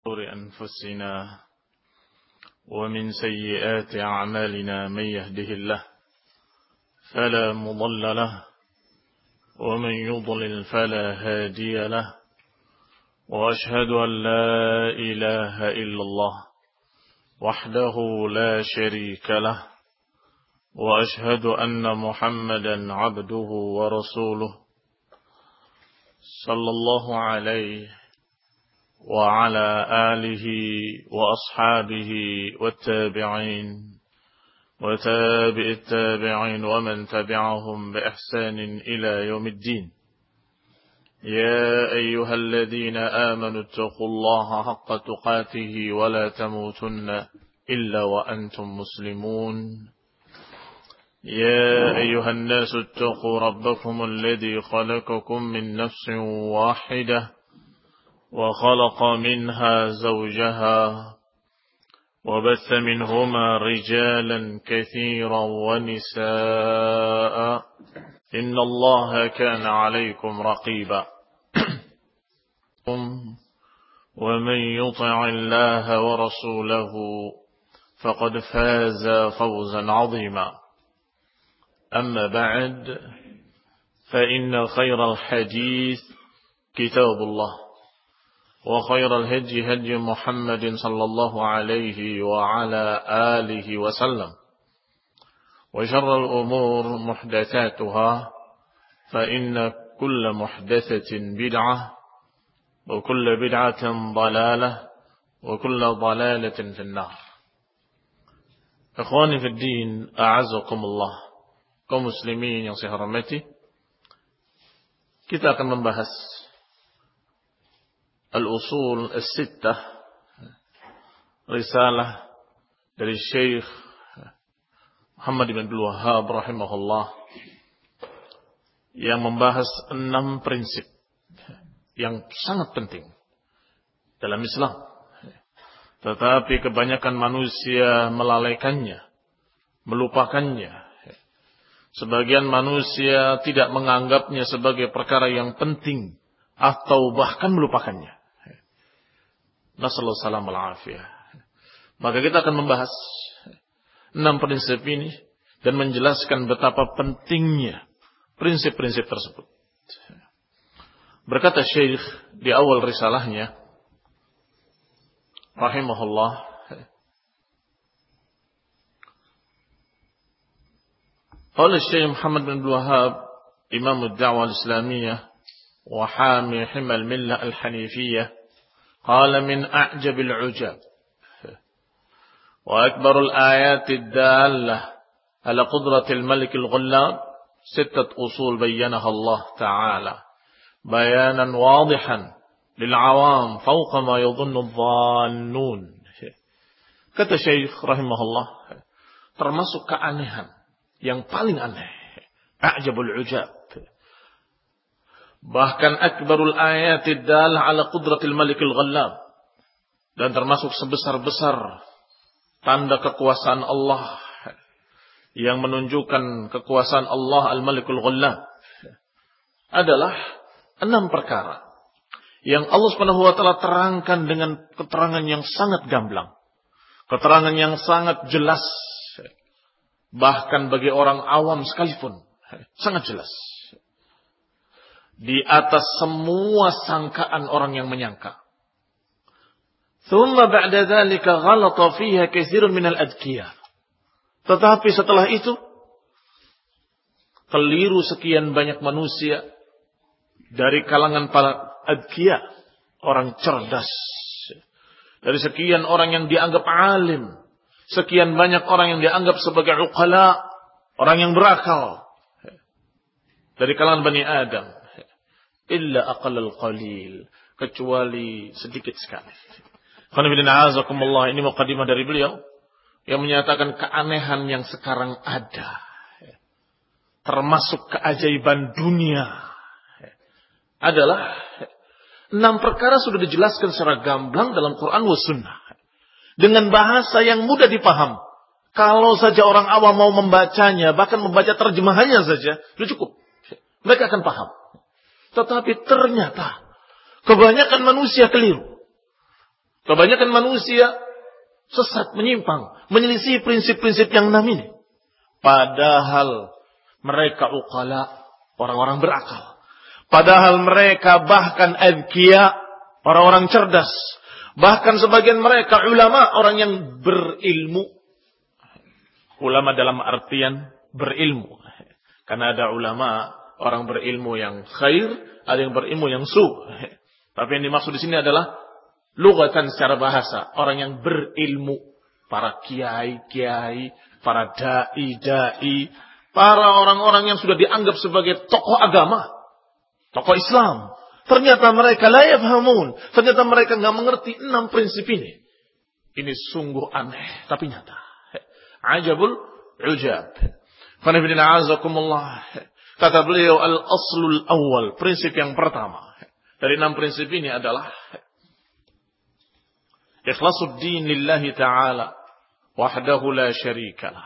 شرور أنفسنا ومن سيئات أعمالنا من يهده الله فلا مضل له ومن يضلل فلا هادي له وأشهد أن لا إله إلا الله وحده لا شريك له وأشهد أن محمدا عبده ورسوله صلى الله عليه وعلى آله وأصحابه والتابعين وتابع التابعين ومن تبعهم بإحسان إلى يوم الدين. يا أيها الذين آمنوا اتقوا الله حق تقاته ولا تموتن إلا وأنتم مسلمون. يا أيها الناس اتقوا ربكم الذي خلقكم من نفس واحدة وخلق منها زوجها وبث منهما رجالا كثيرا ونساء إن الله كان عليكم رقيبا. ومن يطع الله ورسوله فقد فاز فوزا عظيما. أما بعد فإن خير الحديث كتاب الله وخير الهدي هدي محمد صلى الله عليه وعلى آله وسلم وشر الأمور محدثاتها فإن كل محدثة بدعة وكل بدعة ضلالة وكل ضلالة في النار. إخواني في الدين أعزكم الله. Kaum muslimin yang saya hormati, kita akan membahas Al-Usul As-Sittah, risalah dari Syekh Muhammad bin Abdul Wahhab rahimahullah, yang membahas 6 prinsip yang sangat penting dalam Islam, tetapi kebanyakan manusia melalaikannya, melupakannya. Sebagian manusia tidak menganggapnya sebagai perkara yang penting atau bahkan melupakannya. Nasallahu salam al-afiyah. Maka kita akan membahas 6 prinsip ini dan menjelaskan betapa pentingnya prinsip-prinsip tersebut. Berkata Syekh di awal risalahnya rahimahullah, قال الشيخ محمد بن عبد الوهاب إمام الدعوة الإسلامية وحامي حمى الملة الحنيفية قال من أعجب العجاب وأكبر الآيات الدالة على قدرة الملك الغلاب 6 أصول بينها الله تعالى بيانا واضحا للعوام فوق ما يظن الظانون. Kata Syekh rahimahullah, termasuk keanehan yang paling aneh, a'jabul ujab, bahkan akbarul ayatid dalah ala qudratil malikil ghallab, dan termasuk sebesar-besar tanda kekuasaan Allah yang menunjukkan kekuasaan Allah al-malikul ghallab adalah 6 perkara yang Allah Subhanahu wa taala terangkan dengan keterangan yang sangat gamblang, keterangan yang sangat jelas. Bahkan bagi orang awam sekalipun sangat jelas, di atas semua sangkaan orang yang menyangka. Thumma ba'da dzalika ghalata fiha katsirun minal adkiyah. Tetapi setelah itu keliru sekian banyak manusia dari kalangan para adkiyah, orang cerdas, dari sekian orang yang dianggap alim, sekian banyak orang yang dianggap sebagai uqala, orang yang berakal dari kalangan Bani Adam, illa aqallal qalil, kecuali sedikit sekali. Ini muqaddimah dari beliau yang menyatakan keanehan yang sekarang ada, termasuk keajaiban dunia, adalah 6 perkara sudah dijelaskan secara gamblang dalam Quran wa Sunnah dengan bahasa yang mudah dipaham. Kalau saja orang awam mau membacanya, bahkan membaca terjemahannya saja, sudah cukup. Mereka akan paham. Tetapi ternyata kebanyakan manusia keliru. Kebanyakan manusia sesat, menyimpang, menyelisih prinsip-prinsip yang 6 ini. Padahal mereka uqala, orang-orang berakal. Padahal mereka bahkan adkiya, orang-orang cerdas. Bahkan sebagian mereka ulama, orang yang berilmu. Ulama dalam artian berilmu. Karena ada ulama, orang berilmu yang khair, ada yang berilmu yang su. Tapi yang dimaksud di sini adalah lugatan secara bahasa, orang yang berilmu, para kiai-kiai, para dai-dai, para orang-orang yang sudah dianggap sebagai tokoh agama, tokoh Islam. Ternyata mereka la yafhamun, ternyata mereka enggak mengerti 6 prinsip ini. Ini sungguh aneh, tapi nyata. Ajabul ujab. Qanifidina azakumullah. Kata beliau, al-aslul awal, prinsip yang pertama dari 6 prinsip ini adalah ikhlasuddin lillahi ta'ala wahdahu la syarikalah.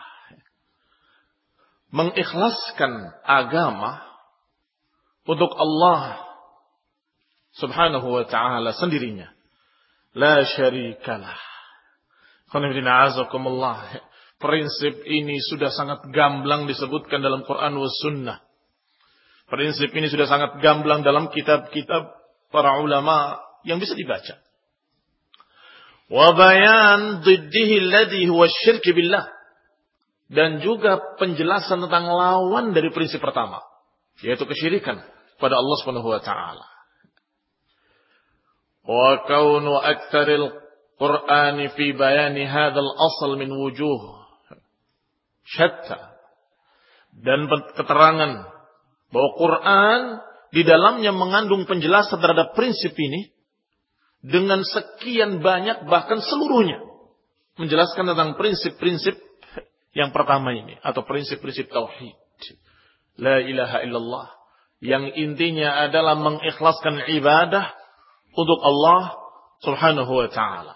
Mengikhlaskan agama untuk Allah subhanahu wa ta'ala sendirinya. La syarikalah. Qanifidina azakumullah. Prinsip ini sudah sangat gamblang disebutkan dalam Quran wa sunnah. Prinsip ini sudah sangat gamblang dalam kitab-kitab para ulama yang bisa dibaca. Wa bayan diddihi alladhi huwa syirk billah. Dan juga penjelasan tentang lawan dari prinsip pertama, yaitu kesyirikan pada Allah Subhanahu wa taala. Wa kaunu aktsaril Qur'ani fi bayani hadzal asl min wujuh syatta, dan keterangan bahwa Quran di dalamnya mengandung penjelasan terhadap prinsip ini dengan sekian banyak, bahkan seluruhnya menjelaskan tentang prinsip-prinsip yang pertama ini, atau prinsip-prinsip tauhid la ilaha illallah, yang intinya adalah mengikhlaskan ibadah untuk Allah subhanahu wa ta'ala.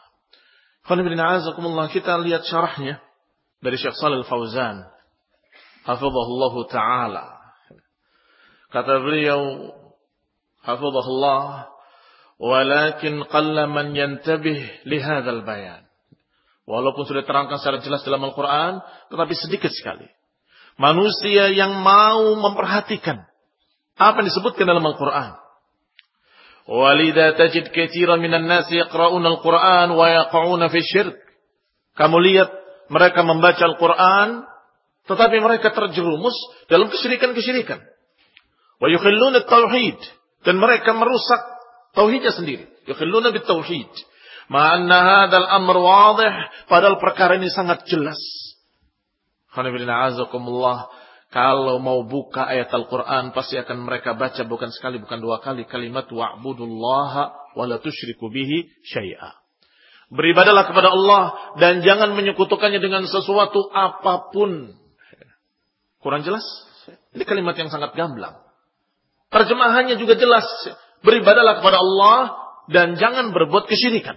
Kita lihat syarahnya dari Syekh Shalih Al-Fauzan hafizahullah ta'ala. Kata beliau hafizahullah, walakin qalla man yantabih li hadzal bayan. Walaupun sudah terangkan secara jelas dalam Al-Quran, tetapi sedikit sekali manusia yang mau memperhatikan apa yang disebutkan dalam Al-Quran. Walidha tajid katsiran minan nasi yaqra'una al-Quran wa yaqa'una fi syirk. Kamu lihat mereka membaca Al-Quran, tetapi mereka terjerumus dalam kesyirikan-kesyirikan. Wa yukhilluna at-tauhid, dan mereka merusak tauhidnya sendiri. Yukhilluna bit-tauhid. Ma'anna hadzal amr wadih, padahal perkara ini sangat jelas. Qanifidina azakumullah, kalau mau buka ayat Al-Quran pasti akan mereka baca bukan sekali, bukan 2 kali kalimat wa'budullaha wa la tusyriku bihi syai'a. Beribadalah kepada Allah dan jangan menyekutukannya dengan sesuatu apapun. Kurang jelas? Ini kalimat yang sangat gamblang. Terjemahannya juga jelas. Beribadalah kepada Allah dan jangan berbuat kesyirikan.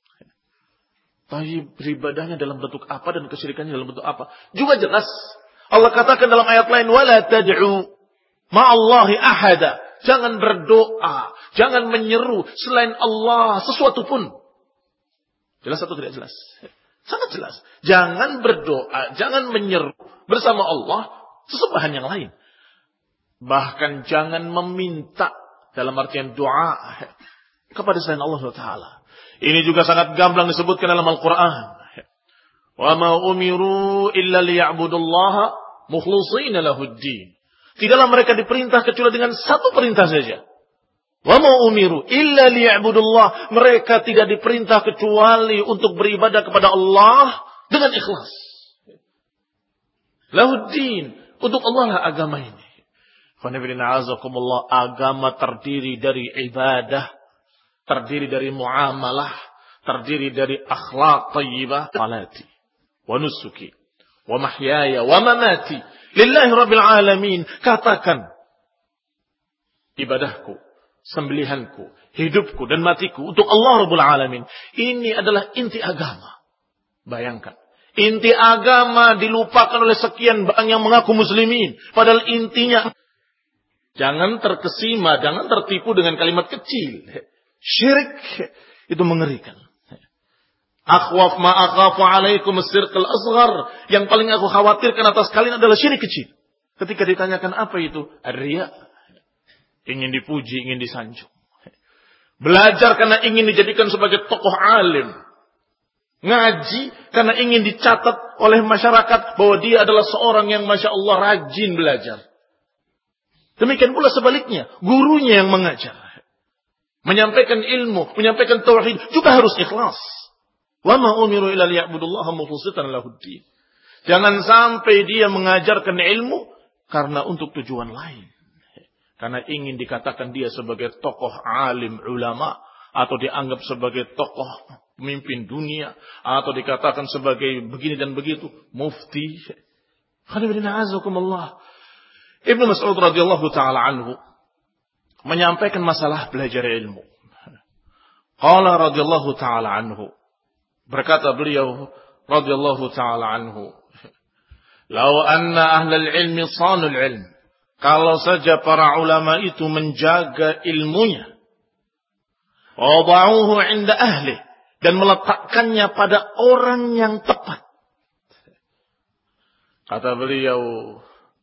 Tapi beribadahnya dalam bentuk apa dan kesyirikannya dalam bentuk apa? Juga jelas. Allah katakan dalam ayat lain, wala tad'u ma'allahi ahada. Jangan berdoa, jangan menyeru selain Allah sesuatu pun. Jelas atau tidak jelas? Sangat jelas. Jangan berdoa, jangan menyeru bersama Allah sesembahan yang lain. Bahkan jangan meminta dalam artian doa kepada selain Allah SWT. Ini juga sangat gamblang disebutkan dalam Al-Quran. Wa ma umiru illa liya'budullaha mukhlishina lahuddin. Tidaklah mereka diperintah kecuali dengan satu perintah saja. Wa ma umiru illa liya'budullah. Mereka tidak diperintah kecuali untuk beribadah kepada Allah dengan ikhlas. Lahuddin, untuk Allah lah agama ini. Agama terdiri dari ibadah, terdiri dari muamalah, terdiri dari akhlak thayyibah, salati wa nusuki wa mahyaya wa mamati lillahi rabbil alamin. Katakan, ibadahku, sembelihanku, hidupku dan matiku untuk Allah Rabbul Alamin. Ini adalah inti agama. Bayangkan, inti agama dilupakan oleh sekian banyak yang mengaku muslimin. Padahal intinya, jangan terkesima, jangan tertipu dengan kalimat kecil. Syirik itu mengerikan. Akhwaf ma akhafu alaikum as-sirqal asghar. Yang paling aku khawatirkan atas kalian adalah syirik kecil. Ketika ditanyakan apa itu? Ar-riya. Ingin dipuji, ingin disanjung. Belajar karena ingin dijadikan sebagai tokoh alim. Ngaji karena ingin dicatat oleh masyarakat bahwa dia adalah seorang yang Masya Allah rajin belajar. Demikian pula sebaliknya. Gurunya yang mengajar. Menyampaikan ilmu, menyampaikan tauhid juga harus ikhlas. Wa ma umiru illa liya'budullaha mukhlishina lahuddin. Jangan sampai dia mengajarkan ilmu karena untuk tujuan lain. Karena ingin dikatakan dia sebagai tokoh alim ulama atau dianggap sebagai tokoh pemimpin dunia atau dikatakan sebagai begini dan begitu, mufti. Ibnu Mas'ud radhiyallahu taala anhu menyampaikan masalah belajar ilmu. Qala radhiyallahu taala anhu, berkata beliau radhiyallahu taala anhu, "Lau anna ahlal ilmi sanul ilm." Kalau saja para ulama itu menjaga ilmunya, wada'uhu 'inda ahli, dan meletakkannya pada orang yang tepat. Kata beliau,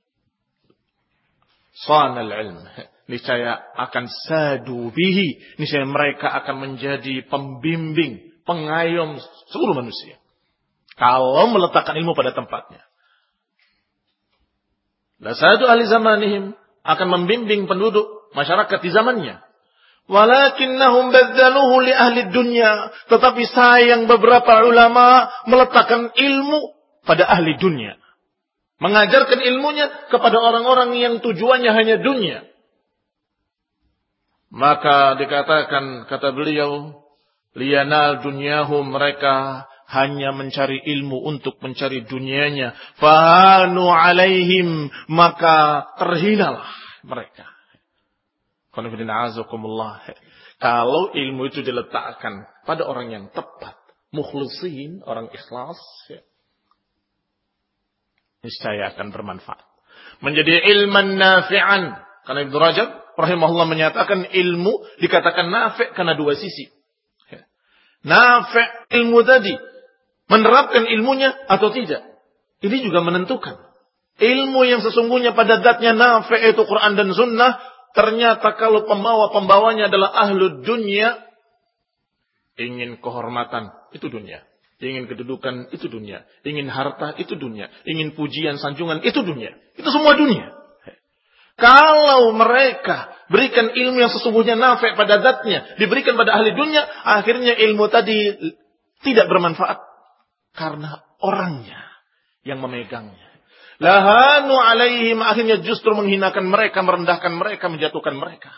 sanal ilm, niscaya akan sadu bihi, niscaya mereka akan menjadi pembimbing, pengayom seluruh manusia. Kalau meletakkan ilmu pada tempatnya. La sadu ahli zamanihim, akan membimbing penduduk masyarakat di zamannya. Walakinnahum badzaluhu li ahli dunya, tetapi sayang beberapa ulama meletakkan ilmu pada ahli dunia. Mengajarkan ilmunya kepada orang-orang yang tujuannya hanya dunia. Maka dikatakan, kata beliau, liyanal dunyahum, mereka hanya mencari ilmu untuk mencari dunianya. Fahanu alaihim, maka terhinalah mereka. Kalau ilmu itu diletakkan pada orang yang tepat, mukhlisin, orang ikhlas, niscaya akan bermanfaat. Menjadi ilman nafi'an. Karena Ibnu Rajab rahimahullah menyatakan ilmu dikatakan nafi' karena dua sisi. Nafi' ilmu tadi, menerapkan ilmunya atau tidak. Ini juga menentukan. Ilmu yang sesungguhnya pada zatnya nafi' itu Quran dan Sunnah. Ternyata kalau pembawanya adalah ahlud dunya. Ingin kehormatan, itu dunia. Ingin kedudukan, itu dunia. Ingin harta, itu dunia. Ingin pujian, sanjungan, itu dunia. Itu semua dunia. Kalau mereka berikan ilmu yang sesungguhnya nafi' pada zatnya, diberikan pada ahli dunia, akhirnya ilmu tadi tidak bermanfaat. Karena orangnya yang memegangnya. Lahanu alaihim, akhirnya justru menghinakan mereka, merendahkan mereka, menjatuhkan mereka.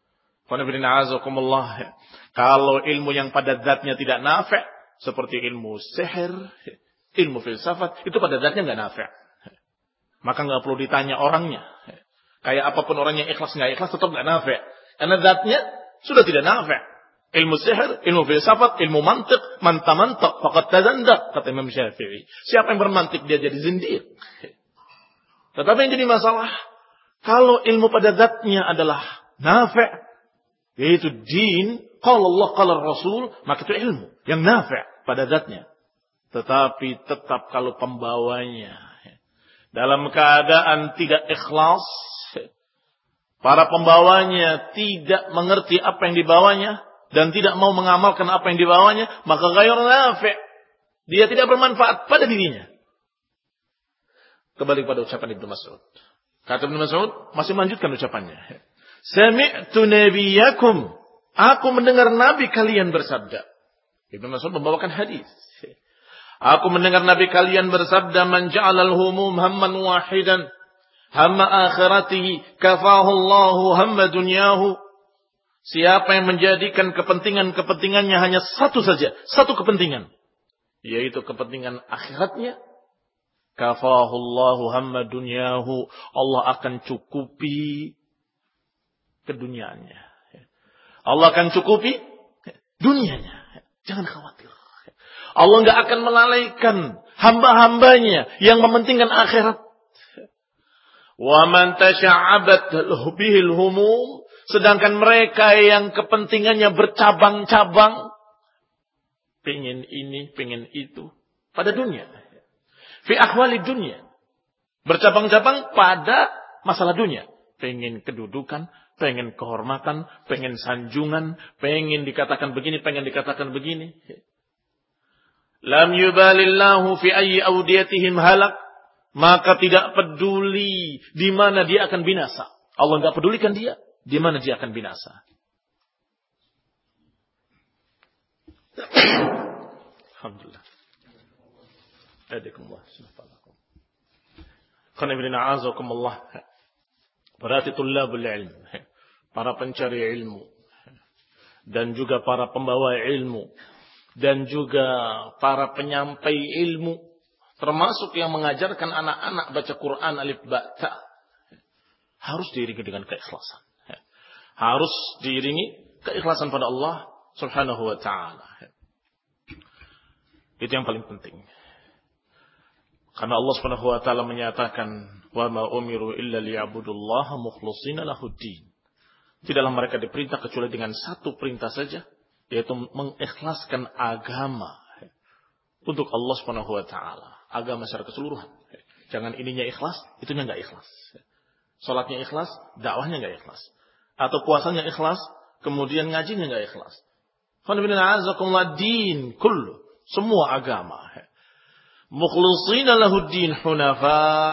Kalau ilmu yang pada zatnya tidak nafi', seperti ilmu sihir, ilmu filsafat, itu pada zatnya nggak nafi'. Maka nggak perlu ditanya orangnya. Kayak apapun orangnya ikhlas nggak ikhlas tetap nggak nafi'. Karena zatnya sudah tidak nafi'. Ilmu sihir, ilmu filsafat, ilmu mantik, manta-mantak, faqad tazandak, kata Imam Syafi'i. Siapa yang bermantik dia jadi zindiq. Tetapi yang jadi masalah, kalau ilmu pada zatnya adalah nafi', yaitu din, qala Allah, qala Rasul, maka itu ilmu yang nafi' pada zatnya. Tetapi tetap kalau pembawanya dalam keadaan tidak ikhlas, para pembawanya tidak mengerti apa yang dibawanya dan tidak mau mengamalkan apa yang dibawanya, maka ghairu nafi'. Dia tidak bermanfaat pada dirinya. Kembali pada ucapan Ibnu Mas'ud. Kata Ibnu Mas'ud, masih melanjutkan ucapannya. Sami'tu nabiyakum, aku mendengar nabi kalian bersabda. Ibnu Mas'ud membawakan hadis. Aku mendengar nabi kalian bersabda, man ja'alal humum hamman wahidan, hamma akhiratihi, kafahu Allahu hamma dunyahu. Siapa yang menjadikan kepentingan-kepentingannya hanya satu saja, satu kepentingan, yaitu kepentingan akhiratnya, kafahu Allahu hamma dunyahu, Allah akan cukupi keduniaannya. Allah akan cukupi dunianya. Jangan khawatir. Allah enggak akan melalaikan hamba-hambanya yang mementingkan akhirat. Wa man tasha'abat bihil humum, sedangkan mereka yang kepentingannya bercabang-cabang, Pengen ini, pengen itu. Pada dunia. Fi ahwali dunia. Bercabang-cabang pada masalah dunia. Pengen kedudukan, pengen kehormatan, pengen sanjungan, pengen dikatakan begini, pengen dikatakan begini. Lam yubalillahu fi ayyi awdiyatihim halak. Maka tidak peduli di mana dia akan binasa. Allah enggak pedulikan dia di mana dia akan binasa. Alhamdulillah. Adakumullah subhanallakum. Khana ibn a'azakumullah. Berarti tullabul ilm, para pencari ilmu dan juga para pembawa ilmu dan juga para penyampai ilmu, termasuk yang mengajarkan anak-anak baca Quran alif ba ta, harus diiringi dengan keikhlasan. Harus diiringi keikhlasan pada Allah Subhanahu wa taala. Itu yang paling penting. Karena Allah Subhanahu wa taala menyatakan, "Wa ma umiru illa liya'budullaha mukhlishina lahuddin." Tidaklah mereka diperintah kecuali dengan satu perintah saja, yaitu mengikhlaskan agama untuk Allah Subhanahu wa taala, agama secara keseluruhan. Jangan ininya ikhlas, itunya enggak ikhlas. Salatnya ikhlas, dakwahnya enggak ikhlas. Atau puasanya ikhlas, kemudian ngajinya enggak ikhlas. Din kullu, semua agama. Mukhlishina lahuddin hunafa.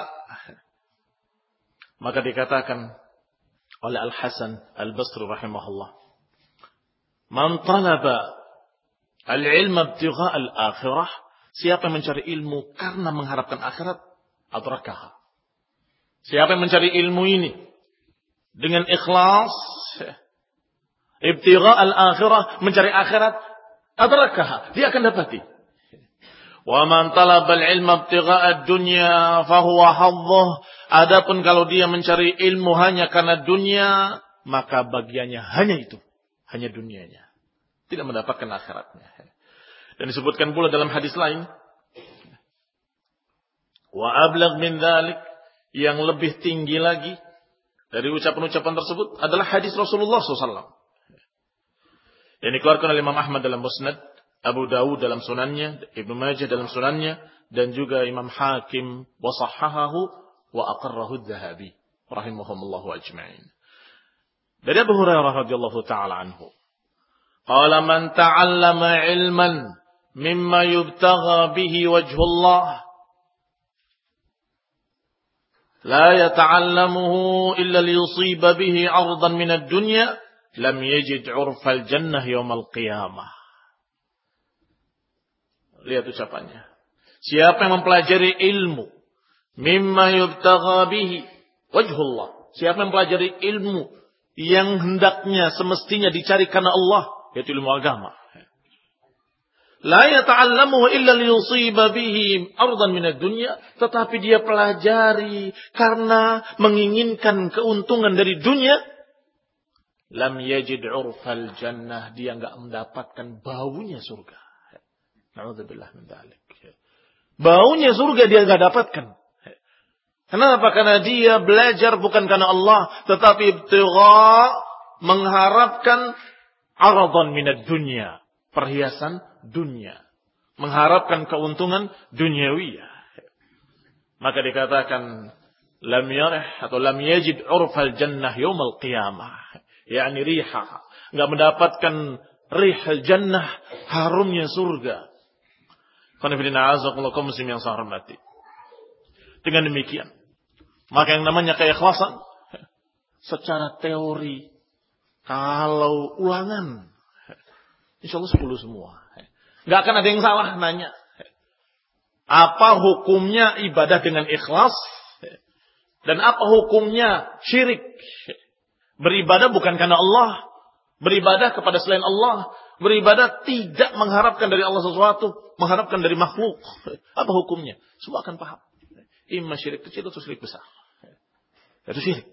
Maka dikatakan oleh Al-Hasan Al-Basri rahimahullah, man talaba al-ilma ibtigha' al-akhirah, siapa yang mencari ilmu karena mengharapkan akhirat, adrakaha. Siapa yang mencari ilmu ini dengan ikhlas, ibtigha' al-akhirah, mencari akhirat, adrakaha, dia akan dapati. Wa man talaba al-ilma ibtigha'a ad-dunya fa huwa hadduh. Adapun kalau dia mencari ilmu hanya karena dunia, maka bagiannya hanya itu, hanya dunianya. Tidak mendapatkan akhiratnya. Dan disebutkan pula dalam hadis lain, wa ablagh min dzalik, yang lebih tinggi lagi dari ucapan-ucapan tersebut adalah hadis Rasulullah SAW. Yang dikeluarkan oleh Imam Ahmad dalam Musnad, Abu Dawud dalam sunannya, Ibnu Majah dalam sunannya, dan juga Imam Hakim wa sahhahahu wa aqarrahu adz-Dzahabi rahimahumullahu ajma'in. Dari Abu Hurairah radhiyallahu taala anhu, qala man ta'allama ilman mimma yubtagha bihi wajhullah la yata'allamuhu illa liyusiba bihi 'ardan min ad-dunya lam yajid 'urfal jannah yaumal qiyamah. Lihat ucapannya. Siapa yang mempelajari ilmu mimma yubtagha bihi wajhullah, siapa yang mempelajari ilmu yang hendaknya semestinya dicari karena Allah, yaitu ilmu agama, la yata'allamuhu illa liyusiba bihi ardan min ad-dunya, tetapi dia pelajari karena menginginkan keuntungan dari dunia, lam yajid 'urfal jannah, dia enggak mendapatkan baunya surga. Na'udzubillah min dzalik. Baunya surga dia enggak dapatkan. Kenapa? Karena dia belajar bukan karena Allah, tetapi ibtigha, mengharapkan aradan minad dunya, perhiasan dunia, mengharapkan keuntungan duniawiyah. Maka dikatakan lam yarih atau lam yajid urfal jannah yaumal qiyamah, yakni riha, enggak mendapatkan rihal jannah, harumnya surga. Muslim yang saya hormati. Dengan demikian, maka yang namanya keikhlasan secara teori, kalau ulangan, insya Allah 10 semua. Nggak akan ada yang salah nanya. Apa hukumnya ibadah dengan ikhlas? Dan apa hukumnya syirik? Beribadah bukan karena Allah, beribadah kepada selain Allah, beribadah tidak mengharapkan dari Allah sesuatu, mengharapkan dari makhluk. Apa hukumnya? Semua akan paham. Imma syirik kecil atau syirik besar. Itu syirik.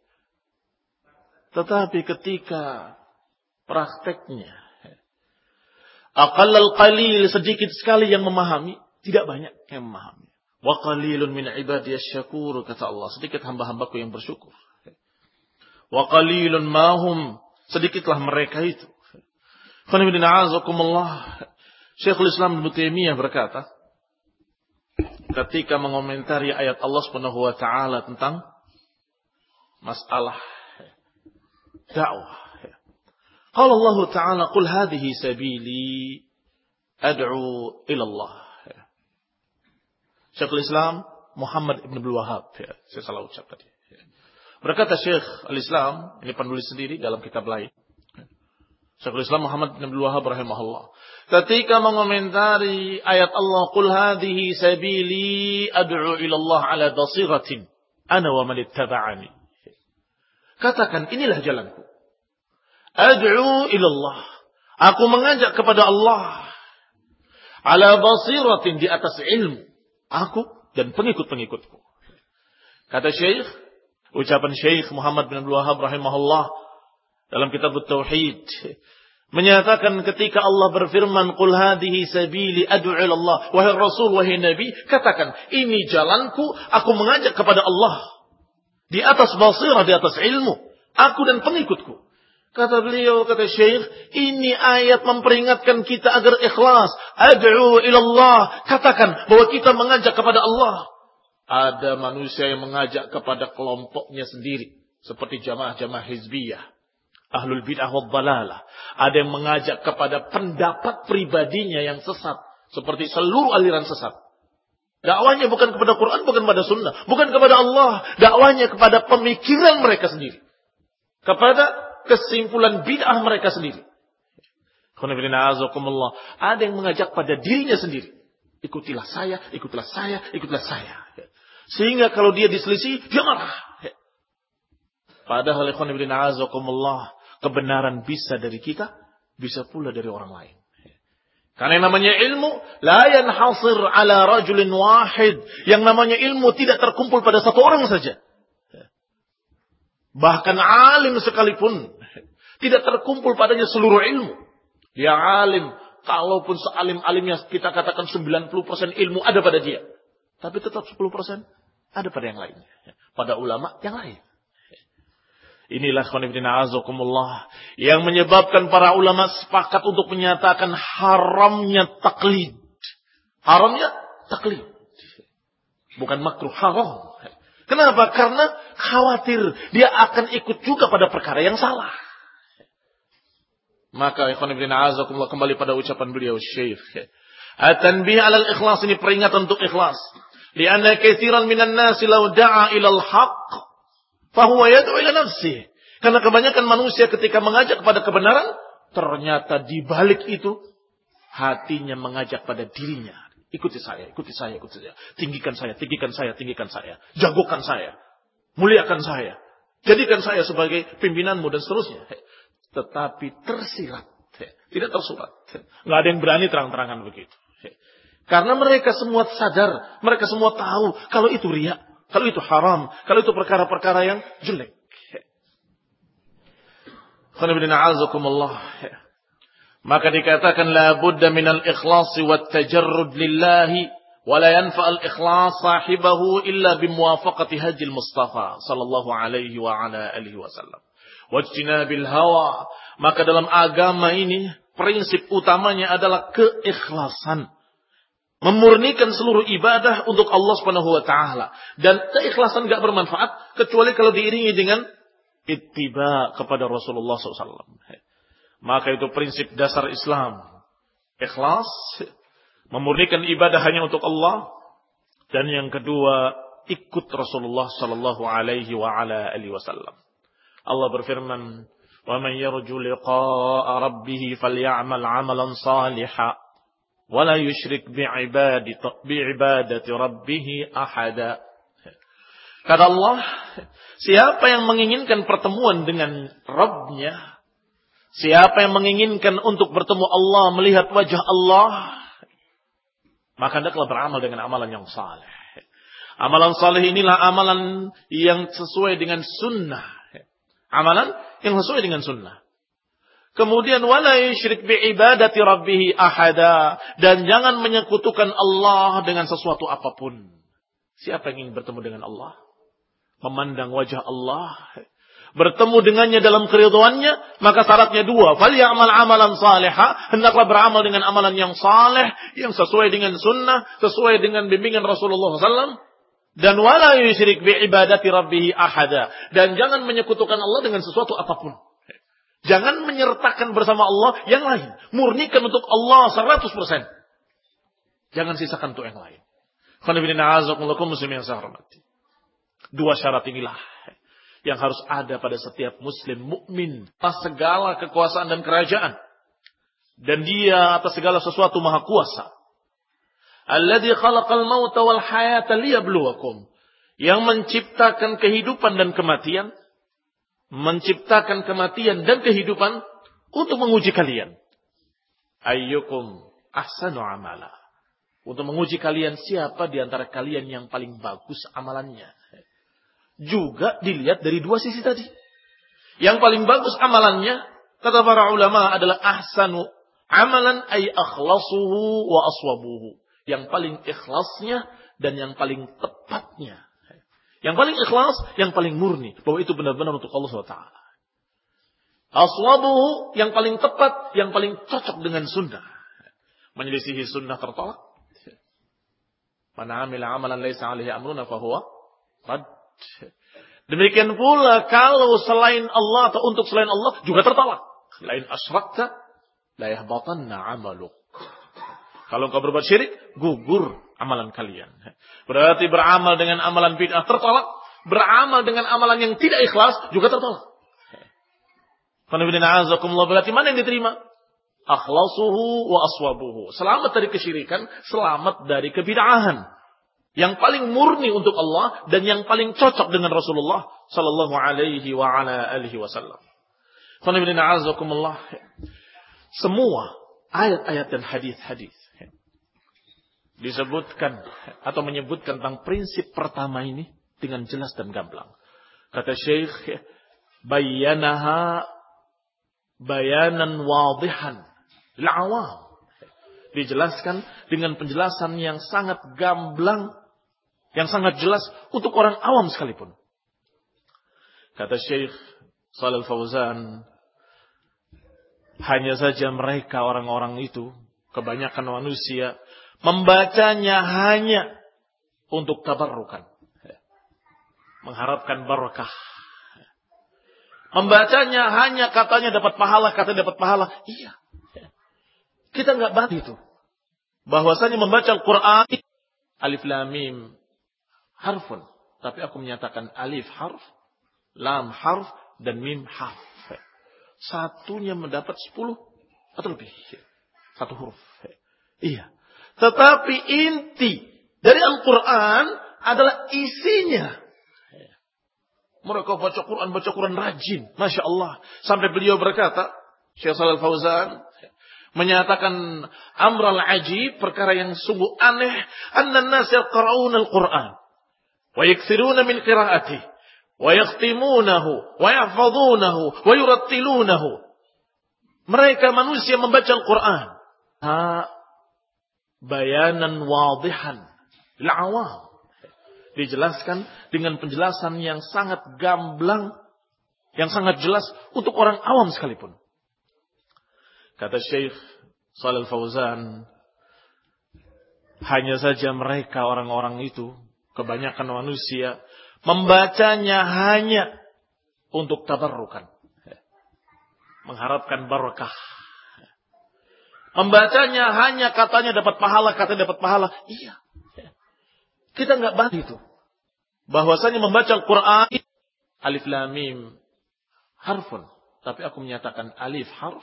Tetapi ketika prakteknya, aqallal qalil, sedikit sekali yang memahami, tidak banyak yang memahami. Wa qalilun min ibadiyasy syakur, kata Allah, sedikit hamba-hambaku yang bersyukur. Wa qalilun mahum, sedikitlah mereka itu. Khonibina azakumullah. Syekhul Islam Ibnu Taimiyah berkata, ketika mengomentari ayat Allah Subhanahu wa taala tentang masalah dakwah. Qala Allah Ta'ala, "Qul hadhihi sabili ad'u ila Allah." Syekhul Islam Muhammad Ibn Abdul Wahhab, saya salah ucap tadi. Berkata Syekh Al-Islam, ini penulis sendiri dalam kitab lain. Syekhul Islam Muhammad Ibn Abdul Wahhab rahimahullah, ketika mengomentari ayat Allah, "Qul hadhihi sabili ad'u ila Allah ala basiratin ana wa man ittaba'ani." Katakan, inilah jalanku. Ad'u ilallah. Aku mengajak kepada Allah. Ala basiratin, di atas ilmu. Aku dan pengikut-pengikutku. Kata Syekh, ucapan Syekh Muhammad bin Abdul Wahhab rahimahullah dalam kitab Tauhid, menyatakan ketika Allah berfirman, "Qul hadhihi sabili ad'u ilallah." Wahai Rasul, wahai Nabi, katakan, ini jalanku, aku mengajak kepada Allah. Di atas basirah, di atas ilmu. Aku dan pengikutku. Kata beliau, kata Syekh, ini ayat memperingatkan kita agar ikhlas. Ad'u ilallah. Katakan bahwa kita mengajak kepada Allah. Ada manusia yang mengajak kepada kelompoknya sendiri. Seperti jamaah-jamaah hizbiyah. Ahlul bid'ah wad dalalah. Ada yang mengajak kepada pendapat pribadinya yang sesat. Seperti seluruh aliran sesat. Dakwanya bukan kepada Quran, bukan kepada sunnah. Bukan kepada Allah. Dakwanya kepada pemikiran mereka sendiri. Kepada kesimpulan bid'ah mereka sendiri. Ada yang mengajak pada dirinya sendiri. Ikutilah saya, ikutilah saya, ikutilah saya. Sehingga kalau dia diselisih, dia marah. Padahal kebenaran bisa dari kita, bisa pula dari orang lain. Karena yang namanya ilmu, la yanhasir ala rajulin wahid. Yang namanya ilmu tidak terkumpul pada satu orang saja. Bahkan alim sekalipun tidak terkumpul padanya seluruh ilmu. Dia alim, kalaupun sealim-alimnya kita katakan 90% ilmu ada pada dia. Tapi tetap 10% ada pada yang lainnya. Pada ulama yang lain. Inilah yang menyebabkan para ulama sepakat untuk menyatakan haramnya taklid. Haramnya taklid. Bukan makruh, haram. Kenapa? Karena khawatir dia akan ikut juga pada perkara yang salah. Maka kembali pada ucapan beliau Syekh. At-tanbih 'alal ikhlas, ini peringatan untuk ikhlas. Lianna katsiran minan nasi law da'a ilal haqq fa huwa yad'u ila nafsihi. Karena kebanyakan manusia ketika mengajak kepada kebenaran, ternyata di balik itu hatinya mengajak pada dirinya. Ikuti saya, ikuti saya, ikuti saya. Tinggikan saya, tinggikan saya, tinggikan saya. Jagokan saya. Muliakan saya. Jadikan saya sebagai pimpinanmu dan seterusnya. Tetapi tersirat. Tidak tersurat. Nggak ada yang berani terang-terangan begitu. Karena mereka semua sadar. Mereka semua tahu kalau itu riya. Kalau itu haram. Kalau itu perkara-perkara yang jelek. Maka dikatakan la budda minal ikhlasi wat tajarrud lillahi wa la yanfa'al ikhlas sahibahu illa bimuwafaqati hajil Mustafa sallallahu alaihi wa ala alihi wasallam. Wajtinabil hawa. Maka dalam agama ini prinsip utamanya adalah keikhlasan. Memurnikan seluruh ibadah untuk Allah Subhanahu wa taala, dan keikhlasan enggak bermanfaat kecuali kalau diiringi dengan ittiba kepada Rasulullah SAW. Maka itu prinsip dasar Islam. Ikhlas, memurnikan ibadah hanya untuk Allah. Dan yang kedua, ikut Rasulullah sallallahu alaihi wa ala alihi wasallam. Allah berfirman, "Wa man yarju liqa'a rabbih falyamal 'amalan shalihan wa la yusyrik bi'ibadati rabbih ahada." Kata Allah, siapa yang menginginkan pertemuan dengan Rabb-Nya, siapa yang menginginkan untuk bertemu Allah, melihat wajah Allah, maka hendaklah beramal dengan amalan yang saleh. Amalan saleh inilah amalan yang sesuai dengan sunnah. Amalan yang sesuai dengan sunnah. Kemudian wala yusyrik bi'ibadati rabbih ahada, dan jangan menyekutukan Allah dengan sesuatu apapun. Siapa yang ingin bertemu dengan Allah, memandang wajah Allah, bertemu dengannya dalam keridhaannya, maka syaratnya dua. Falyamal amalan salihah, hendaklah beramal dengan amalan yang saleh, yang sesuai dengan sunnah, sesuai dengan bimbingan Rasulullah SAW. Dan wala yusyrik bi ibadati rabbih ahada. Dan jangan menyekutukan Allah dengan sesuatu apapun. Jangan menyertakan bersama Allah yang lain. Murnikan untuk Allah 100%. Jangan sisakan untuk yang lain. Muslim yang saya hormati. Dua syarat inilah yang harus ada pada setiap muslim mukmin atas segala kekuasaan dan kerajaan, dan dia atas segala sesuatu maha kuasa. Alladzi khalaqal mauta wal hayata liyabluwakum, yang menciptakan kehidupan dan kematian, menciptakan kematian dan kehidupan untuk menguji kalian. Ayyukum ahsanu amala, untuk menguji kalian siapa di antara kalian yang paling bagus amalannya. Juga dilihat dari dua sisi tadi. Yang paling bagus amalannya, kata para ulama, adalah ahsanu amalan ay akhlasuhu wa aswabuhu. Yang paling ikhlasnya dan yang paling tepatnya. Yang paling ikhlas, yang paling murni. Bahwa itu benar-benar untuk Allah SWT. Aswabuhu, yang paling tepat, yang paling cocok dengan sunnah. Menyelisihi sunnah tertolak. Man amila amalan laisa alaihi amruna fahuwa rad. Demikian pula kalau selain Allah atau untuk selain Allah juga tertolak. Lain asyrakta la yahbatanna amaluk. Kalau engkau berbuat syirik, gugur amalan kalian. Berarti beramal dengan amalan bid'ah tertolak, beramal dengan amalan yang tidak ikhlas juga tertolak. Berarti mana yang diterima? Akhlasuhu wa aswabuhu. Selamat dari kesyirikan, selamat dari kebid'ahan. Yang paling murni untuk Allah dan yang paling cocok dengan Rasulullah sallallahu alaihi wa ala alihi wasallam. Semua ayat-ayat dan hadis-hadis disebutkan atau menyebutkan tentang prinsip pertama ini dengan jelas dan gamblang. Kata Syekh, bayanaha bayanan wadihan lil awam. Dijelaskan dengan penjelasan yang sangat gamblang, yang sangat jelas untuk orang awam sekalipun. Kata Syekh Shalal Fauzan, hanya saja mereka orang-orang itu, kebanyakan manusia, membacanya hanya untuk tabarrukan, mengharapkan barakah. Membacanya hanya katanya dapat pahala, katanya dapat pahala. Iya. Kita nggak bahas itu. Bahwasanya membaca Al-Quran, alif lam mim harfun. Tapi aku menyatakan alif harf, lam harf, dan mim harf. Satunya mendapat 10 atau lebih. Satu huruf. Iya. Tetapi inti dari Al-Quran adalah isinya. Mereka baca Quran rajin. Masya Allah. Sampai beliau berkata, Syekh Shalal Fauzan menyatakan amral ajib, perkara yang sungguh aneh, annan nas yaqra'una al-Qur'an wa yakthiruna min qira'atihi wa yakhtimunahu wa yahfazunahu wa yurattilunahu. Mereka manusia membaca Al-Quran bayanan wadihan lil awam. Dijelaskan dengan penjelasan yang sangat gamblang, yang sangat jelas untuk orang awam sekalipun. Kata Syekh Shalal Fauzan, hanya saja mereka orang-orang itu, kebanyakan manusia, membacanya hanya untuk tabarrukan, mengharapkan barakah. Membacanya hanya katanya dapat pahala, katanya dapat pahala. Iya. Kita nggak bahas itu. Bahwasanya membaca Al-Quran, alif lam mim harfun. Tapi aku menyatakan alif harf,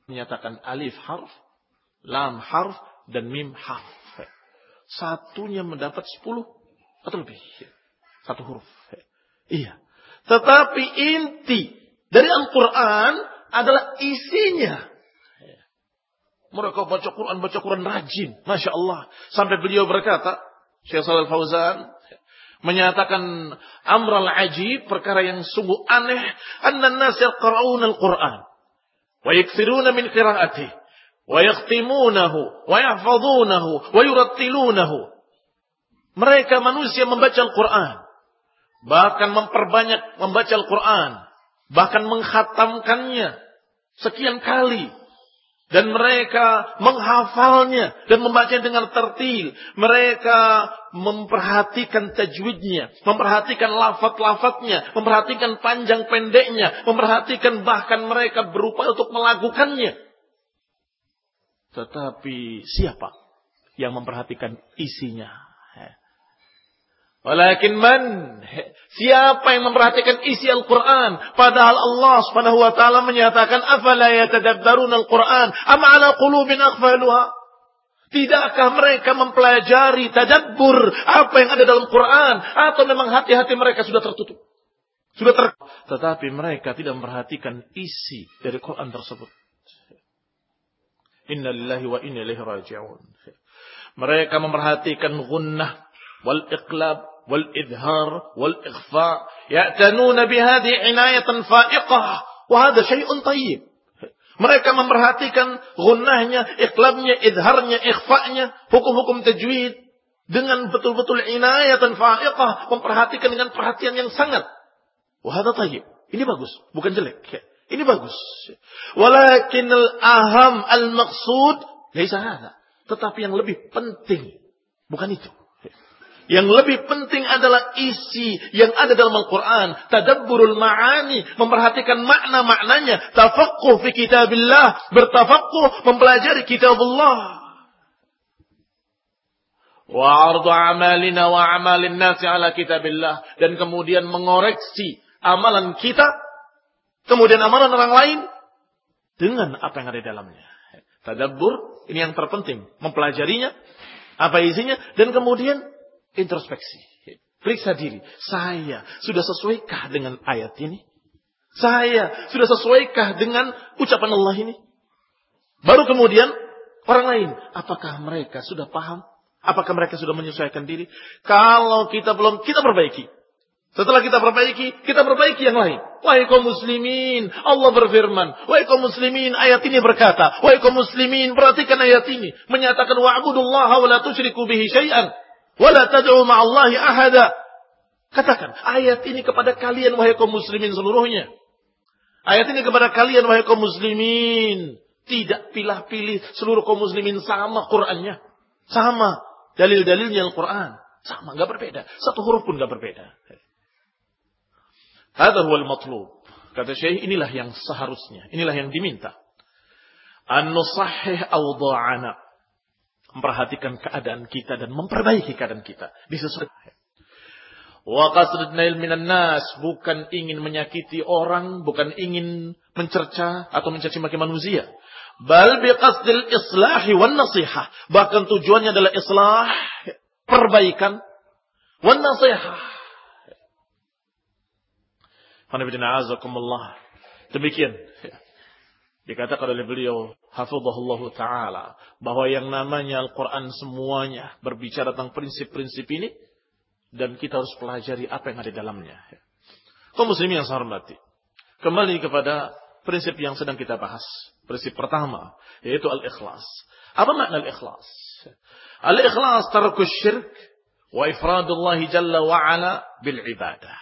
lam harf, dan mim harf. Satunya mendapat 10 atau lebih. Satu huruf. Iya. Tetapi inti dari Al-Quran adalah isinya. Mereka baca Quran rajin. Masya Allah. Sampai beliau berkata, Syekh Shalal Fauzan menyatakan amral ajib, perkara yang sungguh aneh, annan nas yaqra'una al-Qur'an wa yakthiruna min qira'atihi wa yakhtimunahu wa yahfazunahu wa yurattilunahu. Mereka manusia membaca Al-Quran, bahkan memperbanyak membaca Al-Quran, bahkan mengkhatamkannya sekian kali. Dan mereka menghafalnya dan membacanya dengan tertil. Mereka memperhatikan tajwidnya, memperhatikan lafaz-lafaznya, memperhatikan panjang pendeknya, memperhatikan bahkan mereka berupaya untuk melakukannya. Tetapi siapa yang memperhatikan isinya? Walakin man, siapa yang memperhatikan isi Al-Quran? Padahal Allah Subhanahu wa taala menyatakan, afala yatadabbaruna Al-Quran am ala qulubin aqfaluha? Tidakkah mereka mempelajari tadabbur apa yang ada dalam Quran, atau memang hati-hati mereka sudah tertutup? Tetapi mereka tidak memperhatikan isi dari Quran tersebut. Inna lillahi wa inna ilaihi raji'un. Mereka memperhatikan gunnah wal iqlab والإظهار والإخفاء يأتنون بهذه عناية فائقة وهذا شيء طيب. Mereka memperhatikan gunnahnya, iqlabnya, idharnya, ikhfa'nya, hukum-hukum tajwid dengan betul-betul inayatan fa'iqah, memperhatikan dengan perhatian yang sangat. Wahada tayyib. Ini bagus, bukan jelek. Ini bagus. Walakin al-aham al-maqsud laisa hadha. Tetapi yang lebih penting bukan itu. Yang lebih penting adalah isi yang ada dalam Al-Quran. Tadabburul ma'ani. Memperhatikan makna-maknanya. Tafaqquh fi kitabillah. Bertafaqquh mempelajari kitabullah. Wa ardu amalina wa amalin nasi ala kitabillah. Dan kemudian mengoreksi amalan kita. Kemudian amalan orang lain. Dengan apa yang ada di dalamnya. Tadabbur. Ini yang terpenting. Mempelajarinya. Apa isinya. Dan kemudian introspeksi. Periksa diri. Saya sudah sesuaikah dengan ayat ini? Saya sudah sesuaikah dengan ucapan Allah ini? Baru kemudian orang lain. Apakah mereka sudah paham? Apakah mereka sudah menyesuaikan diri? Kalau kita belum, kita perbaiki. Setelah kita perbaiki yang lain. Wahai kaum muslimin, Allah berfirman. Wahai kaum muslimin, ayat ini berkata. Wahai kaum muslimin, perhatikan ayat ini. Menyatakan wa'budullaha wa la tusyriku bihi syai'an. Wala tad'u ma'allahi ahada. Katakan, ayat ini kepada kalian wahai kaum muslimin seluruhnya. Ayat ini kepada kalian wahai kaum muslimin. Tidak pilih-pilih, seluruh kaum muslimin sama Qur'annya. Sama dalil-dalilnya Al-Qur'an. Sama, enggak berbeda. Satu huruf pun enggak berbeda. Hadza huwal matlub. Kata Syekh, inilah yang seharusnya, inilah yang diminta. An-nusahhih awdha'ana. Memperhatikan keadaan kita dan memperbaiki keadaan kita. Disesuaikan. Wa qasdul minan nas, bukan ingin menyakiti orang, bukan ingin mencerca atau mencaci maki manusia. Bal biqasdil islahi wan nasihah. Bahkan tujuannya adalah islah, perbaikan, wan nasihah. Qanibidina azakumullah. Demikian dikatakan oleh beliau hafizahullahu ta'ala bahwa yang namanya Al-Quran semuanya berbicara tentang prinsip-prinsip ini dan kita harus pelajari apa yang ada di dalamnya. Kaum muslimin yang saya hormati, kembali kepada prinsip yang sedang kita bahas. Prinsip pertama yaitu al-ikhlas. Apa makna al-ikhlas? Al-ikhlas tarkus syirk wa ifradullahi jalla wa ala bil ibadah.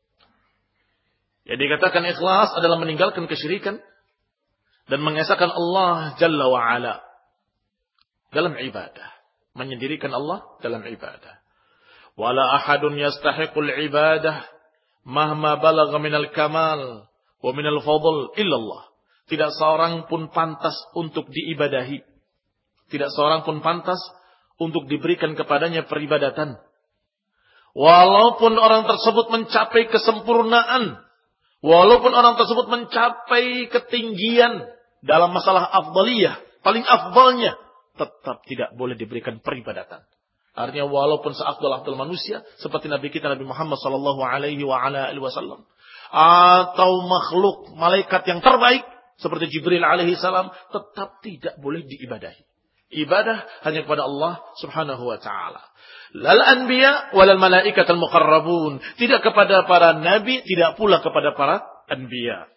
Yang dikatakan ikhlas adalah meninggalkan kesyirikan dan mengesahkan Allah Jalla wa'ala dalam ibadah. Menyendirikan Allah dalam ibadah. Wala ahadun yastahiqul ibadah mahma balagha minal kamal wa minal fadl illallah. Tidak seorang pun pantas untuk diibadahi. Tidak seorang pun pantas untuk diberikan kepadanya peribadatan. Walaupun orang tersebut mencapai kesempurnaan. Walaupun orang tersebut mencapai ketinggian dalam masalah afdaliyah, paling afdalnya, tetap tidak boleh diberikan peribadatan. Artinya walaupun seafdal-afdal manusia, seperti Nabi kita Nabi Muhammad sallallahu alaihi wasallam, atau makhluk malaikat yang terbaik seperti Jibril alaihi salam, tetap tidak boleh diibadahi. Ibadah hanya kepada Allah subhanahu wa ta'ala. Lal anbiya walal malaikat al muqarrabun. Tidak kepada para nabi, tidak pula kepada para anbiya.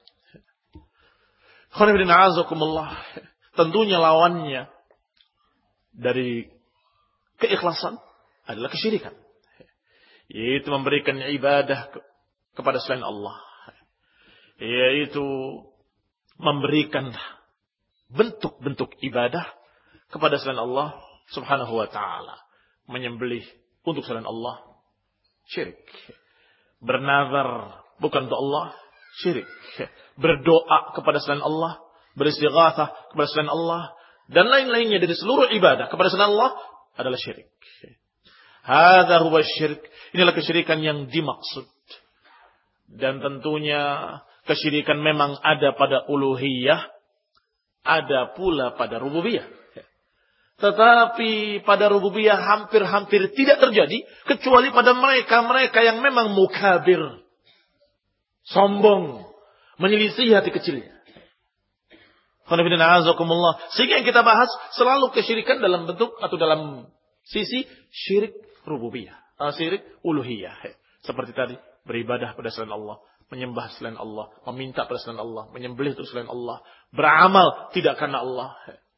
Tentunya lawannya dari keikhlasan adalah kesyirikan. Yaitu memberikan ibadah kepada selain Allah. yaitu memberikan bentuk-bentuk ibadah kepada selain Allah Subhanahu wa taala. Menyembelih untuk selain Allah, syirik. Bernazar bukan untuk Allah, syirik. Berdoa kepada selain Allah, beristighatsah kepada selain Allah, dan lain-lainnya dari seluruh ibadah kepada selain Allah adalah syirik. Hadza huwa syirik. Inilah kesyirikan yang dimaksud. Dan tentunya kesyirikan memang ada pada uluhiyah, ada pula pada rububiyah. Tetapi pada rububiyah hampir-hampir tidak terjadi kecuali pada mereka-mereka yang memang mukabir, sombong, menyelisih hati kecilnya. Sehingga yang kita bahas selalu kesyirikan dalam bentuk atau dalam sisi syirik rububiyah, syirik uluhiyah. Seperti tadi, beribadah pada selain Allah, menyembah selain Allah, meminta pada selain Allah, menyembelih untuk selain Allah, beramal tidak karena Allah.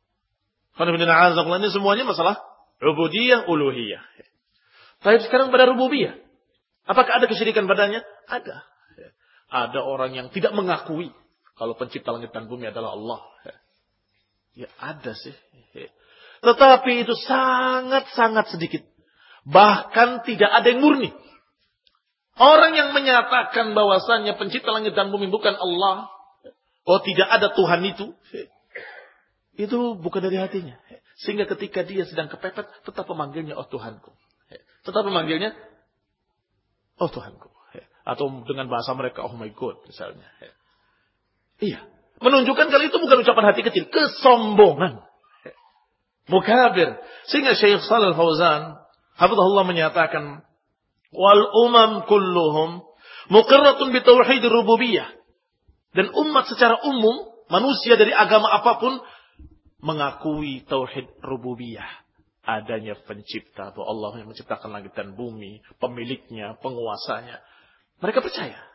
Ini semuanya masalah rububiyah, uluhiyah. Tapi sekarang pada rububiyah, apakah ada kesyirikan padanya? Ada. Ada orang yang tidak mengakui kalau pencipta langit dan bumi adalah Allah. Ya ada sih. Tetapi itu sangat-sangat sedikit. Bahkan tidak ada yang murni. Orang yang menyatakan bahwasannya pencipta langit dan bumi bukan Allah, tidak ada Tuhan itu bukan dari hatinya. Sehingga ketika dia sedang kepepet, tetap memanggilnya oh Tuhanku. Tetap memanggilnya oh Tuhanku. Atau dengan bahasa mereka oh my God misalnya. Iya. Menunjukkan kalau itu bukan ucapan hati kecil. Kesombongan. Mukabir. Sehingga Syekh Shalal Fauzan hafizahullah menyatakan wal umam kulluhum muqirratun bi tauhid rububiyah. Dan umat secara umum, manusia dari agama apapun mengakui tauhid rububiyah. Adanya pencipta, bahwa Allah yang menciptakan langit dan bumi, pemiliknya, penguasanya. Mereka percaya.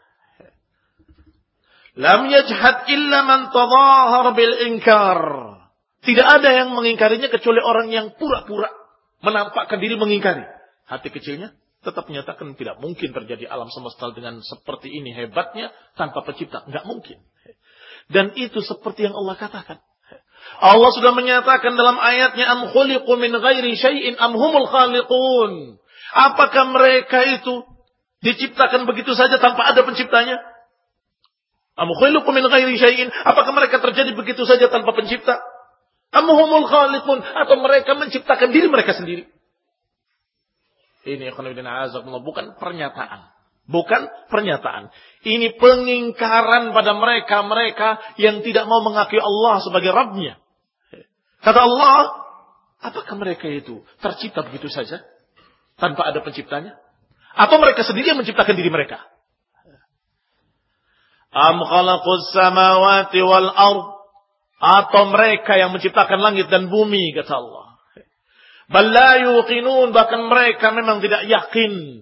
Lam yajhad illa man tadhahar bil inkar. Tidak ada yang mengingkarinya kecuali orang yang pura-pura menampakkan diri mengingkari. Hati kecilnya tetap menyatakan tidak mungkin terjadi alam semesta dengan seperti ini hebatnya tanpa pencipta. Enggak mungkin. Dan itu seperti yang Allah katakan. Allah sudah menyatakan dalam ayatnya am khuliqu min ghairi syai'in am humul khaliqun. Apakah mereka itu diciptakan begitu saja tanpa ada penciptanya? Am khuliqu min ghairi syai'in. Apakah mereka terjadi begitu saja tanpa pencipta? Am humul khaliqun, atau mereka menciptakan diri mereka sendiri? Ini bukan pernyataan. Bukan pernyataan. Ini pengingkaran pada mereka-mereka yang tidak mau mengakui Allah sebagai Rabbnya. Kata Allah, apakah mereka itu tercipta begitu saja tanpa ada penciptanya? Atau mereka sendiri yang menciptakan diri mereka? Am khalaqus samawati wal ard, atau mereka yang menciptakan langit dan bumi, kata Allah. Bal la yuqinun, bahkan mereka memang tidak yakin.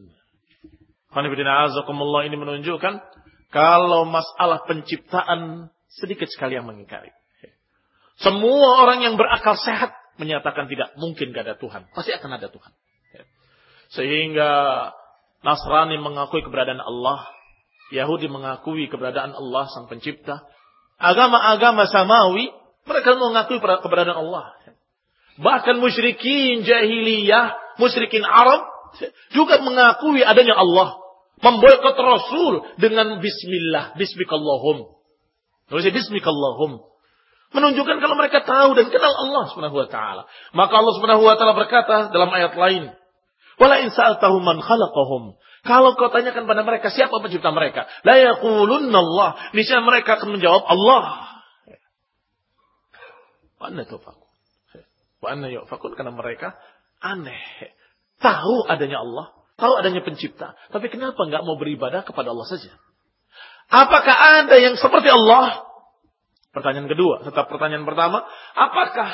Ini menunjukkan kalau masalah penciptaan sedikit sekali yang mengingkari. Semua orang yang berakal sehat menyatakan tidak mungkin gak ada Tuhan. Pasti akan ada Tuhan. Sehingga Nasrani mengakui keberadaan Allah. Yahudi mengakui keberadaan Allah sang pencipta. Agama-agama samawi mereka mengakui keberadaan Allah. Bahkan musyrikin jahiliyah, musyrikin Arab juga mengakui adanya Allah. Memboikot Rasul dengan bismillah, bismikallahum. Tulisnya bismikallahum. Menunjukkan kalau mereka tahu dan kenal Allah Subhanahu wa taala. Maka Allah Subhanahu wa taala berkata dalam ayat lain, "Wala in sa'altahum man khalaqahum." Kalau kau tanyakan pada mereka siapa pencipta mereka, la yaqulunna Allah. Niscaya mereka akan menjawab Allah. Wa anna tufakun. Wa anna yufakun, karena mereka aneh. Tahu adanya Allah, tahu adanya pencipta, tapi kenapa enggak mau beribadah kepada Allah saja? Apakah ada yang seperti Allah? Pertanyaan kedua, tetap pertanyaan pertama, apakah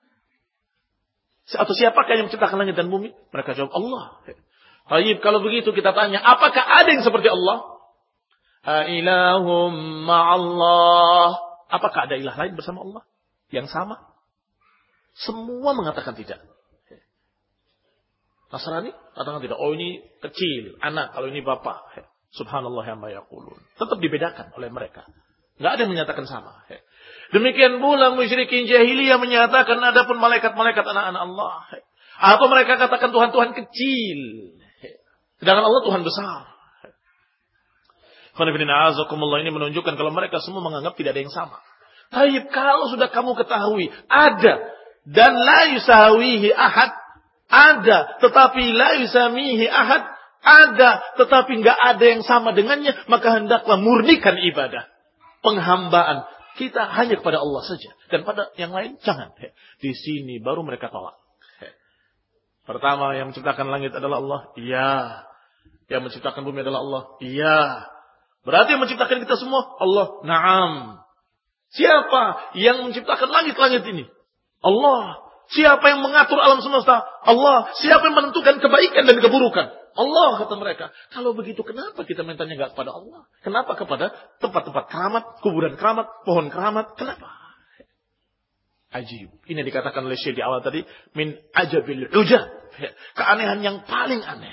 atau siapakah yang menciptakan langit dan bumi? Mereka jawab Allah. Baik, kalau begitu kita tanya, apakah ada yang seperti Allah? Ilahum ma'allah. Apakah ada ilah lain bersama Allah? Yang sama? Semua mengatakan tidak. Nasrani katakan tidak. Oh ini kecil, anak. Kalau ini bapak. Subhanallah amma yaqulun. Tetap dibedakan oleh mereka. Enggak ada yang menyatakan sama. Demikian pula musyrikin jahiliyah menyatakan adapun malaikat-malaikat anak-anak Allah. Atau mereka katakan Tuhan-Tuhan kecil. Sedangkan Allah Tuhan besar. Ini menunjukkan kalau mereka semua menganggap tidak ada yang sama. Tapi kalau sudah kamu ketahui ada dan la yusawihi ahad, ada tetapi la yusamihi ahad, ada tetapi enggak ada yang sama dengannya, maka hendaklah murnikan ibadah, penghambaan kita hanya kepada Allah saja dan pada yang lain jangan. Di sini baru mereka tolak. Pertama, yang menciptakan langit adalah Allah. Iya. Yang menciptakan bumi adalah Allah. Iya. Berarti yang menciptakan kita semua Allah. Naam. Siapa yang menciptakan langit-langit ini? Allah. Siapa yang mengatur alam semesta? Allah. Siapa yang menentukan kebaikan dan keburukan? Allah, kata mereka. Kalau begitu kenapa kita mintanya enggak kepada Allah? Kenapa kepada tempat-tempat keramat, kuburan keramat, pohon keramat? Kenapa? Ajib. Ini dikatakan oleh Syekh di awal tadi, min ajabil ujab. Keanehan yang paling aneh.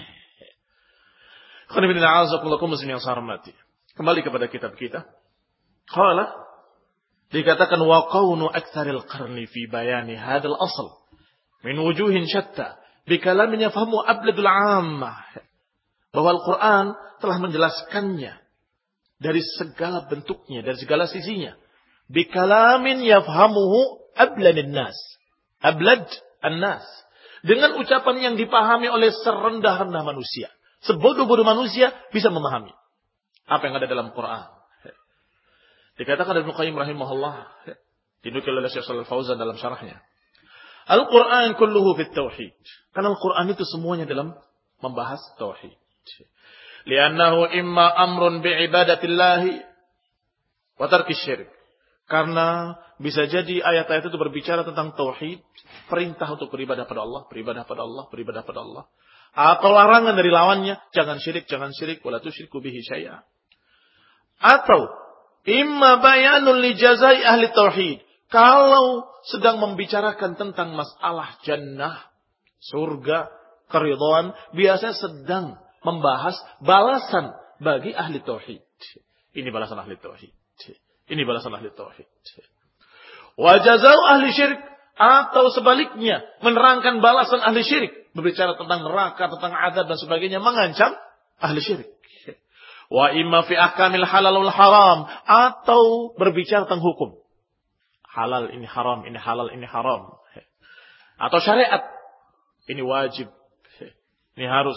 Kembali kepada kitab kita. Qala, dikatakan wa qawnu aktsaril qarni fi bayani hadzal asl min wujuhin syatta bi kalamin yafhamu abladul 'ammah. Bahwa Al-Qur'an telah menjelaskannya dari segala bentuknya, dari segala sisinya. Bi kalamin yafhamuhu abladun nas. Ablad an-nas. Dengan ucapan yang dipahami oleh serendah-rendah manusia. Sebodoh-bodoh manusia bisa memahami apa yang ada dalam Quran. Dikatakan Ibnu Qayyim rahimahullah, dinukil oleh Syekh Shalal Fauzan dalam syarahnya. Al-Quran kulluhu fit tauhid. Karena Al-Quran itu semuanya dalam membahas tauhid. Li'annahu imma amrun bi'ibadatillahi wa tarkis syirik. Karena bisa jadi ayat-ayat itu berbicara tentang tauhid, perintah untuk beribadah pada Allah, beribadah pada Allah, beribadah pada Allah. Atau larangan dari lawannya, jangan syirik, wala tusyriku bihi syai'a. Atau imma bayanun li jazai ahli tauhid. Kalau sedang membicarakan tentang masalah jannah, surga, keridhaan, biasanya sedang membahas balasan bagi ahli tauhid. Ini balasan ahli tauhid. Ini balasan ahli tauhid. Wa jazau ahli syirik, atau sebaliknya menerangkan balasan ahli syirik, berbicara tentang neraka, tentang azab dan sebagainya, mengancam ahli syirik. Wa imma fi ahkamil halal wal haram, atau berbicara tentang hukum. Halal ini haram, ini halal ini haram. Atau syariat, ini wajib, ini harus.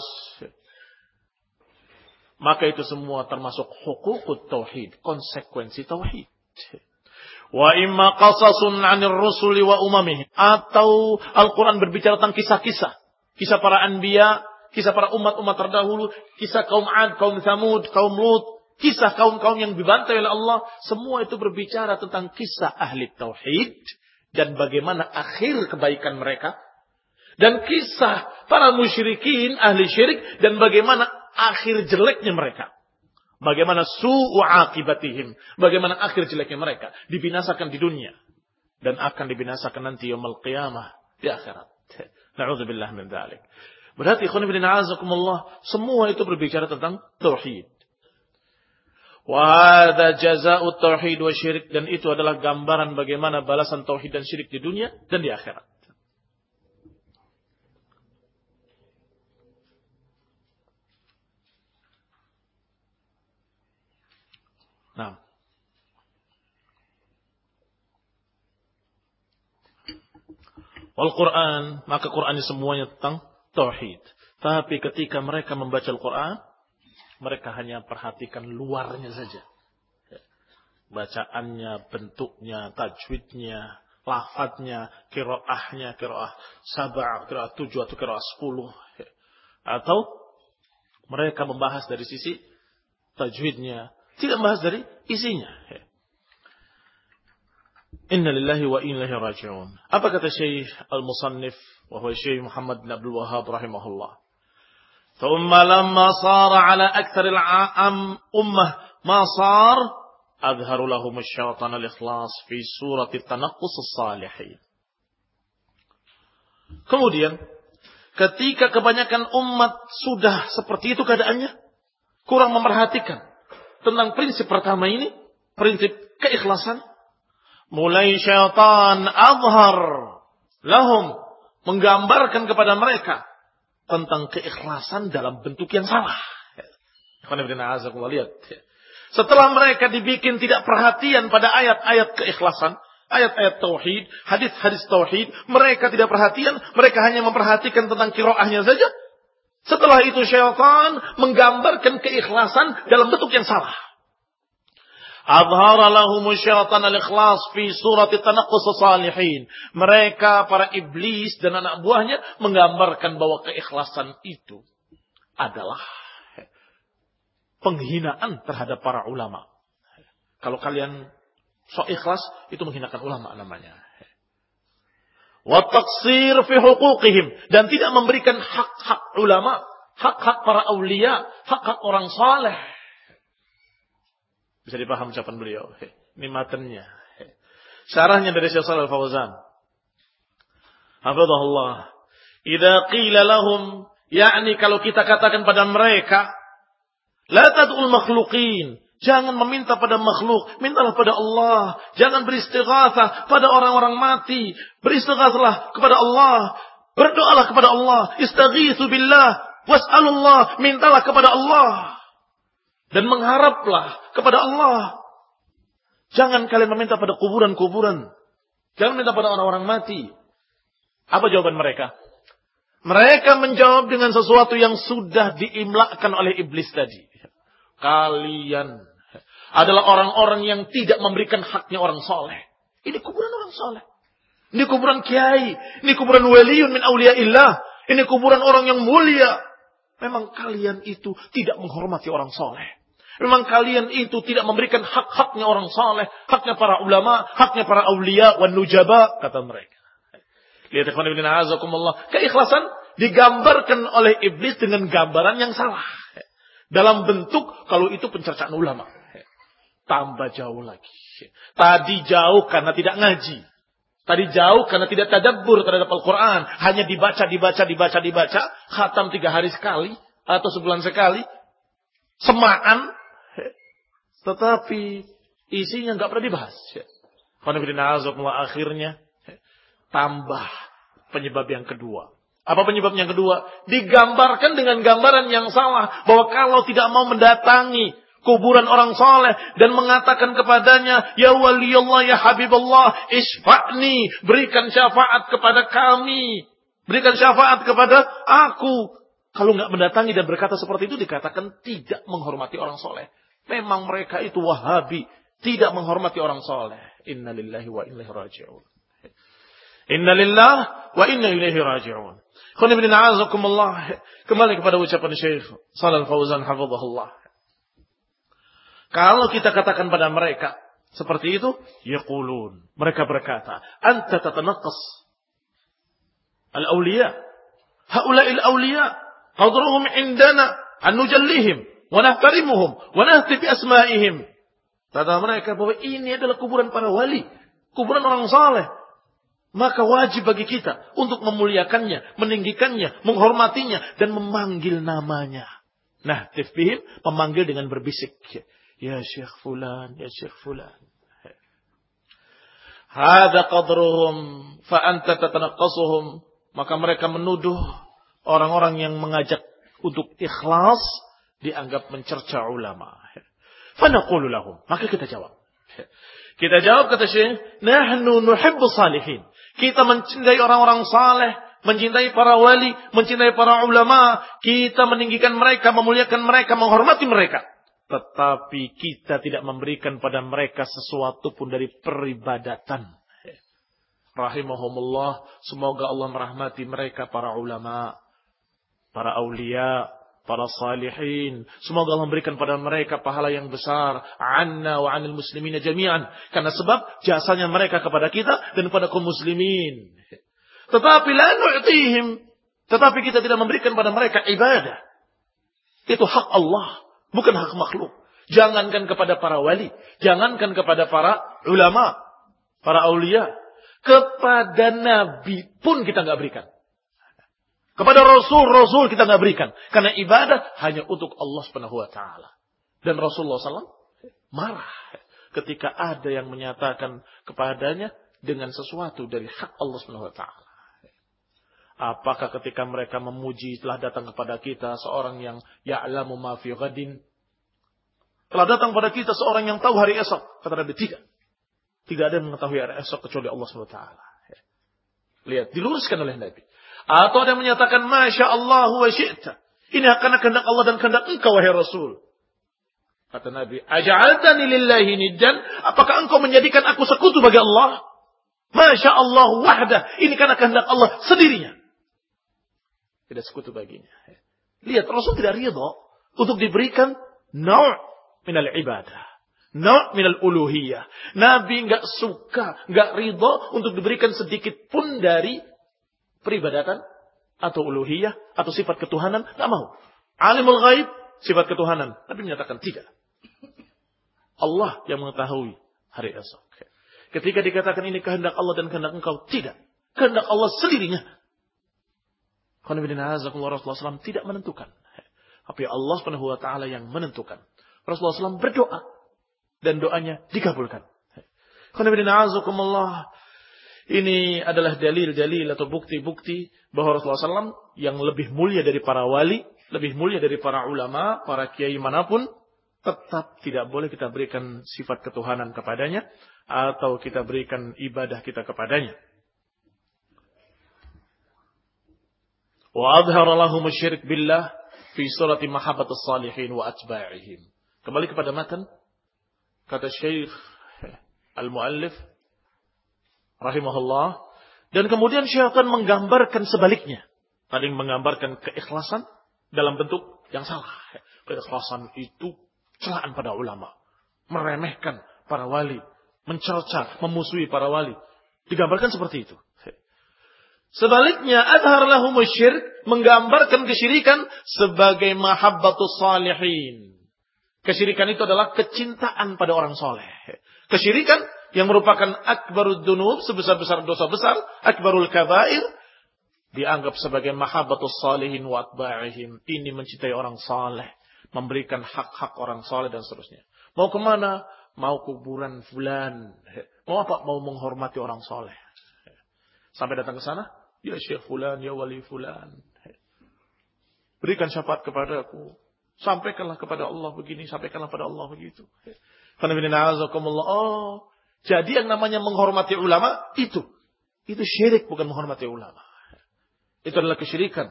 Maka itu semua termasuk hukukut tauhid, konsekuensi tauhid. Wa imma qasasun 'anir rusuli wa umamihim, atau Al-Qur'an berbicara tentang kisah-kisah, kisah para anbiya, kisah para umat-umat terdahulu, kisah kaum 'Ad, kaum Tsamud, kaum Lut, kisah kaum-kaum yang dibantai oleh Allah, semua itu berbicara tentang kisah ahli tauhid dan bagaimana akhir kebaikan mereka, dan kisah para musyrikin ahli syirik dan bagaimana akhir jeleknya mereka. Bagaimana su'u aqibatihim. Bagaimana akhir jeleknya mereka. Dibinasakan di dunia. Dan akan dibinasakan nanti yaumul qiyamah. Di akhirat. Na'udzubillah min dzalik. Berarti ikhwan fillah azakumullah, semua itu berbicara tentang tauhid. Wa hadza jazaa'ut tauhid wa syirik, dan itu adalah gambaran bagaimana balasan tauhid dan syirik di dunia dan di akhirat. Nah, wal Quran, maka Quran ini semuanya tentang tauhid. Tapi ketika mereka membaca Al-Quran, mereka hanya perhatikan luarnya saja. Bacaannya, bentuknya, tajwidnya, lafadznya, qiraahnya, qiraah 7, qiraah 7 atau qiraah 10. Atau mereka membahas dari sisi tajwidnya, tidak membahas dari isinya. Inna lillahi wa inna ilaihi raji'un. Apa kata Syekh Al-Musannif, wa huwa Syekh Muhammad bin Abdul Wahhab rahimahullah. Thumma lamma sara ala aktsar al-ummah ma sar adharu lahum asy-syaitan al-ikhlas fi surati tanaqqus as-salihin. Kemudian ketika kebanyakan umat sudah seperti itu keadaannya, kurang memperhatikan tentang prinsip pertama ini, prinsip keikhlasan, mulai syaitan azhar lahum, menggambarkan kepada mereka tentang keikhlasan dalam bentuk yang salah. Lihat. Setelah mereka dibikin tidak perhatian pada ayat-ayat keikhlasan, ayat-ayat tauhid, hadis-hadis tauhid, mereka tidak perhatian, mereka hanya memperhatikan tentang qiraahnya saja. Setelah itu syaitan menggambarkan keikhlasan dalam bentuk yang salah. Adhara lahum syaitan al-ikhlas fi surat tanaqqus salihin. Mereka para iblis dan anak buahnya menggambarkan bahwa keikhlasan itu adalah penghinaan terhadap para ulama. Kalau kalian sok ikhlas, itu menghinakan ulama namanya. Wa taqsir fi huquqihim, dan tidak memberikan hak-hak ulama, hak-hak para aulia, hak-hak orang saleh. Bisa dipaham ucapan beliau. Ini matanya. Syarahnya dari Syekh Shalal Al-Fauzan. Hafizahullah. Idza qila lahum, yakni kalau kita katakan pada mereka, la tad'ul makhluqin, jangan meminta pada makhluk, mintalah pada Allah. Jangan beristighatsah pada orang-orang mati, beristighatsahlah kepada Allah, berdoalah kepada Allah, istaghitsu billah was'alullah, mintalah kepada Allah dan mengharaplah kepada Allah. Jangan kalian meminta pada kuburan-kuburan, jangan minta pada orang-orang mati. Apa jawaban mereka? Mereka menjawab dengan sesuatu yang sudah diimlakkan oleh iblis tadi. Kalian adalah orang-orang yang tidak memberikan haknya orang soleh. Ini kuburan orang soleh. Ini kuburan kiai. Ini kuburan waliyun min awliyaillah. Ini kuburan orang yang mulia. Memang kalian itu tidak menghormati orang soleh. Memang kalian itu tidak memberikan hak-haknya orang soleh. Haknya para ulama. Haknya para awliya wan nujaba. Kata mereka. Lihat ikhwan ibn a'azakumullah. Keikhlasan digambarkan oleh iblis dengan gambaran yang salah. Dalam bentuk kalau itu pencercaan ulama. Tambah jauh lagi. Tadi jauh karena tidak ngaji. Tadi jauh karena tidak tadabbur terhadap Al-Quran. Hanya dibaca. Khatam 3 hari sekali. Atau sebulan sekali. Semaan. Tetapi isinya nggak pernah dibahas. Akhirnya tambah penyebab yang kedua. Apa penyebabnya yang kedua? Digambarkan dengan gambaran yang salah. Bahwa kalau tidak mau mendatangi kuburan orang saleh dan mengatakan kepadanya, ya waliyullah, ya habiballah, isfa'ni, berikan syafaat kepada kami. Berikan syafaat kepada aku. Kalau nggak mendatangi dan berkata seperti itu, dikatakan tidak menghormati orang saleh. Memang mereka itu wahabi. Tidak menghormati orang saleh. Inna lillahi wa inna ilaihi raji'un. Inna lillahi wa inna ilaihi raji'un. Kembali kepada ucapan Syekh Shalal Al-Fauzan hafizahullah. Kalau kita katakan pada mereka seperti itu, yaqulun, mereka berkata, anta tatanaqqas al-awliya, haula'i al-awliya, qadruhum indana an nujallihim wa nahtarimuhum wa nahti bi asma'ihim. Kata mereka bahwa ini adalah kuburan para wali, kuburan orang saleh. Maka wajib bagi kita untuk memuliakannya, meninggikannya, menghormatinya, dan memanggil namanya. Nah, tifbihim, memanggil dengan berbisik. Ya Syekh Fulan, ya Syekh Fulan. Hada qadruhum, fa anta tatanaqqasuhum. Maka mereka menuduh orang-orang yang mengajak untuk ikhlas, dianggap mencerca ulama. Fa naqulu lahum. Maka kita jawab. Kita jawab, kata Syekh, nahnu nuhibbu salihin. Kita mencintai orang-orang saleh, mencintai para wali, mencintai para ulama. Kita meninggikan mereka, memuliakan mereka, menghormati mereka. Tetapi kita tidak memberikan pada mereka sesuatu pun dari peribadatan. Rahimahumullah, semoga Allah merahmati mereka, para ulama, para aulia, para salihin. Semoga Allah memberikan pada mereka pahala yang besar. Anna wa anil muslimina jami'an. Karena sebab jasanya mereka kepada kita dan kepada kaum muslimin. Tetapi la nu'tihim. Tetapi kita tidak memberikan pada mereka ibadah. Itu hak Allah. Bukan hak makhluk. Jangankan kepada para wali. Jangankan kepada para ulama. Para aulia. Kepada Nabi pun kita nggak berikan. Kepada Rasul kita nggak berikan. Karena ibadah hanya untuk Allah Subhanahu wa Ta'ala. Dan Rasulullah SAW marah ketika ada yang menyatakan kepadanya dengan sesuatu dari hak Allah Subhanahu wa Ta'ala. Apakah ketika mereka memuji telah datang kepada kita seorang yang ya'lamu ma fi ghadin? Telah datang kepada kita seorang yang tahu hari esok. Kata Nabi, tidak. Tidak ada yang mengetahui hari esok kecuali Allah Subhanahu wa Ta'ala. Lihat, diluruskan oleh Nabi. Atau ada yang menyatakan, Masya Allah wa syi'ta. Ini akan kehendak Allah dan kehendak engkau, wahai Rasul. Kata Nabi, Aja'altani lillahi niddan. Apakah engkau menjadikan aku sekutu bagi Allah? Masya Allah wahdah. Ini karena kehendak Allah sendirinya. Tidak sekutu baginya. Lihat, Rasul tidak ridha untuk diberikan naw' minal ibadah. Naw' minal uluhiyah. Nabi enggak suka, enggak ridha untuk diberikan sedikit pun dari peribadatan atau uluhiyah atau sifat ketuhanan, enggak mau. Alimul ghaib, sifat ketuhanan. Nabi menyatakan tidak. Allah yang mengetahui hari esok. Ketika dikatakan ini kehendak Allah dan kehendak engkau, tidak. Kehendak Allah sendirinya. Rasulullah SAW tidak menentukan. Tapi Allah Subhanahu wa Ta'ala yang menentukan. Rasulullah SAW berdoa. Dan doanya dikabulkan. Ini adalah dalil-dalil atau bukti-bukti bahwa Rasulullah SAW yang lebih mulia dari para wali, lebih mulia dari para ulama, para kiai manapun, tetap tidak boleh kita berikan sifat ketuhanan kepadanya, atau kita berikan ibadah kita kepadanya. Wa adhara lahum asy-syirk billah fi surati mahabbatus salihin wa atba'ihim. Kembali kepada matan, kata Syekh Al-Muallif rahimahullah, dan kemudian syaitan menggambarkan sebaliknya. Tadi menggambarkan keikhlasan dalam bentuk yang salah. Keikhlasan itu celaan pada ulama, meremehkan para wali, mencerca, memusuhi para wali. Digambarkan seperti itu. Sebaliknya, adhar lahum syirk, menggambarkan kesyirikan sebagai mahabbatus salihin. Kesyirikan itu adalah kecintaan pada orang soleh. Kesyirikan yang merupakan akbarud dunub, sebesar-besar dosa besar, akbarul kabair, dianggap sebagai mahabbatus salihin wa atba'ihim. Ini mencintai orang soleh, memberikan hak-hak orang soleh dan seterusnya. Mau kemana? Mau kuburan fulan. Mau apa? Mau menghormati orang soleh. Sampai datang ke sana, ya Syekh fulan, ya wali fulan. Berikan syafaat kepadaku. Sampaikanlah kepada Allah begini, sampaikanlah kepada Allah begitu. Oh, jadi yang namanya menghormati ulama, itu syirik, bukan menghormati ulama. Itu adalah kesyirikan.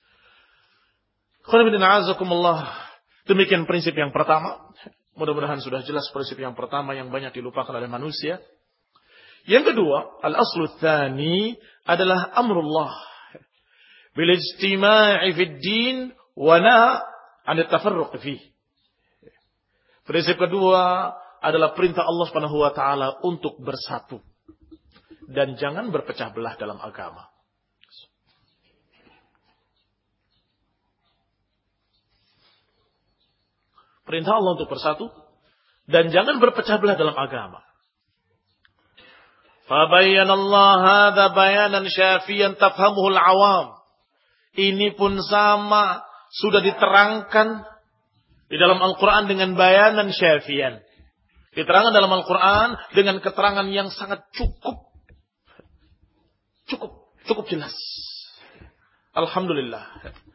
Demikian prinsip yang pertama. Mudah-mudahan sudah jelas prinsip yang pertama yang banyak dilupakan oleh manusia. Yang kedua, al-aslu tsani adalah amrullah bil ijtima'i fid din wa nahy 'an at-tafarruq fihi. Prinsip kedua adalah perintah Allah Subhanahu wa Ta'ala untuk bersatu dan jangan berpecah belah dalam agama. Perintah Allah untuk bersatu dan jangan berpecah belah dalam agama. Fabayyana Allah hadza bayanan syafiyan tafhamuhu al-awam. Ini pun sama, sudah diterangkan di dalam Al-Quran dengan bayanan syafiyan. Diterangkan dalam Al-Quran dengan keterangan yang sangat cukup jelas. Alhamdulillah.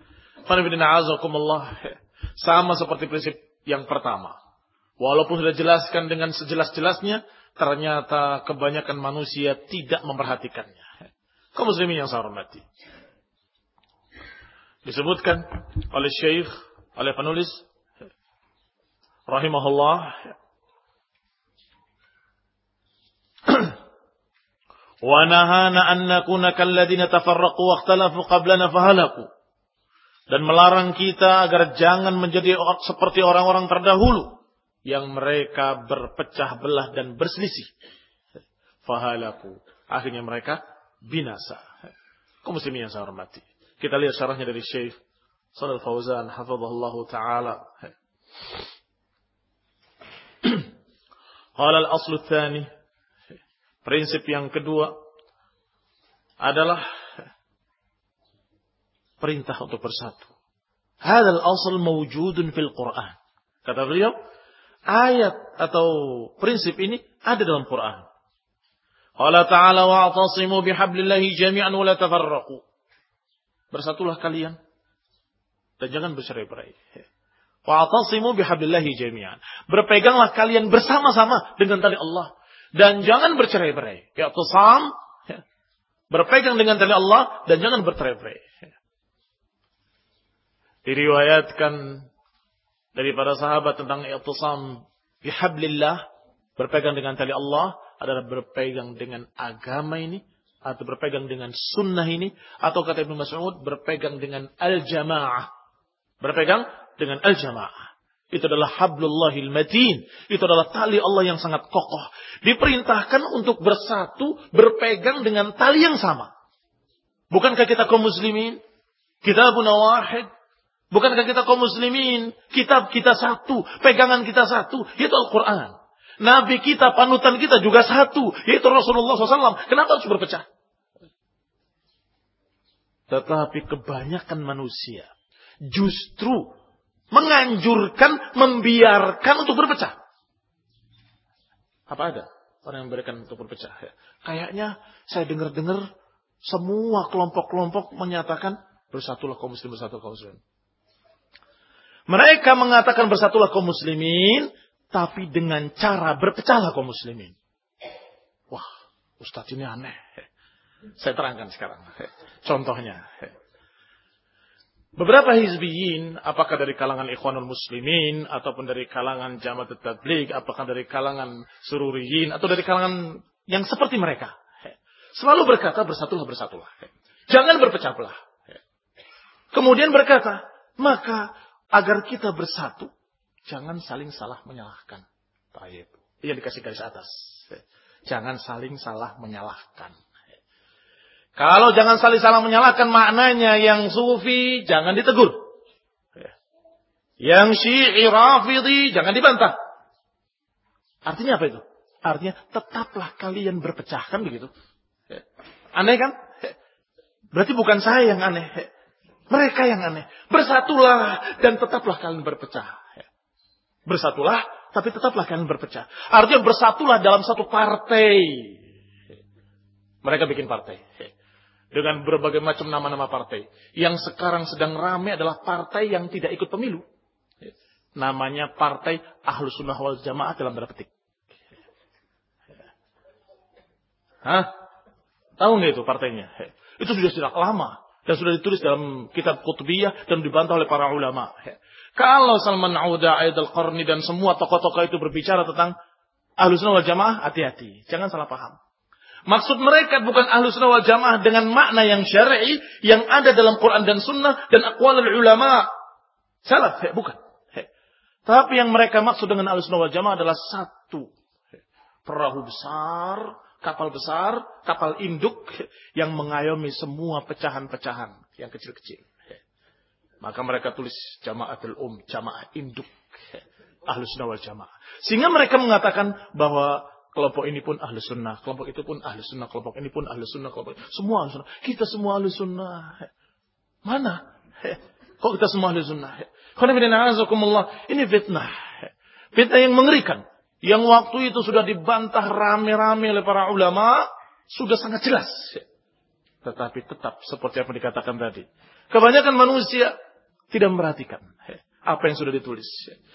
Sama seperti prinsip yang pertama. Walaupun sudah jelaskan dengan sejelas-jelasnya, ternyata kebanyakan manusia tidak memperhatikannya. Kaum muslimin yang saya hormati. Disebutkan oleh Syekh, oleh penulis rahimahullah, wa nahana an nakuna kalladina tafarraqu wa ikhtalafu qablana fahalaku. Dan melarang kita agar jangan menjadi seperti orang-orang terdahulu yang mereka berpecah belah dan berselisih. Fahalaku. Akhirnya mereka binasa. Kaum muslimin yang saya hormati. Kita lihat syarahnya dari Syekh Shalal Fauzan hafizahullah taala. Qala al-aslu tsani. Prinsip yang kedua adalah perintah untuk bersatu. Hadzal asl mawjudun fil Quran. Kata beliau, ayat atau prinsip ini ada dalam Quran. Qala ta'ala wa'tasimu bihablillahi jami'an wa la tafarraqu. Bersatulah kalian dan jangan bercerai-berai. Wa'tasimu bihablillahi jami'an. Berpeganglah kalian bersama-sama dengan tali Allah dan jangan bercerai-berai. I'tisam, berpegang dengan tali Allah dan jangan bercerai-berai. Diriwayatkan dari para sahabat tentang i'tisam bihablillah, berpegang dengan tali Allah adalah berpegang dengan agama ini, atau berpegang dengan sunnah ini, atau kata Ibnu Mas'ud berpegang dengan al-jamaah. Berpegang dengan al-jamaah. Itu adalah hablullahil matin. Itu adalah tali Allah yang sangat kokoh. Diperintahkan untuk bersatu, berpegang dengan tali yang sama. Bukankah kita kaum muslimin? Kitabun wahid. Bukankah kita kaum muslimin? Kitab kita satu, pegangan kita satu, yaitu Al-Quran. Nabi kita, panutan kita juga satu, yaitu Rasulullah SAW. Kenapa harus berpecah? Tetapi kebanyakan manusia justru menganjurkan, membiarkan untuk berpecah. Apa ada orang yang memberikan untuk berpecah? Kayaknya saya dengar-dengar semua kelompok-kelompok menyatakan bersatulah kaum muslim, bersatulah kaum muslim. Mereka mengatakan bersatulah kaum muslimin, tapi dengan cara berpecahlah kaum muslimin. Wah, Ustadz ini aneh. Saya terangkan sekarang. Contohnya. Beberapa hizbiyin, apakah dari kalangan ikhwanul muslimin, ataupun dari kalangan jamaat tabligh, apakah dari kalangan sururiyin, atau dari kalangan yang seperti mereka. Selalu berkata, bersatulah, bersatulah. Jangan berpecah belah. Kemudian berkata, maka agar kita bersatu, jangan saling salah menyalahkan. Baik. Yang dikasih garis atas. Jangan saling salah menyalahkan. Kalau jangan saling salah menyalahkan, maknanya yang sufi jangan ditegur. Yang syi'i rafidhi jangan dibantah. Artinya apa itu? Artinya tetaplah kalian berpecah, kan begitu? Aneh kan? Berarti bukan saya yang aneh. Mereka yang aneh. Bersatulah dan tetaplah kalian berpecah. Bersatulah, tapi tetaplah kalian berpecah. Artinya bersatulah dalam satu partai. Mereka bikin partai. Dengan berbagai macam nama-nama partai. Yang sekarang sedang ramai adalah partai yang tidak ikut pemilu. Namanya Partai Ahlus Sunnah wal Jamaah dalam tanda petik. Hah? Tahu nggak itu partainya? Itu sudah sejak lama. Dan sudah ditulis dalam kitab Qutbiyah dan dibantah oleh para ulama. Kalau Salman Auda, Aid al-Qarni dan semua tokoh-tokoh itu berbicara tentang Ahlus Sunnah wal Jamaah, hati-hati. Jangan salah paham. Maksud mereka bukan Ahlus Sunnah wal Jamaah dengan makna yang syar'i yang ada dalam Quran dan Sunnah dan aqwalul ulama. Salah, bukan. Tapi yang mereka maksud dengan Ahlus Sunnah wal Jamaah adalah satu perahu besar, kapal induk yang mengayomi semua pecahan-pecahan yang kecil-kecil. Maka mereka tulis Jamaatul Jamaah induk Ahlus Sunnah wal Jamaah. Sehingga mereka mengatakan bahwa kelompok ini pun Ahlus Sunnah, kelompok itu pun Ahlus Sunnah, kelompok ini pun Ahlus Sunnah, kelompok semua Ahlus Sunnah. Kita semua Ahlus Sunnah. Mana? Kok kita semua Ahlus Sunnah? Ini fitnah. Fitnah yang mengerikan. Yang waktu itu sudah dibantah rame-rame oleh para ulama, sudah sangat jelas. Tetapi tetap seperti apa dikatakan tadi. Kebanyakan manusia tidak memperhatikan apa yang sudah ditulis.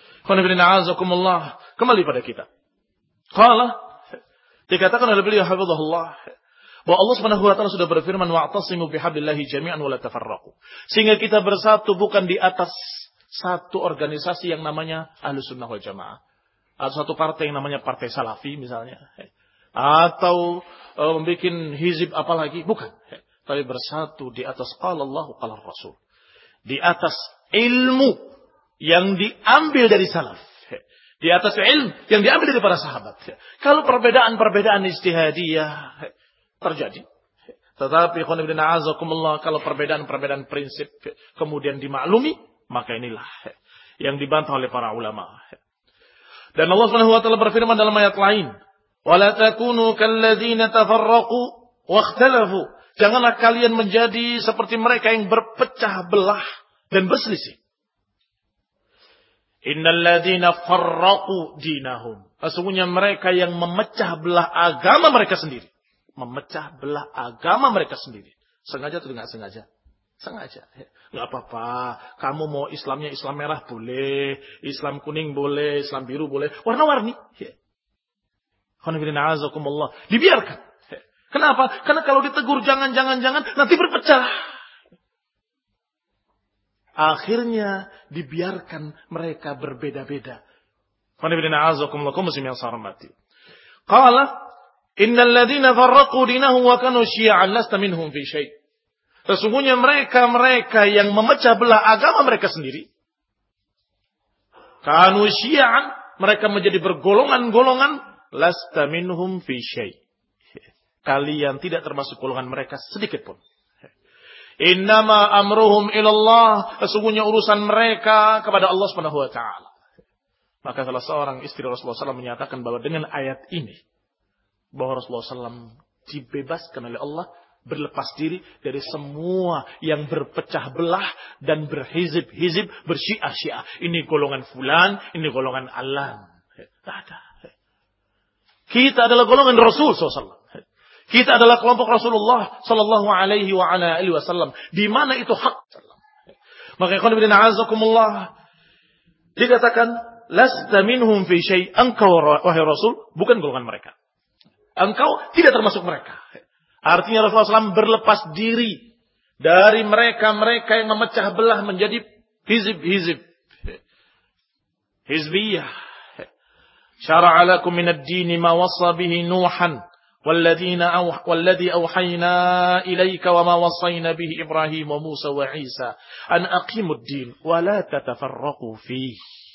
Kembali pada kita. Qala, dikatakan oleh beliau hafizahullah, bahwa Allah Subhanahu wa taala sudah berfirman wa'tasimu bihablillahi jami'an wa la tafarraqu. Sehingga kita bersatu bukan di atas satu organisasi yang namanya Ahlus Sunnah wal Jamaah. Atau satu partai yang namanya Partai Salafi misalnya. Atau membuat hizib apalagi. Bukan. Tapi bersatu di atas qala Allah qala Rasul. Di atas ilmu yang diambil dari salaf. Di atas ilmu yang diambil dari para sahabat. Kalau perbedaan-perbedaan ijtihadiyah terjadi. Tetapi kalau perbedaan-perbedaan prinsip kemudian dimaklumi, maka inilah yang dibantah oleh para ulama. Dan Allah Subhanahu wa taala berfirman dalam ayat lain, "Wala takunu kalladzina tafarraqu Wakhtalafu. Janganlah kalian menjadi seperti mereka yang berpecah belah dan berselisih. Innal ladzina farraqu dinahum. Sesungguhnya mereka yang memecah belah agama mereka sendiri. Memecah belah agama mereka sendiri. Sengaja atau tidak sengaja? Sengaja. Nggak apa-apa. Kamu mau Islamnya Islam merah boleh. Islam kuning boleh. Islam biru boleh. Warna-warni. Dibiarkan. Kenapa? Karena kalau ditegur jangan, nanti berpecah. Akhirnya dibiarkan mereka berbeda-beda. Qala innal ladzina farraqu dinahum wa kanu syi'an lasta minhum fi syai'. Sesungguhnya mereka yang memecah belah agama mereka sendiri. Kanu syi'an, mereka menjadi bergolongan-golongan, lasta minhum fi syai'. Kalian tidak termasuk golongan mereka sedikit pun. Innama amruhum ilallah, sesungguhnya urusan mereka kepada Allah Subhanahu wa taala. Maka salah seorang istri Rasulullah SAW menyatakan bahwa dengan ayat ini bahwa Rasulullah SAW dibebaskan oleh Allah, berlepas diri dari semua yang berpecah belah dan berhizib-hizib, bersyiah-syiah. Ini golongan fulan, ini golongan alam. Tidak ada. Kita adalah golongan Rasul SAW. Kita adalah kelompok Rasulullah sallallahu alaihi wa ala alihi wasallam. Di mana itu hak? Maka ikhwan fillah a'azakumullah, dikatakan lasta minhum fi syai'. Engkau wahai Rasul bukan golongan mereka. Engkau tidak termasuk mereka. Artinya Rasulullah SAW berlepas diri dari mereka-mereka yang memecah belah menjadi hizib-hizib. Hizbiyah. Syara'a lakum minad dini ma wassa bihi Nuhan والذي أوحينا إليك وما وصينا به إبراهيم وموسى وعيسى أن أقيموا الدين ولا تتفرقوا فيه.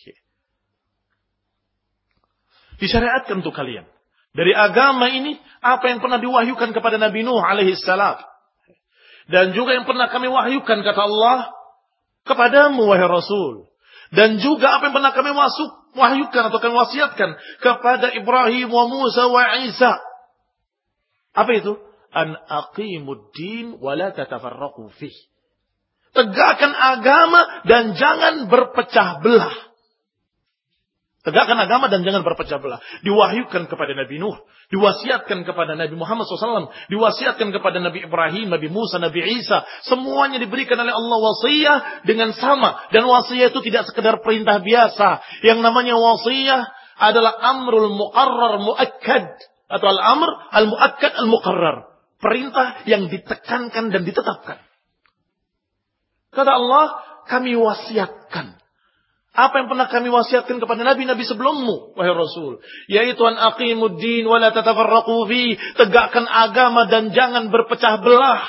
Disyariatkan untuk kalian dari agama ini apa yang pernah diwahyukan kepada Nabi Nuh alaihi salam, dan juga yang pernah kami wahyukan kata Allah kepadamu wahai Rasul, dan juga apa yang pernah kami wahyukan atau kami wasiatkan kepada Ibrahim wa Musa wa Isa. Apa itu? An aqimuddin wa la tatafarraqu fih. Tegakkan agama dan jangan berpecah belah. Tegakkan agama dan jangan berpecah belah. Diwahyukan kepada Nabi Nuh, diwasiatkan kepada Nabi Muhammad SAW, diwasiatkan kepada Nabi Ibrahim, Nabi Musa, Nabi Isa. Semuanya diberikan oleh Allah wasiyah dengan sama. Dan wasiyah itu tidak sekedar perintah biasa. Yang namanya wasiyah adalah amrul muqarrar muakkad. Atau al-amr al-muakkad al-muqarrar. Perintah yang ditekankan dan ditetapkan. Kata Allah, kami wasiatkan. Apa yang pernah kami wasiatkan kepada nabi-nabi sebelummu, wahai Rasul. Yaitu an aqimuddin wa la tatafarraqu fi. Tegakkan agama dan jangan berpecah belah.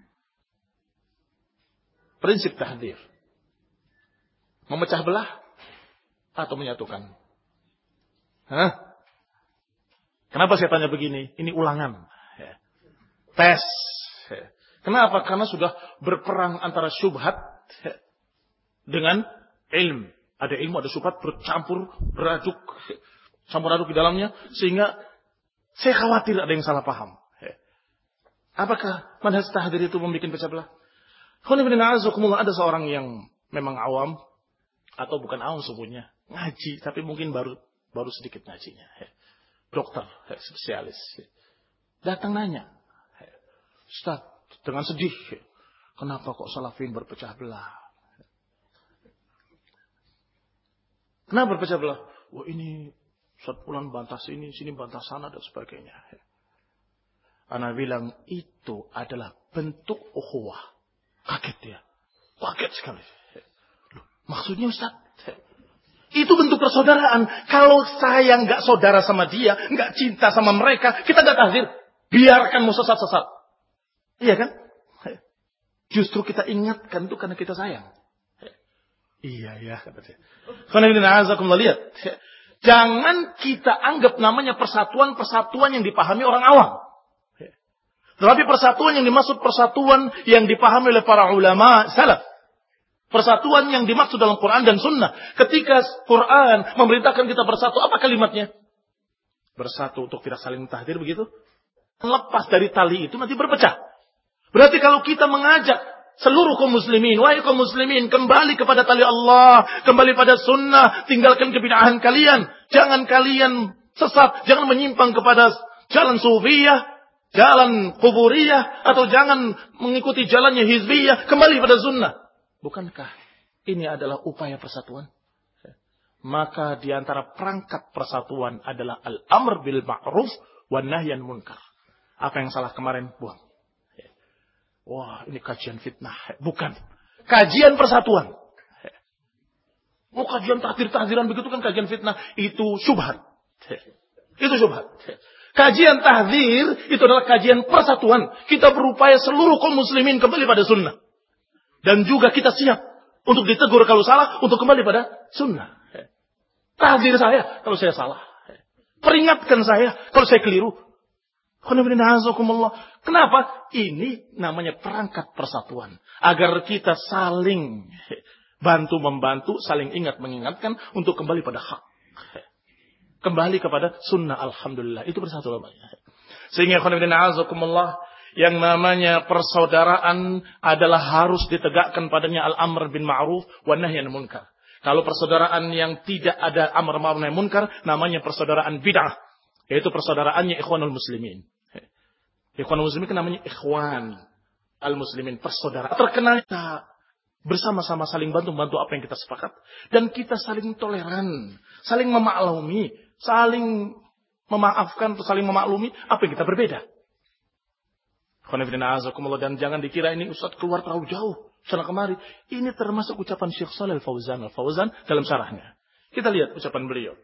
Prinsip tahdir. Memecah belah atau menyatukan? Hah? Kenapa saya tanya begini? Ini ulangan. Tes. Kenapa? Karena sudah berperang antara syubhat dengan ilmu. Ada ilmu, ada syubhat bercampur, beraduk, campur aduk di dalamnya. Sehingga saya khawatir ada yang salah paham. Apakah manhaj tahdir itu membuat pecah belah? Ada seorang yang memang awam. Atau bukan awam sebenarnya. Ngaji, tapi mungkin baru sedikit ngajinya. Dokter, spesialis. Datang nanya. Ustaz, dengan sedih. Kenapa kok salafin berpecah belah? Kenapa berpecah belah? Wah ini, Ustaz Fulan bantah sini bantah sana dan sebagainya. Ana bilang itu adalah bentuk ukhuwah. Kaget dia. Kaget sekali. Loh, maksudnya Ustaz? Itu bentuk persaudaraan. Kalau saya nggak saudara sama dia, nggak cinta sama mereka, kita nggak tahdir. Biarkan mau sesat-sesat. Iya kan? Justru kita ingatkan itu karena kita sayang. Iya ya, kata dia. Lihat. Jangan kita anggap namanya persatuan yang dipahami orang awam. Tetapi persatuan yang dimaksud persatuan yang dipahami oleh para ulama salaf. Persatuan yang dimaksud dalam Quran dan Sunnah. Ketika Quran memerintahkan kita bersatu, apa kalimatnya? Bersatu untuk tidak saling tahdir, begitu? lepas dari tali itu nanti berpecah. Berarti kalau kita mengajak seluruh kaum muslimin, wahai kaum muslimin, kembali kepada tali Allah, kembali pada sunnah, tinggalkan kebid'ahan kalian. Jangan kalian sesat, jangan menyimpang kepada jalan sufiyah, jalan kuburiyah, atau jangan mengikuti jalannya hizbiyah, kembali pada sunnah. Bukankah ini adalah upaya persatuan? Maka di antara perangkat persatuan adalah al-amr bil ma'ruf wan nahyan munkar. Apa yang salah kemarin, buang. Wah, ini kajian fitnah. Bukan. Kajian persatuan. Oh, kajian tahdir-tahdiran begitu kan kajian fitnah. Itu syubhat. Itu syubhat. Kajian tahdir itu adalah kajian persatuan. Kita berupaya seluruh kaum muslimin kembali pada sunnah. Dan juga kita siap untuk ditegur kalau salah, untuk kembali pada sunnah. Tahdir saya kalau saya salah. Peringatkan saya kalau saya keliru. Kenapa? Ini namanya perangkat persatuan. Agar kita saling bantu-membantu, saling ingat mengingatkan untuk kembali pada hak. Kembali kepada sunnah, alhamdulillah. Itu bersatu namanya. Sehingga yang namanya persaudaraan adalah harus ditegakkan padanya al-amr bin ma'ruf wa nahyan munkar. Kalau persaudaraan yang tidak ada amr ma'ruf nahi munkar, namanya persaudaraan bid'ah. Yaitu persaudaraannya ikhwanul muslimin. Ikhwanul muslimin kan namanya ikhwan al-muslimin, persaudaraan. Terkenal kita bersama-sama saling bantu-bantu apa yang kita sepakat. Dan kita saling toleran, saling memaklumi, saling memaafkan, saling memaklumi apa yang kita berbeda. Dan jangan dikira ini Ustaz keluar terlalu jauh. Sana kemari. Ini termasuk ucapan Syekh Shalih Al-Fauzan dalam syarahnya. Kita lihat ucapan beliau.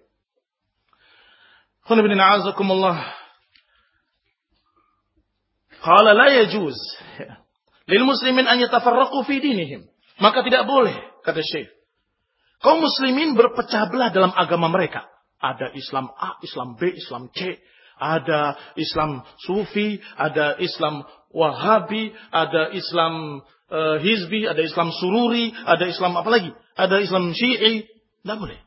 Qala la yajuz lil muslimin an yatafarraqu fi dinihim. Maka tidak boleh, kata Syekh, kaum muslimin berpecah belah dalam agama mereka. Ada Islam A, Islam B, Islam C, ada Islam Sufi, ada Islam Wahabi, ada Islam Hizbi, ada Islam Sururi, ada Islam apa lagi? Ada Islam Syi'i. Tidak boleh.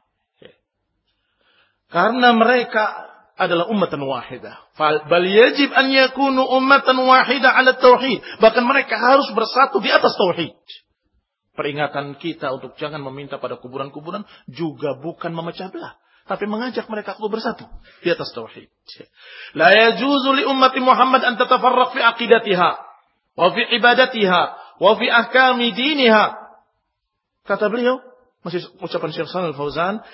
Karena mereka adalah ummatan wahidah. Bal yajib an yakunu ummatan wahidah ala tauhid. Bahkan mereka harus bersatu di atas tauhid. Peringatan kita untuk jangan meminta pada kuburan-kuburan juga bukan memecah belah, tapi mengajak mereka untuk bersatu di atas tauhid. La yajuzu li ummati Muhammad an tatafarraq fi aqidatiha wa fi ibadatiha wa fi ahkami diniha. Kata beliau, masih ucapan Syekh Shalih Al-Fauzan,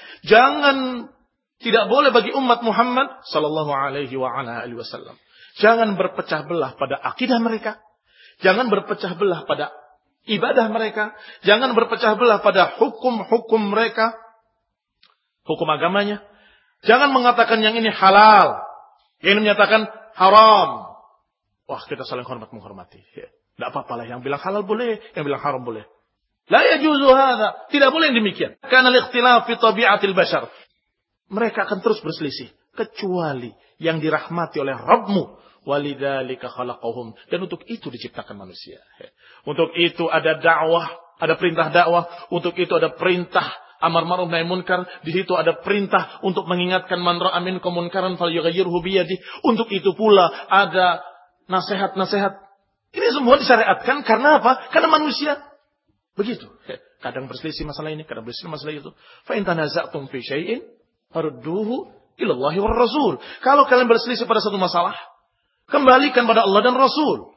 tidak boleh bagi umat Muhammad sallallahu alaihi wa ala alihi wasallam. Jangan berpecah belah pada akidah mereka. Jangan berpecah belah pada ibadah mereka. Jangan berpecah belah pada hukum-hukum mereka. Hukum agamanya. Jangan mengatakan yang ini halal. Yang ini menyatakan haram. Wah, kita saling hormat-menghormati. Tidak apa-apa lah. Yang bilang halal boleh. Yang bilang haram boleh. La yajuzu hadha. Tidak boleh yang demikian. Karena al-ikhtilaf fi tabi'atil bashar. Mereka akan terus berselisih. Kecuali yang dirahmati oleh Rabbmu. Walidzalika khalaqahum. Dan untuk itu diciptakan manusia. Untuk itu ada dakwah. Ada perintah dakwah. Untuk itu ada perintah amar ma'ruf nahi munkar. Di situ ada perintah untuk mengingatkan man ra'a minkum munkaran falyughayyirhu biyadihi. Untuk itu pula ada nasihat-nasihat. Ini semua disyariatkan karena apa? Karena manusia. Begitu. Kadang berselisih masalah ini. Kadang berselisih masalah itu. Fa in tanaza'tum fi syai'in farudduhu ilallahi war rasul. Kalau kalian berselisih pada satu masalah, kembalikan pada Allah dan Rasul.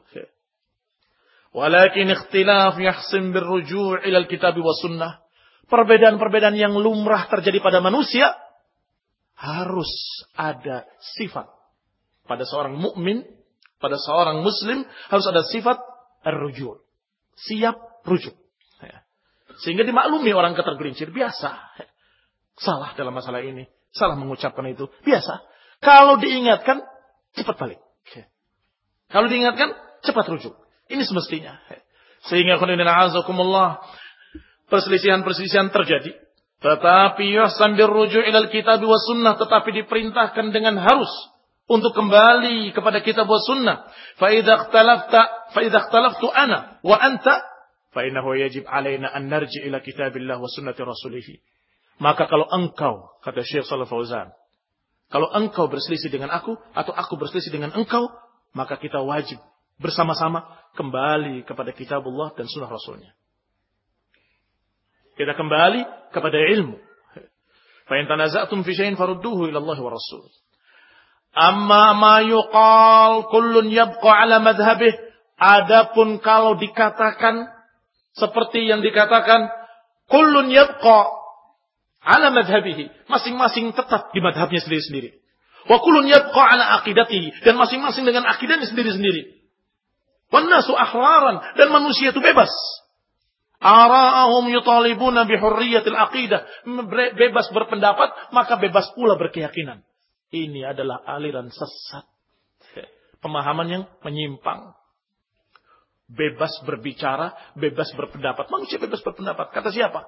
Walakin ikhtilaf yahsim birruju' ila alkitab was sunnah. Perbedaan-perbedaan yang lumrah terjadi pada manusia harus ada sifat pada seorang mukmin, pada seorang muslim harus ada sifat ar-ruju'. Siap rujuk. Sehingga dimaklumi orang ketergelincir biasa. Salah dalam masalah ini. Salah mengucapkan itu. Biasa. Kalau diingatkan, cepat balik. Kalau diingatkan, cepat rujuk. Ini semestinya. Sehingga perselisihan-perselisihan terjadi. Tetapi yuhsan birruju' ilal kitab wa sunnah. Tetapi diperintahkan dengan harus untuk kembali kepada kitab wa sunnah. Fa idza ikhtalaftu ana wa anta fa innahu yajib alaina an narji ila kitabillah wa sunnati rasulih. Maka kalau engkau, kata Syekh Shalih Al-Fauzan, kalau engkau berselisih dengan aku, atau aku berselisih dengan engkau, maka kita wajib bersama-sama kembali kepada kitabullah dan sunnah rasulnya. Kita kembali kepada ilmu. Fa in tanaza'tum fi syai'in farudduhu ila Allah wa rasul. Amma ma yuqal kullun yabqa ala madhhabih. Adapun kalau dikatakan seperti yang dikatakan kullun yabqa ala madhhabihi, masing-masing tetap di madhabnya sendiri-sendiri. Wa kullun yabqa ala aqidatihi, dan masing-masing dengan akidahnya sendiri-sendiri. Wan nasu ahraran, dan manusia itu bebas. Ara'ahum yutalibuna bihurriyatil aqidah, bebas berpendapat, maka bebas pula berkeyakinan. Ini adalah aliran sesat. Pemahaman yang menyimpang. Bebas berbicara, bebas berpendapat. Manusia bebas berpendapat. Kata siapa?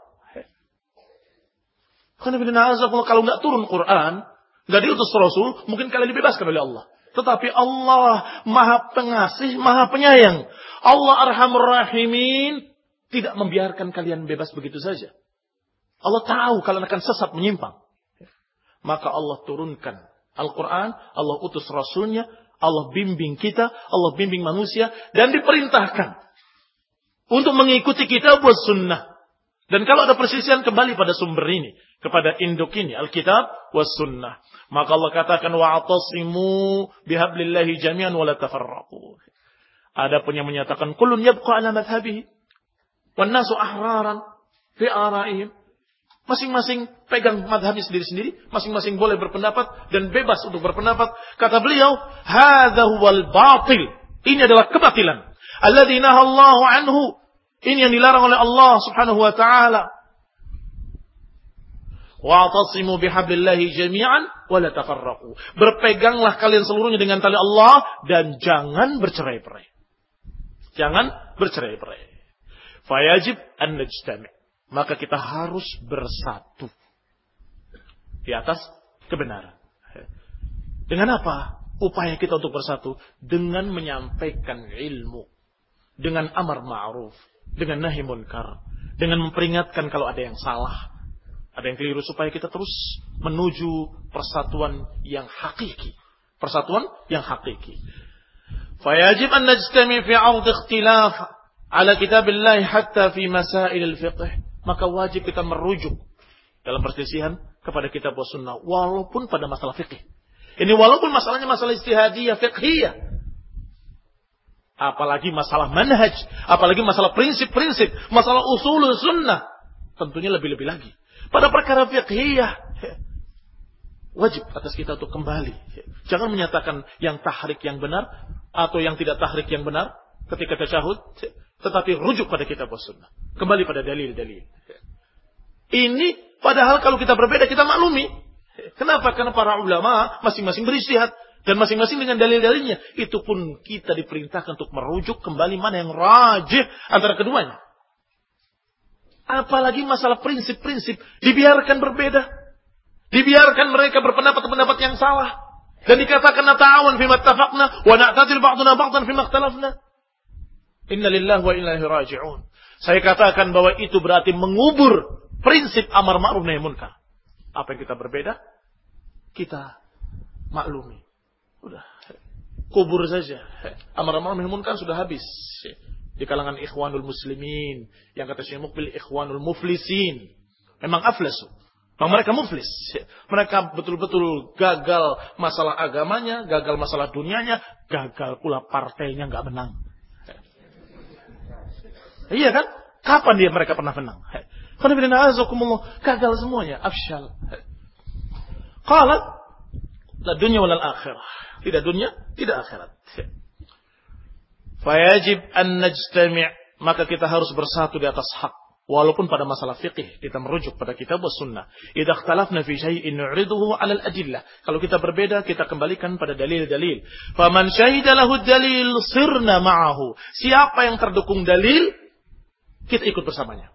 Kalau nggak turun Quran, nggak diutus Rasul, mungkin kalian dibebaskan oleh Allah. Tetapi Allah Maha Pengasih, Maha Penyayang. Allah Arhamur Rahimin tidak membiarkan kalian bebas begitu saja. Allah tahu kalian akan sesat menyimpang. Maka Allah turunkan Al-Quran, Allah utus Rasulnya, Allah bimbing kita, Allah bimbing manusia, dan diperintahkan untuk mengikuti kitab was sunnah. Dan kalau ada persisian kembali pada sumber ini, kepada induk ini, Alkitab was sunnah. Maka Allah katakan wa'tasimu bihablillahi jami'an wa la tafarraqu. Ada pun yang menyatakan kullun yabqa ala madhhabihi wan nasu ahraran fi ara'ihim. Masing-masing pegang madhabnya sendiri-sendiri, masing-masing boleh berpendapat dan bebas untuk berpendapat. Kata beliau, hadza huwal batil. Ini adalah kebatilan. Alladzi nahallahu anhu. Ini yang dilarang oleh Allah Subhanahu wa taala. Wa'tasimu bihablillahi jami'an wa la tafarraqu. Berpeganglah kalian seluruhnya dengan tali Allah dan jangan bercerai-berai. Jangan bercerai-berai. Fayajib an najtami'. Maka kita harus bersatu di atas kebenaran. Dengan apa upaya kita untuk bersatu? Dengan menyampaikan ilmu, dengan amar ma'ruf, dengan nahi munkar, dengan memperingatkan kalau ada yang salah, ada yang keliru, supaya kita terus menuju persatuan yang hakiki. Persatuan yang hakiki. Fayajib an najtami fi 'ard ikhtilaf ala kitabillah hatta fi masail al-fiqh. Maka wajib kita merujuk dalam perselisihan kepada kitab wa sunnah, walaupun pada masalah fikih. Ini walaupun masalahnya masalah ijtihadiyah, fiqhiyah. Apalagi masalah manhaj, apalagi masalah prinsip-prinsip, masalah usul sunnah. Tentunya lebih-lebih lagi. Pada perkara fiqhiyah, wajib atas kita untuk kembali. Jangan menyatakan yang tahrik yang benar, atau yang tidak tahrik yang benar ketika tasyahud, tetapi rujuk pada kitab wa sunnah. Kembali pada dalil-dalil. Ini padahal kalau kita berbeda kita maklumi. Kenapa? Karena para ulama masing-masing beristihad. Dan masing-masing dengan dalil-dalilnya. Itu pun kita diperintahkan untuk merujuk kembali mana yang rajih antara keduanya. Apalagi masalah prinsip-prinsip. Dibiarkan berbeda. Dibiarkan mereka berpendapat-pendapat yang salah. Dan dikatakan nata'awan fima ittafaqna wa na'tadil ba'duna ba'dan fima ikhtalafna. Inna lillahi wa inna ilaihi raji'un. Saya katakan bahwa itu berarti mengubur prinsip amar ma'ruf nahi munkar. Apa yang kita berbeda, kita maklumi. Udah, kubur saja. Amar ma'ruf nahi munkar sudah habis. Di kalangan ikhwanul muslimin, yang kata Syekh Muqbil ikhwanul muflisin. Memang aflasu. Memang mereka muflis. Mereka betul-betul gagal masalah agamanya, gagal masalah dunianya, gagal pula partainya enggak menang. Iya kan? Kapan mereka pernah menang? Gagal semuanya. Afsyal. Qalat la dunya walal akhirah. Tidak dunia, tidak akhirat. Fayajib an najtami'. Maka kita harus bersatu di atas hak. Walaupun pada masalah fiqih kita merujuk pada kitab wa sunnah. Idza ikhtalafna fi syai'in nu'riduhu 'ala al-adillah. Kalau kita berbeda, kita kembalikan pada dalil-dalil. Faman syahida lahu dalil sirna ma'ahu. Siapa yang terdukung dalil, kita ikut bersamanya.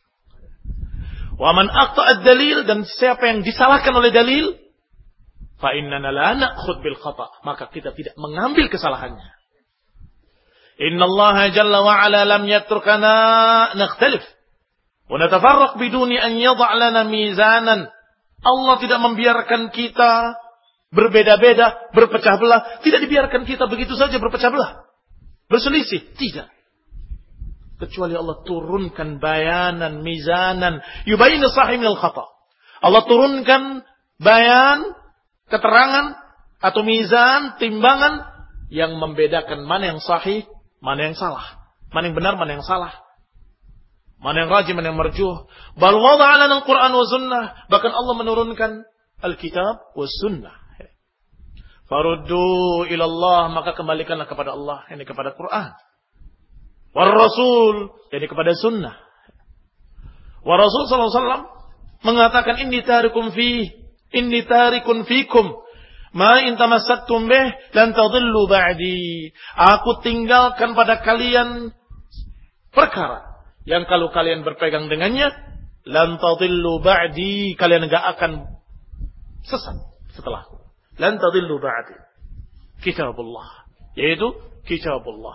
Wa man aqta'a ad-dalil, dan siapa yang disalahkan oleh dalil, fa innana la na'khudh bil khata', maka kita tidak mengambil kesalahannya. Innallaha jalla wa 'ala lam yatrukana nakhtalif wa natafarraq biduni an yad'a lana mizanan. Allah tidak membiarkan kita berbeda-beda, berpecah belah. Tidak dibiarkan kita begitu saja berpecah belah, berselisih. Tidak. Kecuali Allah turunkan bayanan, mizanan, yubayyin as-sahih minal khata'. Allah turunkan bayan, keterangan, atau mizan, timbangan, yang membedakan mana yang sahih, mana yang salah. Mana yang benar, mana yang salah. Mana yang rajih, mana yang marjuh. Bal wada'a lana al-Qur'an wa sunnah. Bahkan Allah menurunkan Alkitab wa sunnah. Faruddu ilallah, maka kembalikanlah kepada Allah, ini kepada Quran. War Rasul, jadi kepada sunnah. Wa Rasul sallallahu alaihi wasallam mengatakan inni tarikun fikum ma in tamassaktum bih lan tadillu ba'di. Aku tinggalkan pada kalian perkara yang kalau kalian berpegang dengannya lan tadillu ba'di, kalian enggak akan sesat setelahku. Lan tadillu ba'di. Kitabullah, yaitu kitabullah.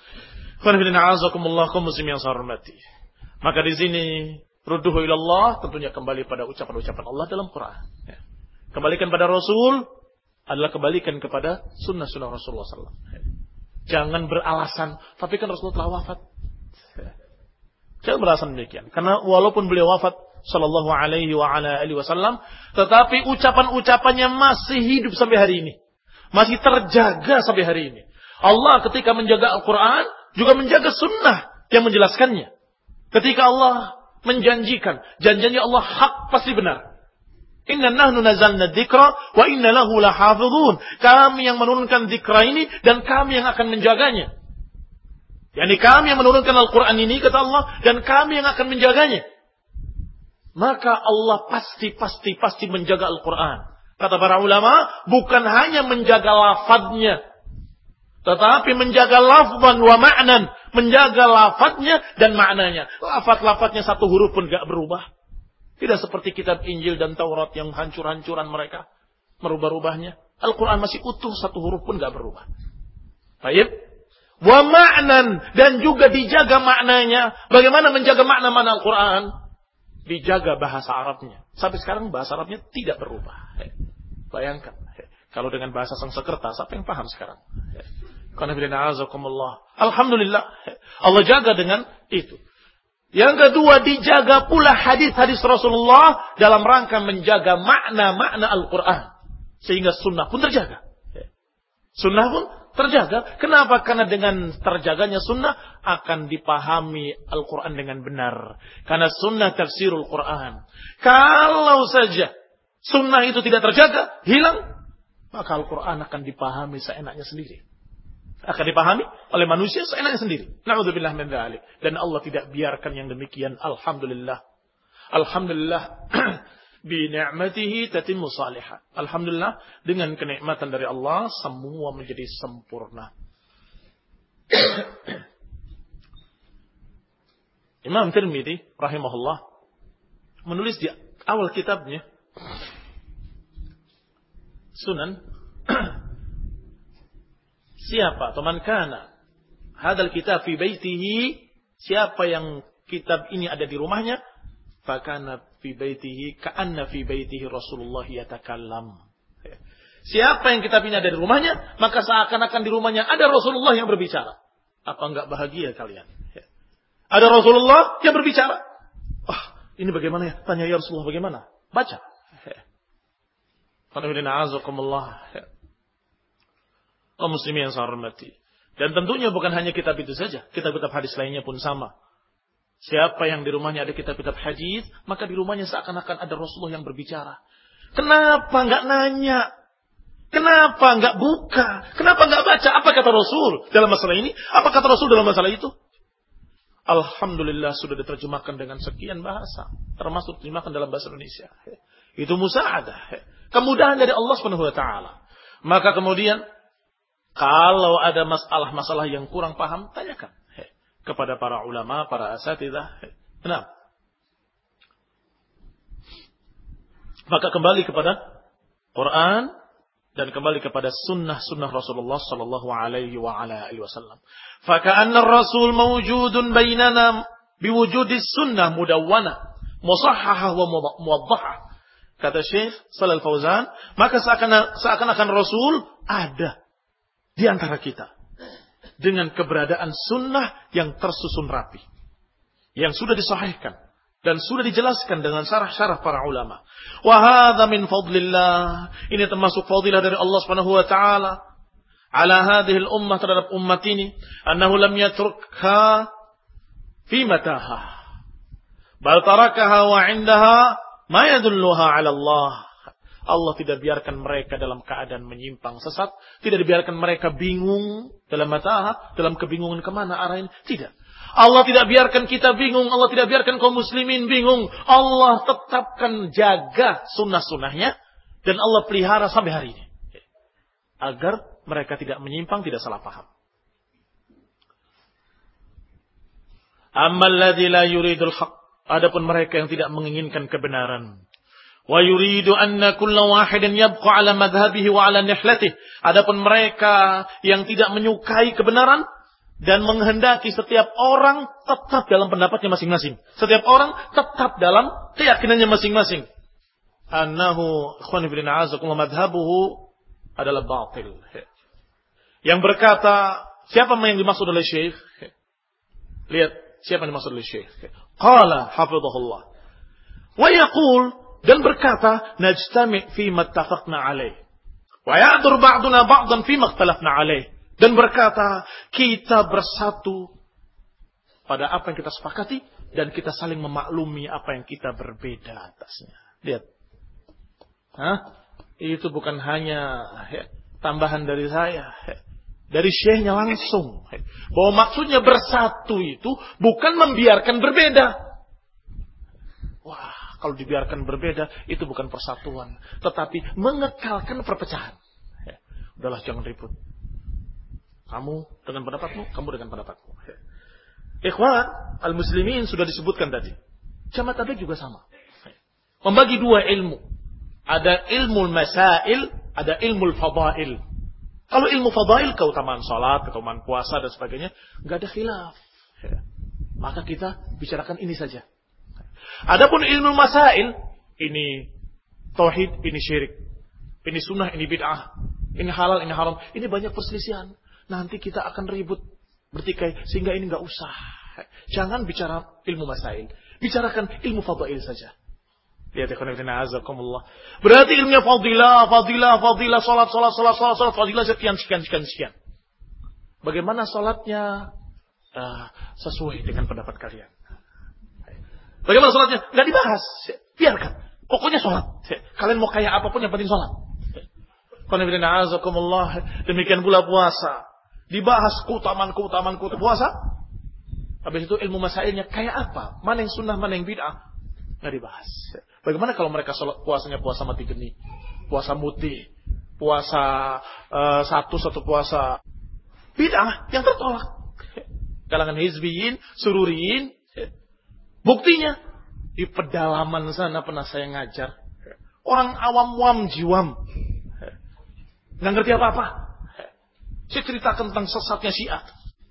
Maka di sini rudduhu ilallah, tentunya kembali pada ucapan-ucapan Allah dalam Quran. Kembalikan pada Rasul adalah kembalikan kepada sunnah-sunnah Rasulullah SAW. Jangan beralasan, tapi kan Rasulullah telah wafat. Jangan beralasan demikian. Karena walaupun beliau wafat sallallahu alaihi wa ala alihi wasallam, tetapi ucapan-ucapannya masih hidup sampai hari ini. Masih terjaga sampai hari ini. Allah ketika menjaga Al-Quran juga menjaga sunnah yang menjelaskannya. Ketika Allah menjanjikan, janjinya Allah hak, pasti benar. Inna nahnu nazalna dzikra wa inna lahu lahafizun. Kami yang menurunkan dzikra ini dan kami yang akan menjaganya. Yani kami yang menurunkan Al-Quran ini, kata Allah, dan kami yang akan menjaganya. Maka Allah pasti menjaga Al-Quran. Kata para ulama, bukan hanya menjaga lafadznya, tetapi menjaga lafzan wa ma'nan, menjaga lafadznya dan maknanya. Lafadz-lafadznya satu huruf pun gak berubah. Tidak seperti kitab Injil dan Taurat yang hancur-hancuran mereka merubah-rubahnya. Al-Quran masih utuh, satu huruf pun gak berubah. Baik. Wa ma'nan, dan juga dijaga maknanya. Bagaimana menjaga makna-makna Al-Quran? Dijaga bahasa Arabnya. Sampai sekarang bahasa Arabnya tidak berubah. Bayangkan. Kalau dengan bahasa Sanskerta, siapa yang paham sekarang? Alhamdulillah, Allah jaga dengan itu. Yang kedua, dijaga pula hadis-hadis Rasulullah dalam rangka menjaga makna-makna Al-Quran. Sehingga sunnah pun terjaga. Sunnah pun terjaga. Kenapa? Karena dengan terjaganya sunnah akan dipahami Al-Quran dengan benar. Karena sunnah tafsirul Quran. Kalau saja sunnah itu tidak terjaga, hilang, maka Al-Quran akan dipahami seenaknya sendiri. Akan dipahami oleh manusia seenaknya sendiri. Na'udzubillah min dzalik. Dan Allah tidak biarkan yang demikian. Alhamdulillah. Alhamdulillah. Bi ni'matihi tatimmu salihah. Alhamdulillah, dengan kenikmatan dari Allah semua menjadi sempurna. Imam Tirmidzi rahimahullah menulis di awal kitabnya Sunan, siapa atau man kana hadzal kitab fi baitihi, siapa yang kitab ini ada di rumahnya, fakana fi baitihi ka'anna fi baitihi Rasulullah yatakallam. Siapa yang kitab ini ada di rumahnya, maka seakan-akan di rumahnya ada Rasulullah yang berbicara. Apa enggak bahagia kalian? Ada Rasulullah yang berbicara. Ini bagaimana ya? Tanya ya Rasulullah bagaimana? Baca. Kaum muslimin yang saya hormati. Dan tentunya bukan hanya kitab itu saja. Kitab-kitab hadis lainnya pun sama. Siapa yang di rumahnya ada kitab-kitab hadis, maka di rumahnya seakan-akan ada Rasulullah yang berbicara. Kenapa enggak nanya? Kenapa enggak buka? Kenapa enggak baca? Apa kata Rasul dalam masalah ini? Apa kata Rasul dalam masalah itu? Alhamdulillah sudah diterjemahkan dengan sekian bahasa. Termasuk diterjemahkan dalam bahasa Indonesia. Itu musa'adah. Kemudahan dari Allah SWT. Maka kemudian, kalau ada masalah-masalah yang kurang paham, tanyakan kepada para ulama, para asatidzah. Kenapa? Maka kembali kepada Quran dan kembali kepada sunnah Rasulullah sallallahu alaihi wa ala alihi wasallam. Faka'anna ar-rasul mawjudun bainana biwujudis sunnah mudawwana, musahhahah wa muwaddahah. kata Syekh Shalal Fauzan, maka seakan-akan Rasul ada di antara kita dengan keberadaan sunnah yang tersusun rapi, yang sudah disahihkan dan sudah dijelaskan dengan syarah-syarah para ulama. Wa hadza min fadlillah, ini termasuk fadilah dari Allah Subhanahu wa taala ala hadhihi al-ummah, terhadap umat ini, annahu lam yatrukha fi mataha bal tarakaha wa 'indaha ma yadulluha 'ala Allah. Allah tidak biarkan mereka dalam keadaan menyimpang sesat, tidak dibiarkan mereka bingung dalam mataha, dalam kebingungan kemana arah ini. Tidak. Allah tidak biarkan kita bingung, Allah tidak biarkan kaum muslimin bingung. Allah tetapkan jaga sunnah-sunnahnya dan Allah pelihara sampai hari ini. Agar mereka tidak menyimpang, tidak salah paham. Ammal ladzi la yuridul haqq, adapun mereka yang tidak menginginkan kebenaran. Wa yuridu anna kulla wahidin yabqa ala madhhabihi wa ala nihlatihi, adapun mereka yang tidak menyukai kebenaran dan menghendaki setiap orang tetap dalam pendapatnya masing-masing. Setiap orang tetap dalam keyakinannya masing-masing. Annahu ikhwani fillah azakumullah madhhabuhu adalah batil. Yang berkata, siapa yang dimaksud oleh Syekh? Lihat, siapa yang dimaksud oleh Syekh? Qala hafizahullah. Wa yaqul, dan berkata, najtami' fi ma ittafaqna alaih wa ya'dur ba'duna ba'dan fi ma ikhtalafna alaih. Dan berkata, kita bersatu pada apa yang kita sepakati dan kita saling memaklumi apa yang kita berbeda atasnya. Lihat. Itu bukan hanya tambahan dari saya, dari syekhnya langsung. Bahwa maksudnya bersatu itu bukan membiarkan berbeda. Wah, kalau dibiarkan berbeda itu bukan persatuan, tetapi mengekalkan perpecahan. Udahlah, jangan ribut. Kamu dengan pendapatmu, kamu dengan pendapatmu. Ikhwan al-muslimin sudah disebutkan tadi. Jamaah tabligh juga sama. Membagi dua ilmu. Ada ilmu masail, ada ilmu fadail. Kalau ilmu fadail, keutamaan salat, keutamaan puasa dan sebagainya, enggak ada khilaf. Maka kita bicarakan ini saja. Adapun ilmu masail, ini tauhid, ini syirik. Ini sunnah, ini bid'ah. Ini halal, ini haram. Ini banyak perselisihan. Nanti kita akan ribut, bertikai, sehingga ini enggak usah. Jangan bicara ilmu masail. Bicarakan ilmu fadail saja. Lihat ya, azakumullah. Berarti ilmunya fadilah, salat, fadilah sekian. Bagaimana salatnya? Sesuai dengan pendapat kalian. Bagaimana salatnya? Enggak dibahas. Biarkan. Pokoknya salat. Kalian mau kaya apapun yang penting salat. Demikian pula puasa. Dibahas keutamaan puasa. Habis itu ilmu masailnya kayak apa? Mana yang sunnah, mana yang bid'ah? Nggak dibahas. Bagaimana kalau mereka puasanya puasa mati geni, puasa mutih, puasa satu puasa bid'ah yang tertolak. Kalangan hizbiyin, sururiyin. Buktinya di pedalaman sana pernah saya ngajar. Orang awam jiwam. Nggak ngerti apa-apa. Saya ceritakan tentang sesatnya Syiah.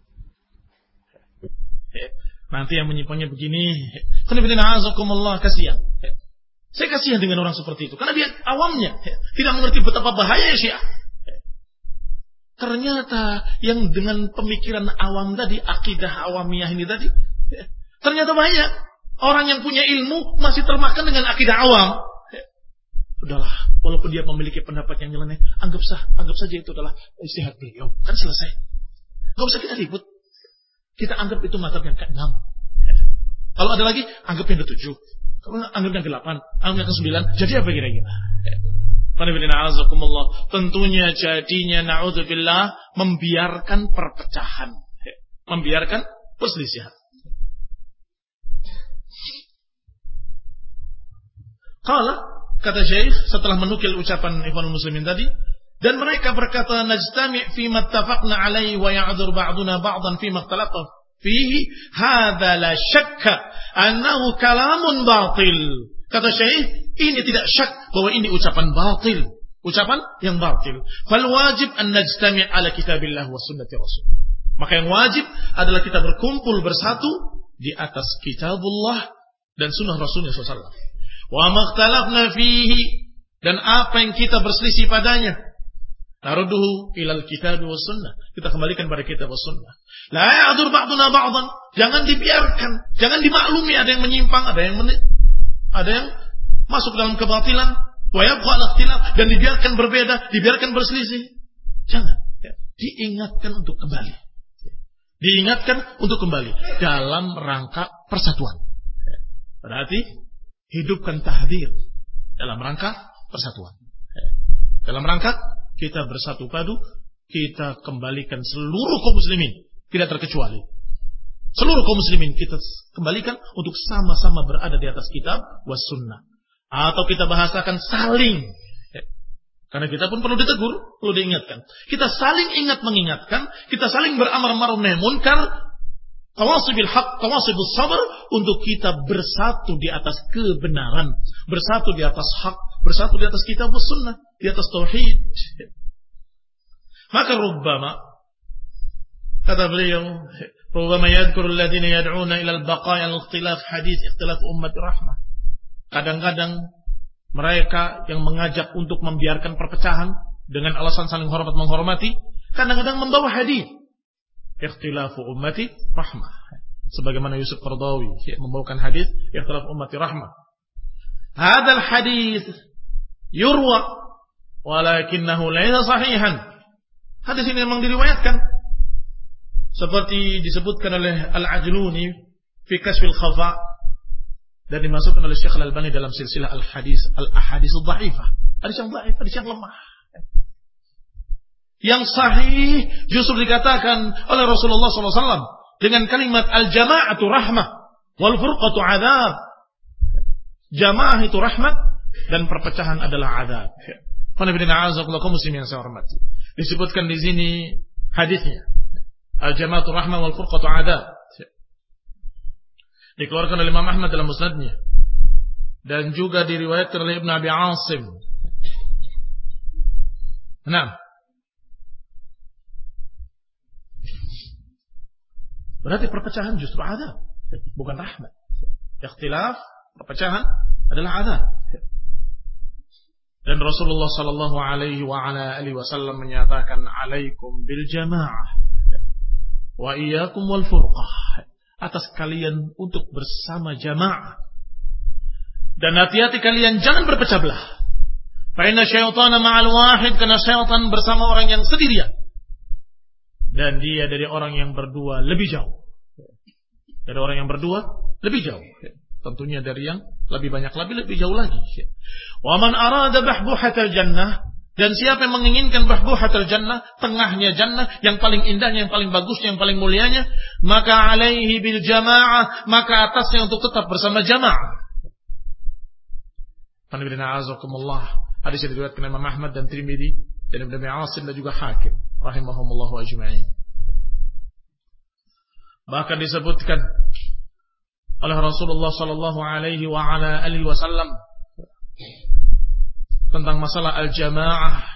Nanti yang menyimpangnya begini. Kasihan. Saya kasihan dengan orang seperti itu. Karena dia awamnya tidak mengerti betapa bahaya Syiah. Ternyata yang dengan pemikiran awam tadi, akidah awamiyah ini tadi, ternyata banyak orang yang punya ilmu masih termakan dengan akidah awam. Sudahlah, walaupun dia memiliki pendapat yang nyeleneh, anggap saja itu adalah ijtihad beliau. Kan selesai. Gak usah kita ribut. Kita anggap itu mazhab yang ke-6. Kalau ada lagi, anggap yang ke-7. Kalau anggap yang ke-8, anggap yang ke-9. Jadi apa kira-kira? Tentunya jadinya na'udzubillah membiarkan perpecahan. Membiarkan perselisihan. Kata Syekh setelah menukil ucapan Ikhwanul Muslimin tadi, dan mereka berkata najtami' fi ma ittafaqna alaihi wa ya'dzur ba'duna ba'dan fi ma ikhtalafa fihi hadza la syakka annahu kalamun batil. Kata Syekh, ini tidak syak bahwa ini ucapan batil, ucapan yang batil. Fal wajib an najtami' ala kitabillah wa sunnati rasul. Maka yang wajib adalah kita berkumpul bersatu di atas kitabullah dan sunnah Rasulullah SAW. Wa makhtalafna fihi, dan apa yang kita berselisih padanya, narudduhu ilal kitab was sunnah. Kita kembalikan pada kitab was sunnah. La ya'dur ba'duna ba'dan. Jangan dibiarkan, jangan dimaklumi ada yang menyimpang, ada yang masuk dalam kebatilan, wa yabqa al-ikhtilaf, dan dibiarkan berbeda, dibiarkan berselisih. Jangan. Diingatkan untuk kembali. Diingatkan untuk kembali dalam rangka persatuan. Berarti hidupkan tahdzir dalam rangka persatuan. Dalam rangka kita bersatu padu, kita kembalikan seluruh kaum muslimin, tidak terkecuali. Seluruh kaum muslimin kita kembalikan untuk sama-sama berada di atas kitab was sunnah. Atau kita bahasakan saling. Karena kita pun perlu ditegur, perlu diingatkan. Kita saling ingat mengingatkan, kita saling beramar ma'ruf nahi munkar, tawasibil haq, tawasibus sabr, untuk kita bersatu di atas kebenaran, bersatu di atas hak, bersatu di atas kitab was sunnah, di atas tauhid. Maka rubbama, kata beliau, rubbama yadhkuru alladhina yad'una ila al-baqa'i al-ikhtilaf hadis ikhtilaf ummati rahmah. Kadang-kadang mereka yang mengajak untuk membiarkan perpecahan dengan alasan saling hormat menghormati, kadang-kadang membawa hadis ikhtilafu ummati rahmah. Sebagaimana Yusuf Qaradawi membawakan hadis ikhtilaf ummati rahmah. Hadzal hadis yurwa walakinnahu laysa sahihan. Hadis ini memang diriwayatkan seperti disebutkan oleh Al-Ajluni fi Kashfil Khafa, dan dimasukkan oleh Syekh Al-Albani dalam silsilah al-ahadits dhaifah. Hadis yang dhaif, hadis yang lemah. Yang sahih justru dikatakan oleh Rasulullah SAW dengan kalimat al-jama'atu rahmah wal furqatu 'adzab. Jamaah itu rahmat dan perpecahan adalah 'adzab. Muslim yang saya hormati. Disebutkan di sini hadisnya. Al-jama'atu rahmah wal furqatu 'adzab. Dikeluarkan oleh Imam Ahmad dalam musnadnya, dan juga diriwayatkan oleh Ibn Abi Asim. Nah, berarti perpecahan justru azab, bukan rahmat. Ikhtilaf, perpecahan adalah azab. Dan Rasulullah sallallahu alaihi wa ala alihi wasallam menyatakan, "Alaikum bil jamaah wa iyyakum wal furqah." Atas kalian untuk bersama jamaah, dan hati-hati kalian jangan berpecah belah. Fa inna syaitana ma'al wahid, karena syaitan bersama orang yang sendirian, dan dia dari orang yang berdua lebih jauh. Dari orang yang berdua lebih jauh. Tentunya dari yang lebih banyak lebih jauh lagi. Wa man arada bahbuhatal jannah, dan siapa yang menginginkan bahbuhatul jannah, tengahnya jannah, yang paling indahnya, yang paling bagusnya, yang paling mulianya, maka alaihi bil jamaah, maka atasnya untuk tetap bersama jamaah. Hadis yang diriwayatkan Imam Ahmad dan Tirmidzi dan Ibnu Asim dan juga Hakim rahimahumullah ajma'in. Bahkan disebutkan oleh Rasulullah sallallahu alaihi wa ala alihi wasallam tentang masalah al-jamaah.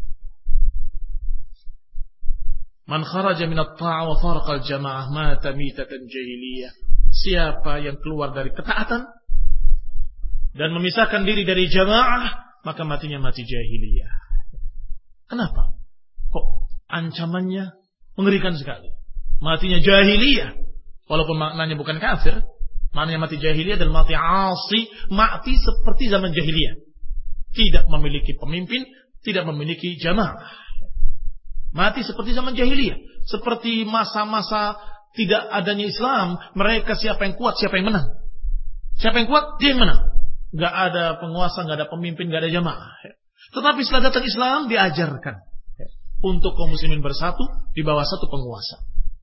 Man kharaja min at-ta'ah wa faraqa al-jamaah mata mitatan jahiliyah. Siapa yang keluar dari ketaatan dan memisahkan diri dari jamaah, maka matinya mati jahiliyah. Kenapa? Kok ancamannya mengerikan sekali? Matinya jahiliyah. Walaupun maknanya bukan kafir, maknanya mati jahiliyah dan mati asi, mati seperti zaman jahiliyah. Tidak memiliki pemimpin, tidak memiliki jamaah. Mati seperti zaman jahiliyah, seperti masa-masa tidak adanya Islam. Mereka siapa yang kuat, siapa yang menang. Siapa yang kuat, dia yang menang. Gak ada penguasa, gak ada pemimpin, gak ada jamaah. Tetapi setelah datang Islam, diajarkan untuk kaum muslimin bersatu di bawah satu penguasa.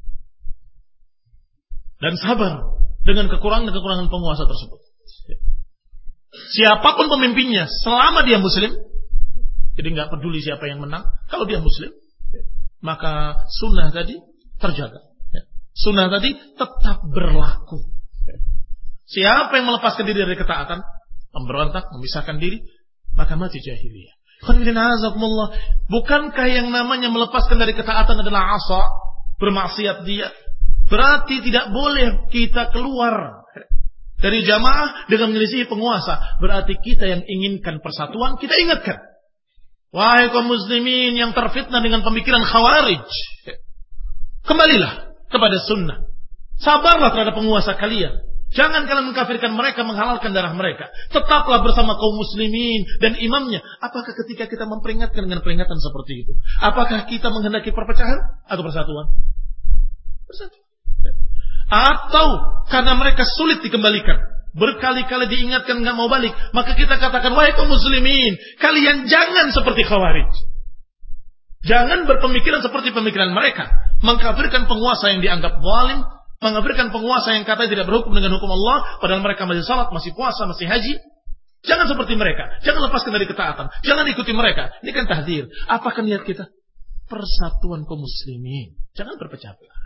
Dan sabar dengan kekurangan-kekurangan penguasa tersebut. Siapapun pemimpinnya, selama dia muslim, jadi nggak peduli siapa yang menang, kalau dia muslim, maka sunnah tadi terjaga. Sunnah tadi tetap berlaku. Siapa yang melepaskan diri dari ketaatan, memberontak, memisahkan diri, maka mati jahiliyah. Bukankah yang namanya melepaskan dari ketaatan adalah asa, bermaksiat dia? Berarti tidak boleh kita keluar dari jamaah dengan menyelisihi penguasa. Berarti kita yang inginkan persatuan, kita ingatkan. Wahai kaum muslimin yang terfitnah dengan pemikiran khawarij, kembalilah kepada sunnah. Sabarlah terhadap penguasa kalian. Jangan kalian mengkafirkan mereka, menghalalkan darah mereka. Tetaplah bersama kaum muslimin dan imamnya. Apakah ketika kita memperingatkan dengan peringatan seperti itu, apakah kita menghendaki perpecahan atau persatuan? Persatuan. Atau karena mereka sulit dikembalikan, berkali-kali diingatkan nggak mau balik, maka kita katakan, wahai kaum muslimin, kalian jangan seperti khawarij. Jangan berpemikiran seperti pemikiran mereka, mengkafirkan penguasa yang dianggap zalim, mengkafirkan penguasa yang katanya tidak berhukum dengan hukum Allah, padahal mereka masih salat, masih puasa, masih haji. Jangan seperti mereka. Jangan lepaskan dari ketaatan. Jangan ikuti mereka. Ini kan tahdir. Apakah niat kita? Persatuan kaum muslimin. Jangan berpecah belah.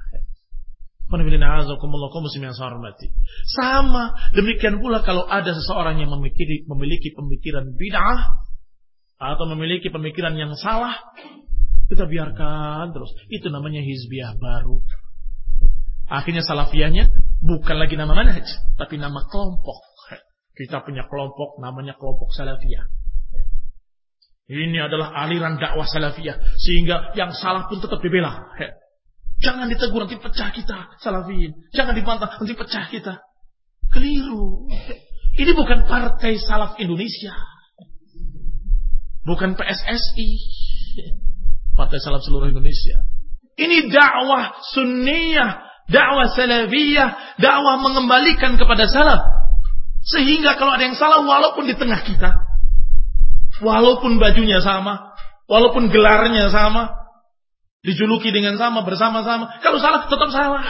Sama demikian pula kalau ada seseorang yang memiliki pemikiran bid'ah atau memiliki pemikiran yang salah, kita biarkan terus. Itu namanya hizbiyah baru. Akhirnya salafiyahnya bukan lagi nama manhaj, tapi nama kelompok. Kita punya kelompok, namanya kelompok salafiyah. Ini adalah aliran dakwah salafiyah, sehingga yang salah pun tetap dibela. Jangan ditegur, nanti pecah kita, salafiyin. Jangan dibantah, nanti pecah kita. Keliru. Ini bukan Partai Salaf Indonesia, bukan PSSI, Partai Salaf seluruh Indonesia. Ini dakwah sunniyah, dakwah salafiyah, dakwah mengembalikan kepada salaf. Sehingga kalau ada yang salah, walaupun di tengah kita, walaupun bajunya sama, walaupun gelarnya sama, dijuluki dengan sama, bersama-sama, kalau salah tetap salah.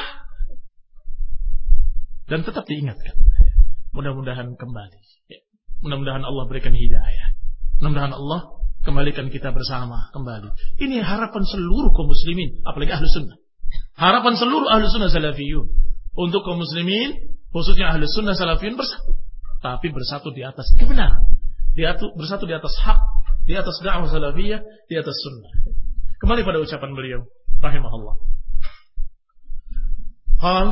Dan tetap diingatkan. Mudah-mudahan kembali. Mudah-mudahan Allah berikan hidayah. Mudah-mudahan Allah kembalikan kita bersama kembali. Ini harapan seluruh kaum muslimin, apalagi ahlu sunnah. Harapan seluruh ahlu sunnah salafiyun. Untuk kaum muslimin, khususnya ahlu sunnah salafiyun bersatu. Tapi bersatu di atas kebenaran. Bersatu di atas hak. Di atas dakwah salafiyah. Di atas sunnah. Kembali pada ucapan beliau. Rahimahullah. Qal.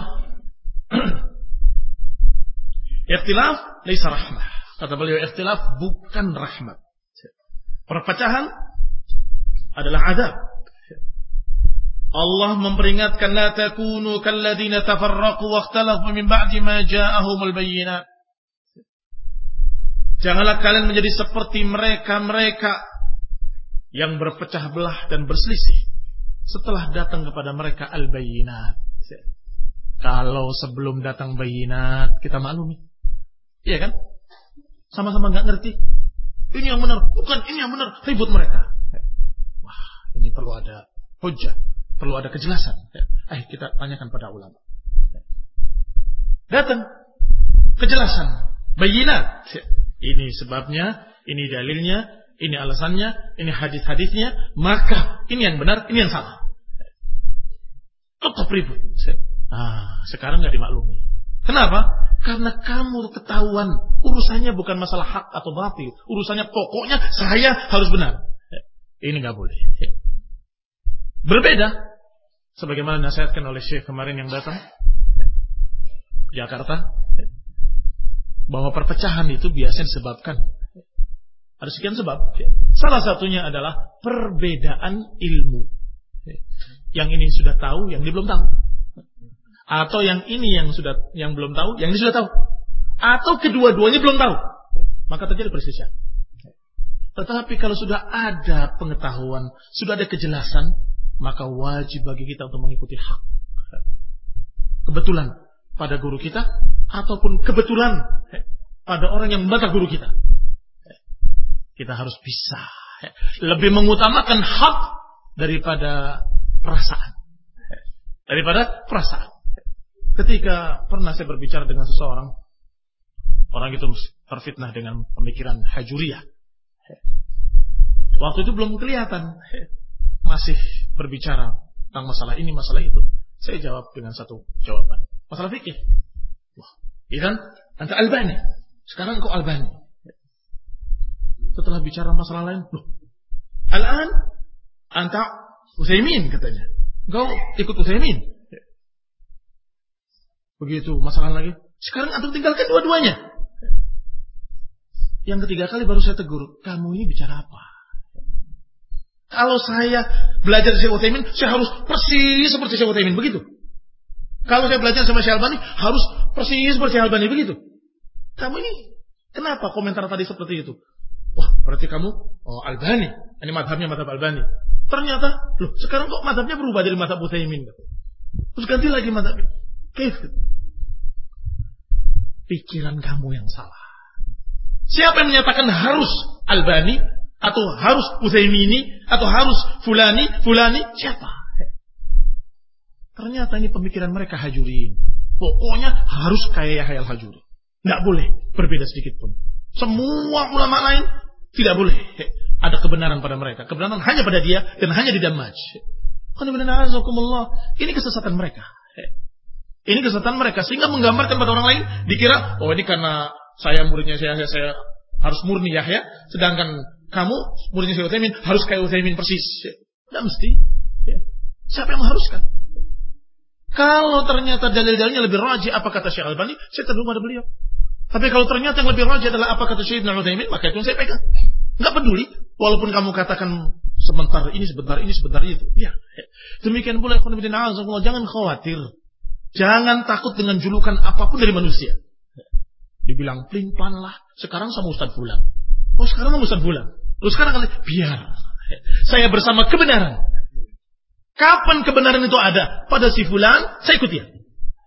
Ikhtilaf laisa rahmah. Kata beliau, ikhtilaf bukan rahmat. Perpecahan adalah azab. Allah memperingatkan, la takunu kalladzina tafarraqu wakhtalafu min ba'di ma ja'ahumul bayyinat. Janganlah kalian menjadi seperti mereka-mereka yang berpecah belah dan berselisih setelah datang kepada mereka al-bayyinat. Kalau sebelum datang bayinat kita maklumi. Iya kan? Sama-sama enggak ngerti. Ini yang benar, bukan ini yang benar, ribut mereka. Wah, ini perlu ada hujjah. Perlu ada kejelasan. Ayo kita tanyakan pada ulama. Datang kejelasan, bayinat. Ini sebabnya, ini dalilnya, ini alasannya, ini hadis-hadisnya. Maka ini yang benar, ini yang salah. Tetap ribut. Sekarang nggak dimaklumi. Kenapa? Karena kamu ketahuan urusannya bukan masalah hak atau batil. Urusannya pokoknya saya harus benar. Ini nggak boleh. Berbeda. Sebagaimana nasihatkan oleh Syekh kemarin yang datang Jakarta, bahwa perpecahan itu biasanya disebabkan ada sekian sebab. Salah satunya adalah perbedaan ilmu. Yang ini sudah tahu, yang ini belum tahu. Atau yang ini yang belum tahu, yang ini sudah tahu. Atau kedua-duanya belum tahu. Maka terjadi perselisihan. Tetapi kalau sudah ada pengetahuan, sudah ada kejelasan, maka wajib bagi kita untuk mengikuti hak. Kebetulan pada guru kita, ataupun kebetulan pada orang yang membantah guru kita. Kita harus bisa lebih mengutamakan hak daripada perasaan. Ketika pernah saya berbicara dengan seseorang, orang itu terfitnah dengan pemikiran hajuriyah. Waktu itu belum kelihatan, masih berbicara tentang masalah ini, masalah itu. Saya jawab dengan satu jawaban. Masalah fikih. Wah, idan anta Albani. Sekarang kau Albani. Setelah bicara masalah lain, loh, al-an anta Utsaimin katanya. Kau ikut Utsaimin. Begitu masalah lagi, Sekarang antum tinggalkan dua-duanya. Yang ketiga kali baru saya tegur, kamu ini bicara apa? Kalau saya belajar Syekh Utsaimin, saya harus persis seperti Syekh Utsaimin, begitu. Kalau saya belajar sama Syekh Albani, harus persis seperti Syekh Albani, begitu. Kamu ini, kenapa komentar tadi seperti itu? Wah, berarti kamu, Albani. Ini madhabnya madhab Albani. Ternyata, loh, sekarang kok madhabnya berubah dari madhab Utsaimin? Terus ganti lagi madhabnya. Pikiran kamu yang salah. Siapa yang menyatakan harus Albani atau harus Utsaimini atau harus fulani? Siapa? Ternyata ini pemikiran mereka Hajurin. Pokoknya harus kayak Yahya al-Hajuri. Nggak boleh berbeda sedikit pun. Semua ulama lain tidak boleh. Ada kebenaran pada mereka. Kebenaran hanya pada dia dan hanya di Damaj. Ini kesesatan mereka. Ini kesesatan mereka sehingga menggambarkan pada orang lain dikira, oh ini karena saya muridnya saya harus murni Yahya, sedangkan kamu muridnya Syekh Utsaimin harus kayak Utsaimin persis. Tidak mesti. Siapa yang mengharuskan? Kalau ternyata dalil-dalilnya lebih rajih apa kata Syekh Albani, saya terima pada beliau. Tapi kalau ternyata yang lebih rajih adalah apa kata Syekh Ibnu Utsaimin, maka itu yang saya pegang. Enggak peduli, walaupun kamu katakan sebentar ini, sebentar itu. Ya. Demikian pula ikhwan fillah, jangan khawatir. Jangan takut dengan julukan apapun dari manusia. Dibilang pelin-pelan lah. Sekarang sama Ustaz Fulan. Oh sekarang sama Ustaz Fulan. Terus sekarang biar saya bersama kebenaran. Kapan kebenaran itu ada? Pada si Fulan, saya ikut dia.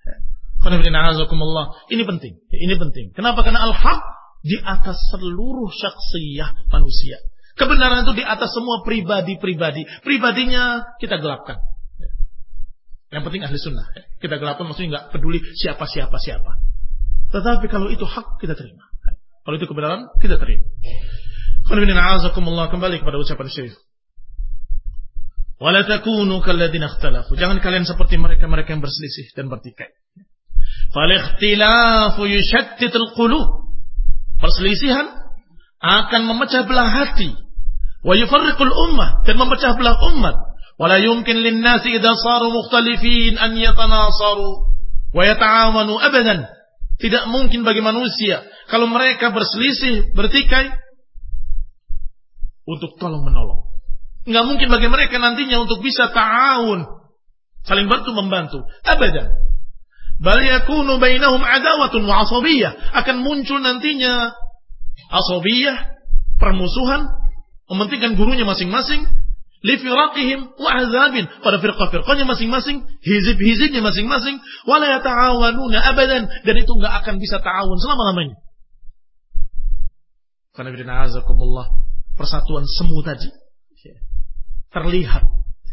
Ini penting. Ini penting. Kenapa? Karena al-haq di atas seluruh syakhsiyah manusia. Kebenaran itu di atas semua pribadi-pribadi. Pribadinya kita gelapkan. Yang penting ahli sunnah. Kita gelapkan maksudnya nggak peduli siapa. Tetapi kalau itu hak kita terima. Kalau itu kebenaran kita terima. Kembali kepada ucapan Syekh. Wala takunu kalladzina ikhtalafu. Jangan kalian seperti mereka yang berselisih dan bertikai. Fal ikhtilafu yushattitul qulub. Perselisihan akan memecah belah hati. Wa yufarriqul ummah, dan memecah belah umat. Wala yumkin lin-nasi idza saru mukhtalifin an yatanasaru wa yata'awanu abadan. Tidak mungkin bagi manusia kalau mereka berselisih, bertikai untuk tolong menolong. Enggak mungkin bagi mereka nantinya untuk bisa ta'awun, saling bantu membantu. Abadan. Bal yakunu bainahum adawatun wa asabiyah. Akan muncul nantinya asabiyah, permusuhan, mementingkan gurunya masing-masing. Li firaqihim wa ahzabin, pada firqah-firqahnya masing-masing, hizib-hizibnya masing-masing, wala yata'awanuna abadan, dan itu enggak akan bisa ta'awun selama-lamanya. Karena bid'azakumullah, persatuan semu tadi terlihat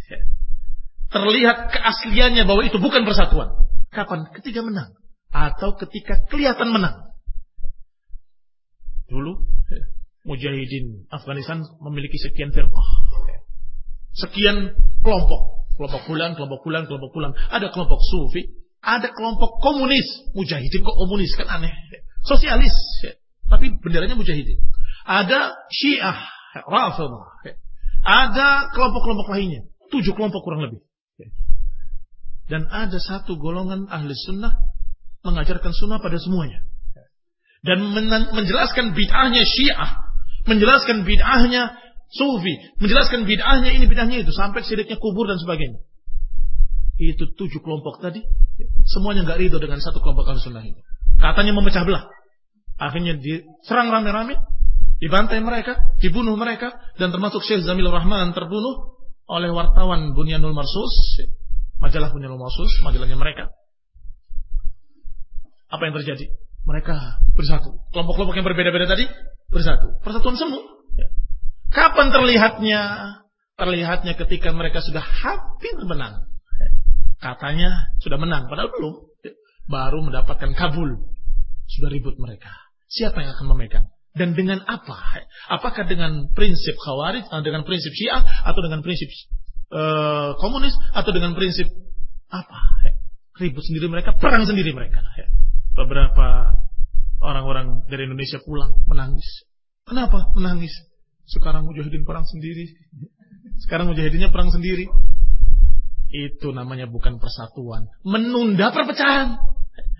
keasliannya bahwa itu bukan persatuan. Kapan? Ketika menang atau ketika kelihatan menang. Dulu mujahidin Afghanistan memiliki sekian firqah. Sekian kelompok fulan. Ada kelompok sufi, ada kelompok komunis. Mujahidin kok komunis, kan aneh. Sosialis, tapi benderanya mujahidin. Ada Syiah, Rafidah. Ada kelompok-kelompok lainnya, 7 kelompok kurang lebih. Dan ada satu golongan ahli sunnah mengajarkan sunnah pada semuanya. Dan menjelaskan bid'ahnya Syiah, menjelaskan bid'ahnya Sufi, menjelaskan bid'ahnya ini, bid'ahnya itu, sampai syiriknya kubur dan sebagainya. Itu 7 kelompok tadi, semuanya nggak ridho dengan satu kelompok Ahlussunnah ini. Katanya memecah belah. Akhirnya diserang rame-rame, dibantai mereka, dibunuh mereka, dan termasuk Syekh Zamilur Rahman terbunuh oleh wartawan Bunyanul Marsus, majalah Bunyanul Marsus, majalahnya mereka. Apa yang terjadi? Mereka bersatu. Kelompok-kelompok yang berbeda-beda tadi bersatu. Persatuan semu. Kapan terlihatnya? Terlihatnya ketika mereka sudah hampir menang. Katanya sudah menang, padahal belum. Baru mendapatkan kabul. Sudah ribut mereka. Siapa yang akan memegang? Dan dengan apa? Apakah dengan prinsip Khawarij, dengan prinsip Syiah, atau dengan prinsip komunis, atau dengan prinsip apa? Ribut sendiri mereka, perang sendiri mereka. Beberapa orang-orang dari Indonesia pulang menangis. Kenapa menangis? Sekarang mujahidin perang sendiri. Sekarang mujahidinnya perang sendiri. Itu namanya bukan persatuan. Menunda perpecahan.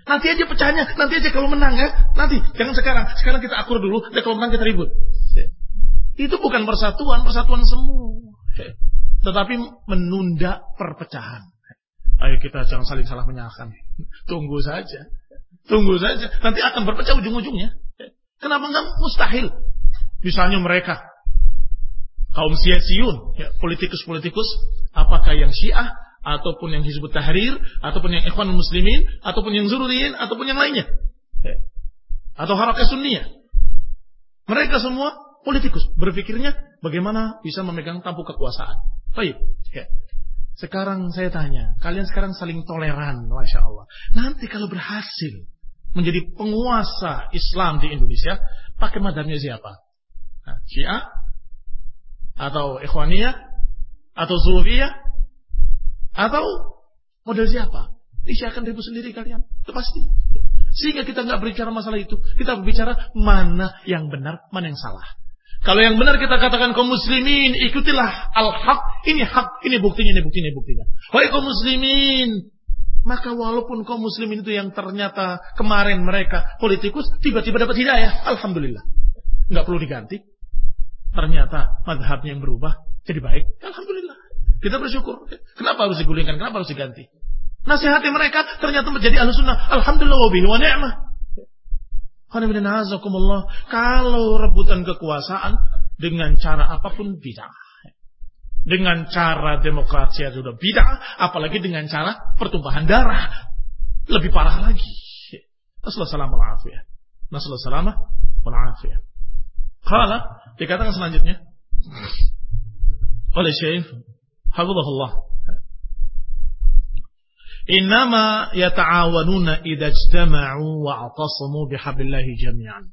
Nanti aja pecahnya, nanti aja kalau menang ya. Nanti, jangan sekarang. Sekarang kita akur dulu, dan kalau menang kita ribut. Itu bukan persatuan semu. Tetapi menunda perpecahan. Ayo kita jangan saling salah menyalahkan. Tunggu saja. Nanti akan berpecah ujung-ujungnya. Kenapa enggak? Mustahil. Misalnya mereka kaum Syiasiyun, ya, politikus, apakah yang Syiah, ataupun yang Hizbut Tahrir, ataupun yang Ikhwanul Muslimin, ataupun yang Zurriyin, ataupun yang lainnya, ya, atau Harakah Sunniyah. Mereka semua politikus, berpikirnya bagaimana bisa memegang tampuk kekuasaan. Baik, ya. Sekarang saya tanya, kalian sekarang saling toleran, Masya Allah. Nanti kalau berhasil menjadi penguasa Islam di Indonesia, pakai madhabnya siapa? Nah, Syiah? Atau Ikhwaniyah, atau Zufiyah, atau model siapa? Ini akan ribut sendiri kalian, itu pasti. Sehingga kita nggak berbicara masalah itu, kita berbicara mana yang benar, mana yang salah. Kalau yang benar kita katakan kaum muslimin, ikutilah al-haq, ini hak, ini buktinya. Wahai kaum muslimin, maka walaupun kaum muslimin itu yang ternyata kemarin mereka politikus, tiba-tiba dapat hidayah, alhamdulillah, nggak perlu diganti. Ternyata mazhabnya yang berubah jadi baik, alhamdulillah. Kita bersyukur. Kenapa harus digulingkan? Kenapa harus diganti? Nasihati mereka ternyata menjadi Ahlussunnah, alhamdulillah wa bihi wa ni'mah. Kalau rebutan kekuasaan dengan cara apapun bid'ah. Dengan cara demokrasi sudah bid'ah, apalagi dengan cara pertumpahan darah lebih parah lagi. Nasallallahu alaihi wasallam. Qala, dikatakan selanjutnya oleh Syekh hafizahullah, innama yata'awanuna idza ijtama'u wa atasamu bihablillahi jami'an.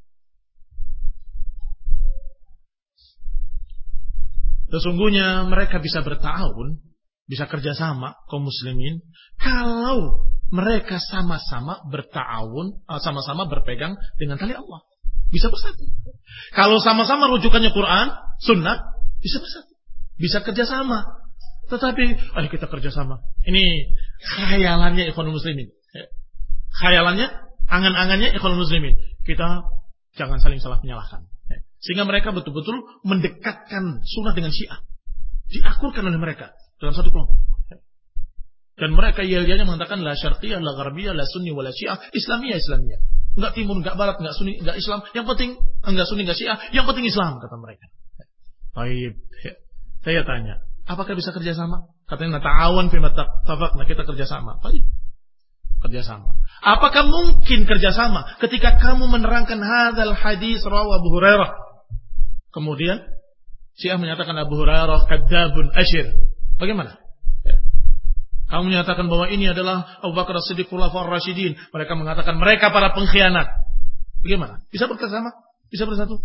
Sesungguhnya mereka bisa berta'awun, bisa kerjasama kaum muslimin kalau mereka sama-sama berta'awun, sama-sama berpegang dengan tali Allah. Bisa bersatu. Kalau sama-sama rujukannya Quran, Sunnah, bisa bersatu. Bisa kerjasama. Tetapi, ayo kita kerjasama. Ini khayalannya Ikhwanul Muslimin. Khayalannya, angan-angannya Ikhwanul Muslimin. Kita jangan saling salah menyalahkan. Sehingga mereka betul-betul mendekatkan Sunnah dengan Syiah. Diakurkan oleh mereka dalam satu kelompok. Dan mereka yel-yelnya mengatakan la syarqiyah, la gharbiyah, la sunni, wa la syiah, islamiyah. Enggak timur, enggak barat, enggak sunni, enggak Islam. Yang penting enggak sunni, enggak Syiah. Yang penting Islam, kata mereka. Baik. Saya tanya, apakah bisa kerjasama? Katanya nata'awan fi ma tafaqna, kita kerjasama. Baik. Kerjasama. Apakah mungkin kerjasama ketika kamu menerangkan hadzal hadis rawi Abu Hurairah? Kemudian Syiah menyatakan Abu Hurairah kadzabun asyir. Bagaimana? Kamu menyatakan bahwa ini adalah Abu Bakar As-Siddiq Khulafaur Rasyidin. Mereka mengatakan mereka para pengkhianat. Bagaimana? Bisa bersama? Bisa bersatu?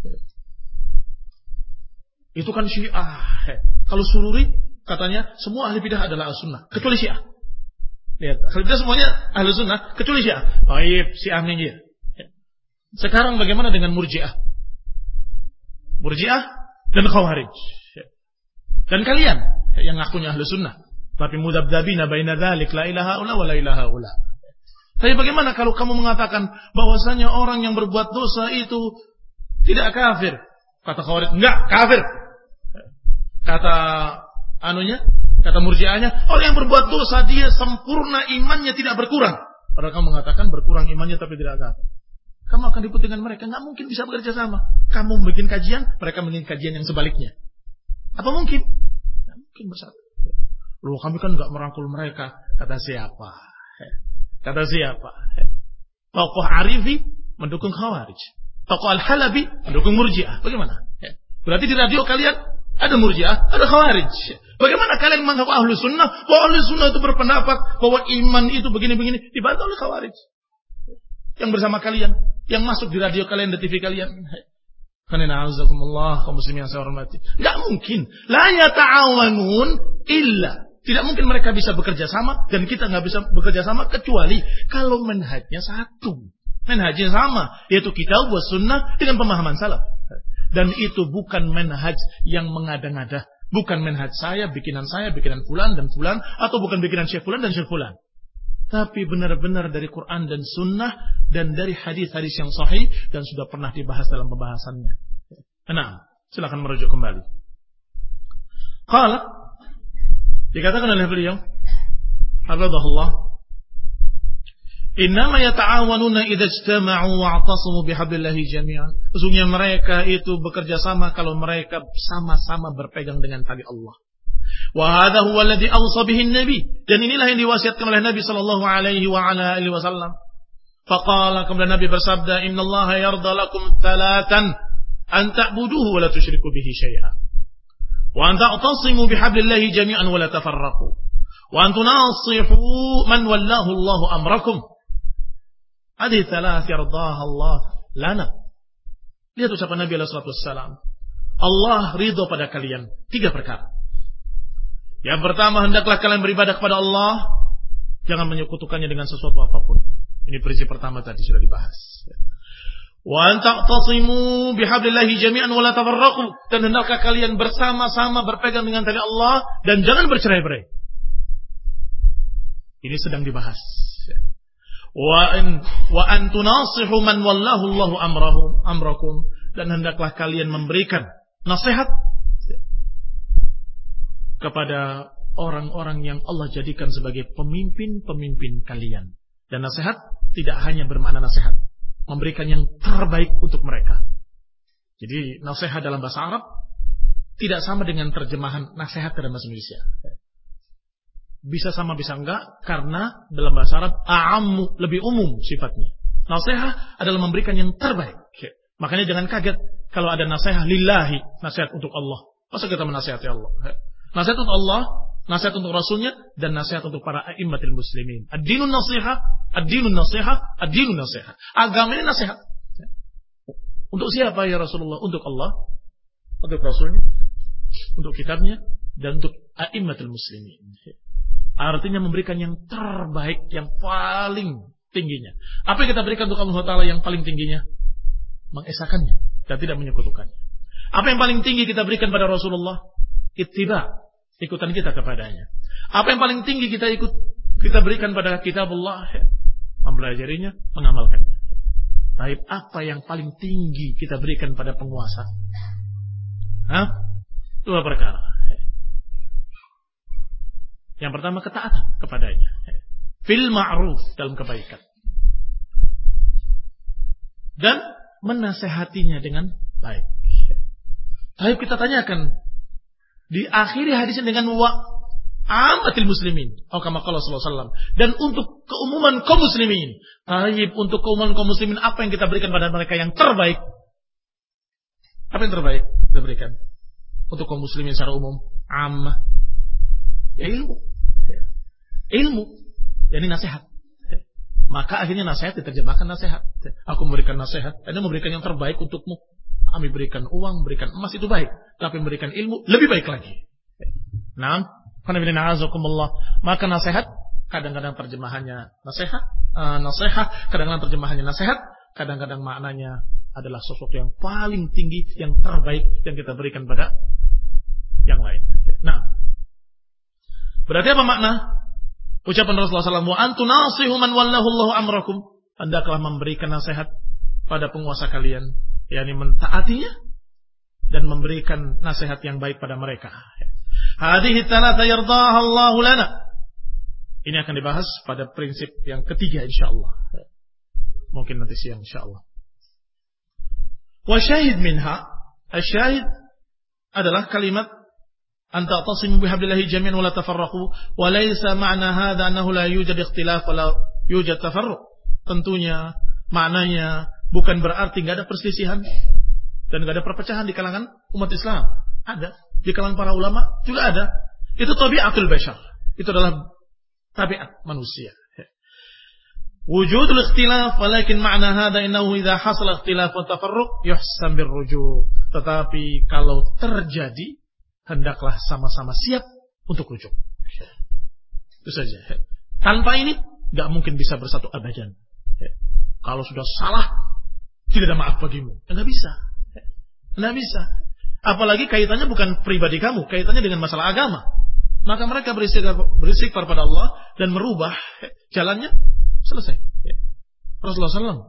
Itu kan Syiah. Kalau Sururi katanya semua ahli bidah adalah Ahlussunnah, kecuali Syiah. Lihat, ahli bidah semuanya Ahlussunnah kecuali Syiah. Baik, Syiah minggir. Sekarang bagaimana dengan Murji'ah? Murji'ah dan Khawarij. Dan kalian yang ngakunya Ahlussunnah, tapi mudabdabina baina dzalik, la ilaha illa wa la ilaha illa. Tapi bagaimana kalau kamu mengatakan bahwasanya orang yang berbuat dosa itu tidak kafir? Kata Khawarij, enggak kafir. Kata Murji'ahnya, orang yang berbuat dosa dia sempurna imannya, tidak berkurang. Padahal kamu mengatakan berkurang imannya tapi tidak kafir. Kamu akan ribut dengan mereka, enggak mungkin bisa bekerja sama. Kamu bikin kajian, mereka bikin kajian yang sebaliknya. Apa mungkin? Enggak mungkin bersatu. Loh, kami kan enggak merangkul mereka. Kata siapa? Tokoh Arifi mendukung Khawarij. Tokoh Al-Halabi mendukung Murji'ah. Bagaimana? Berarti di radio kalian ada Murji'ah, ada Khawarij. Bagaimana kalian mengaku Ahlussunnah? Bahwa Ahlussunnah itu berpendapat bahwa iman itu begini-begini. Dibantah oleh Khawarij. Yang bersama kalian. Yang masuk di radio kalian, di TV kalian. Karena na'udzukumullah, kaum muslimin yang saya hormati. Enggak mungkin. La yata'awanun illa. Tidak mungkin mereka bisa bekerja sama dan kita nggak bisa bekerja sama kecuali kalau manhajnya satu. Manhajnya sama, yaitu kitab wa sunnah dengan pemahaman salaf. Dan itu bukan manhaj yang mengada-ngada. Bukan manhaj saya, bikinan fulan dan fulan, atau bukan bikinan Syekh fulan dan Syekh fulan. tapi benar-benar dari Quran dan Sunnah dan dari hadis-hadis yang sahih dan sudah pernah dibahas dalam pembahasannya. Nah, silakan merujuk kembali. Qala, dikatakan oleh beliau, hafizahullah, innama yata'awanuna idza ijtama'u wa'tasimu bihablillahi jami'an. Sesungguhnya mereka itu bekerja sama kalau mereka sama-sama berpegang dengan tali Allah. Wa hadha huwa alladhi awsa bihi an-nabi, dan inilah yang diwasiatkan oleh Nabi sallallahu alaihi wa ala alihi wasallam. Faqala, kemudian Nabi bersabda, innallaha yarda lakum thalathan an ta'buduhu wa la tusyriku bihi syai'an, wa an ta'tasimu bihablillahi jami'an wa la tafarraqu, wa an tunasihu man wallahu Allahu amrakum. Hadhihi thalath yardaha Allah lana. Lihat ucapan Nabi sallallahu alaihi wasallam. Allah ridho pada kalian 3 perkara. Yang pertama, hendaklah kalian beribadah kepada Allah, jangan menyekutukannya dengan sesuatu apapun. Ini prinsip pertama tadi sudah dibahas. Wa an taqtasimu bihablillahi jami'an wa la tafarraqu, dan hendaklah kalian bersama-sama berpegang dengan tali Allah dan jangan bercerai-berai. Ini sedang dibahas. Wa an tunasihu man wallahu Allahu amrakum, dan hendaklah kalian memberikan nasihat kepada orang-orang yang Allah jadikan sebagai pemimpin-pemimpin kalian. Dan nasihat tidak hanya bermakna nasihat, memberikan yang terbaik untuk mereka. Jadi nasihat dalam bahasa Arab tidak sama dengan terjemahan nasihat dalam bahasa Indonesia. Bisa sama bisa enggak, karena dalam bahasa Arab a'ammu, lebih umum sifatnya. Nasihat adalah memberikan yang terbaik. Makanya jangan kaget kalau ada nasihat lillahi, nasihat untuk Allah. Masa kita menasihati Allah? Nasihat untuk Allah, nasihat untuk Rasulnya, dan nasihat untuk para a'immatil muslimin. Ad-dinun nasihat, ad-dinun nasihat, ad-dinun nasihat. Agama ini nasihat. Untuk siapa ya Rasulullah? Untuk Allah, untuk Rasulnya, untuk kitabnya, dan untuk a'immatil muslimin. Artinya memberikan yang terbaik, yang paling tingginya. Apa yang kita berikan untuk Allah Ta'ala yang paling tingginya? Mengesakannya dan tidak menyekutukannya. Apa yang paling tinggi kita berikan pada Rasulullah? Ittiba, ikutan kita kepadanya. Apa yang paling tinggi kita berikan pada kitabullah? Mempelajarinya, mengamalkannya. Baik, apa yang paling tinggi kita berikan pada penguasa? 2 perkara. Yang pertama, ketaatan kepadanya. Fil ma'ruf, dalam kebaikan. Dan menasehatinya dengan baik. Tapi kita tanyakan, diakhiri hadisnya dengan wa'amatil muslimin, atau kama qala sallallahu alaihi wasallam, dan untuk keumuman kaum muslimin. Untuk keumuman kaum muslimin, apa yang kita berikan pada mereka yang terbaik? Apa yang terbaik kita berikan untuk kaum muslimin secara umum? Ammah, ilmu, jadi nasihat. Maka akhirnya nasihat diterjemahkan nasihat. Aku memberikan nasihat, Anda memberikan yang terbaik untukmu. Kami berikan uang, berikan emas, itu baik. Tapi memberikan ilmu lebih baik lagi. Nah, maka nasihat kadang-kadang terjemahannya nasihat, kadang-kadang terjemahannya nasihat, kadang-kadang maknanya adalah sesuatu yang paling tinggi, yang terbaik yang kita berikan pada yang lain. Nah, berarti apa makna ucapan Rasulullah SAW? Wa antu nasihu man wallahu Allahu amrakum. Hendaklah memberikan nasihat pada penguasa kalian, yakni mentaatinya dan memberikan nasihat yang baik pada mereka. Hadhihi thalatha yardaha Allahu lana. Ini akan dibahas pada prinsip yang ketiga insyaallah. Mungkin nanti siang insyaallah. Wa syahid minha, asyahid adalah kalimat an ta'tasimu bihablillahi jami'an wa la tafarraqu, wa laysa ma'na hadha annahu la yujad ikhtilaf wa la yujad tafarruq. Tentunya maknanya bukan berarti enggak ada perselisihan dan enggak ada perpecahan di kalangan umat Islam. Ada, di kalangan para ulama juga ada. Itu tabiatul bashar. Itu adalah tabiat manusia. Wujudul ikhtilaf, walakin ma'na hadha innahu idza hasala ikhtilaf wa tafarruq yuhsan birruju'. Tetapi kalau terjadi, hendaklah sama-sama siap untuk rujuk. Itu saja. Tanpa ini enggak mungkin bisa bersatu abadan. Kalau sudah salah, tidak ada maaf bagimu. Enggak bisa. Enggak bisa. Apalagi kaitannya bukan pribadi kamu, kaitannya dengan masalah agama. Maka mereka beristighfar pada Allah dan merubah jalannya, selesai. Rasulullah SAW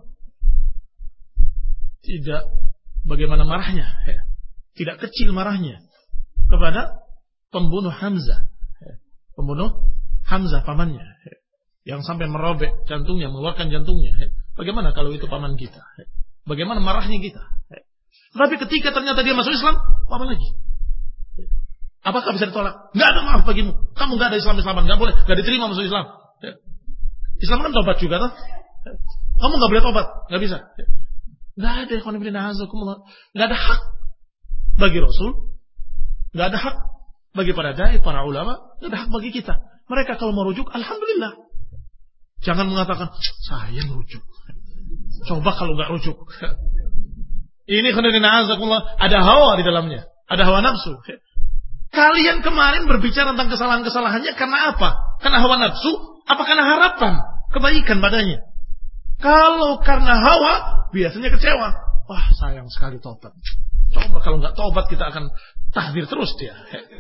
tidak bagaimana marahnya, tidak kecil marahnya kepada pembunuh Hamzah. Pembunuh Hamzah pamannya yang sampai merobek jantungnya, mengeluarkan jantungnya. Bagaimana kalau itu paman kita? Bagaimana marahnya kita? Tapi ketika ternyata dia masuk Islam, apa lagi? Apakah bisa ditolak? Nggak ada maaf bagimu. Kamu nggak ada Islam-Islaman, nggak boleh, nggak diterima masuk Islam. Islam kan tobat juga, toh? Kamu nggak boleh tobat, nggak bisa. Nggak ada, nggak ada hak bagi Rasul, nggak ada hak bagi para dai, para ulama, nggak ada hak bagi kita. Mereka kalau mau rujuk, alhamdulillah. Jangan mengatakan saya merujuk. Coba kalau nggak rujuk. Ini ada hawa di dalamnya, ada hawa nafsu. Kalian kemarin berbicara tentang kesalahan-kesalahannya karena apa? Karena hawa nafsu? Apa karena harapan kebaikan padanya? Kalau karena hawa, biasanya kecewa. Wah, sayang sekali tobat. Coba kalau nggak tobat kita akan tahdir terus dia.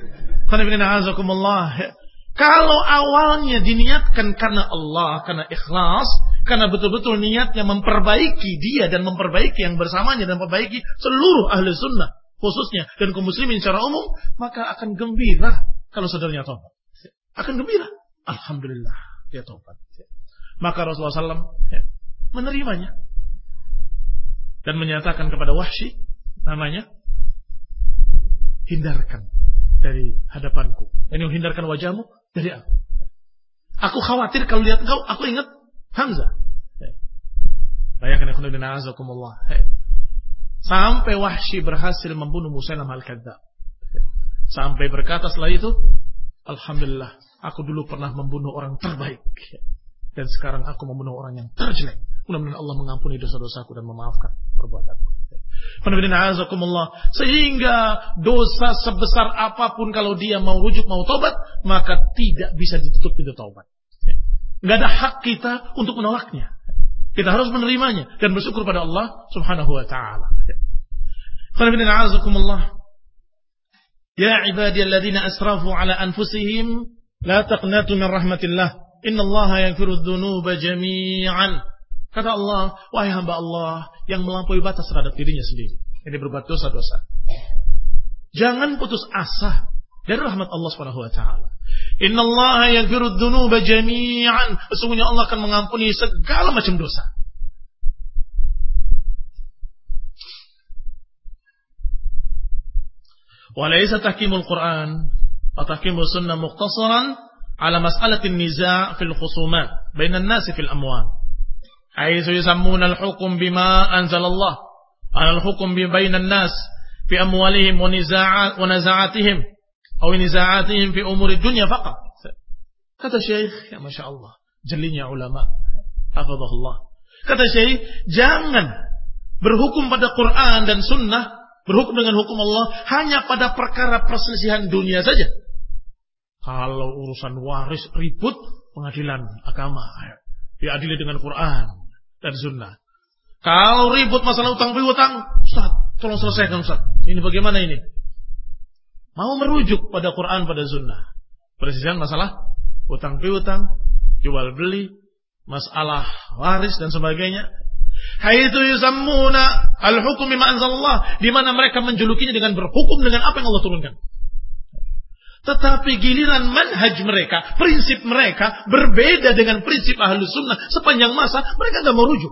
Kalau awalnya diniatkan karena Allah, karena ikhlas, karena betul-betul niatnya memperbaiki dia dan memperbaiki yang bersamanya dan memperbaiki seluruh ahli sunnah khususnya dan kaum muslimin secara umum, maka akan gembira kalau saudaranya tobat. Akan gembira. Alhamdulillah dia tobat. Maka Rasulullah SAW menerimanya dan menyatakan kepada Wahsy, namanya, hindarkan dari hadapanku. Ini hindarkan wajahmu dari aku. Aku khawatir kalau lihat engkau, aku ingat Hamzah. Bayangkan ikhwanuddin azakumullah. Sampai Wahsy berhasil membunuh Musailamah al-Kadzdzab. Sampai berkata setelah itu, alhamdulillah, aku dulu pernah membunuh orang terbaik. Dan sekarang aku membunuh orang yang terjelek. Mudah-mudahan Allah mengampuni dosa-dosaku dan memaafkan perbuatanku. Sehingga dosa sebesar apapun kalau dia mau rujuk, mau tobat, maka tidak bisa ditutup pintu taubat. Nggak ada hak kita untuk menolaknya. Kita harus menerimanya dan bersyukur pada Allah Subhanahu wa taala. Ya ibadiyalladzina asrafu ala anfusihim la taqnatu min rahmatillah. Innallaha yaghfiru dzunuba jami'an. Kata Allah, wahai hamba Allah yang melampaui batas terhadap dirinya sendiri, ini berbuat dosa-dosa, jangan putus asa dari rahmat Allah Subhanahu wa taala. Innallaha yaghfiru dzunuba jami'an. Sesungguhnya Allah akan mengampuni segala macam dosa. Wa laysa tahkimul Qur'an wa tahkimul sunnah mukhtasaran ala mas'alatin niza' fil khusumat bainan nasi fil amwal. Haitsu yusammuna al-hukm bima anzalallah ala al-hukm bainan nas fi amwalihim wa niza'atihim atau niza'atihim fi umuri dunya faqat. Kata Syekh, ya Masya Allah, jelinya ulama, hafazahullah. Kata Syekh, jangan berhukum pada Quran dan Sunnah, berhukum dengan hukum Allah hanya pada perkara perselisihan dunia saja. Kalau urusan waris ribut, pengadilan agama diadili dengan Quran dan Sunnah. Kalau ribut masalah utang piutang, Ustaz, tolong selesaikan Ustaz. Ini bagaimana ini? Mau merujuk pada Quran, pada Sunnah. Perselisihan masalah utang piutang, jual beli, masalah waris dan sebagainya. Haitsu yusammuna al-hukm bima anzalallah, di mana mereka menjulukinya dengan berhukum dengan apa yang Allah turunkan. Tetapi giliran manhaj mereka, prinsip mereka berbeda dengan prinsip Ahlus Sunnah sepanjang masa, mereka enggak mau rujuk.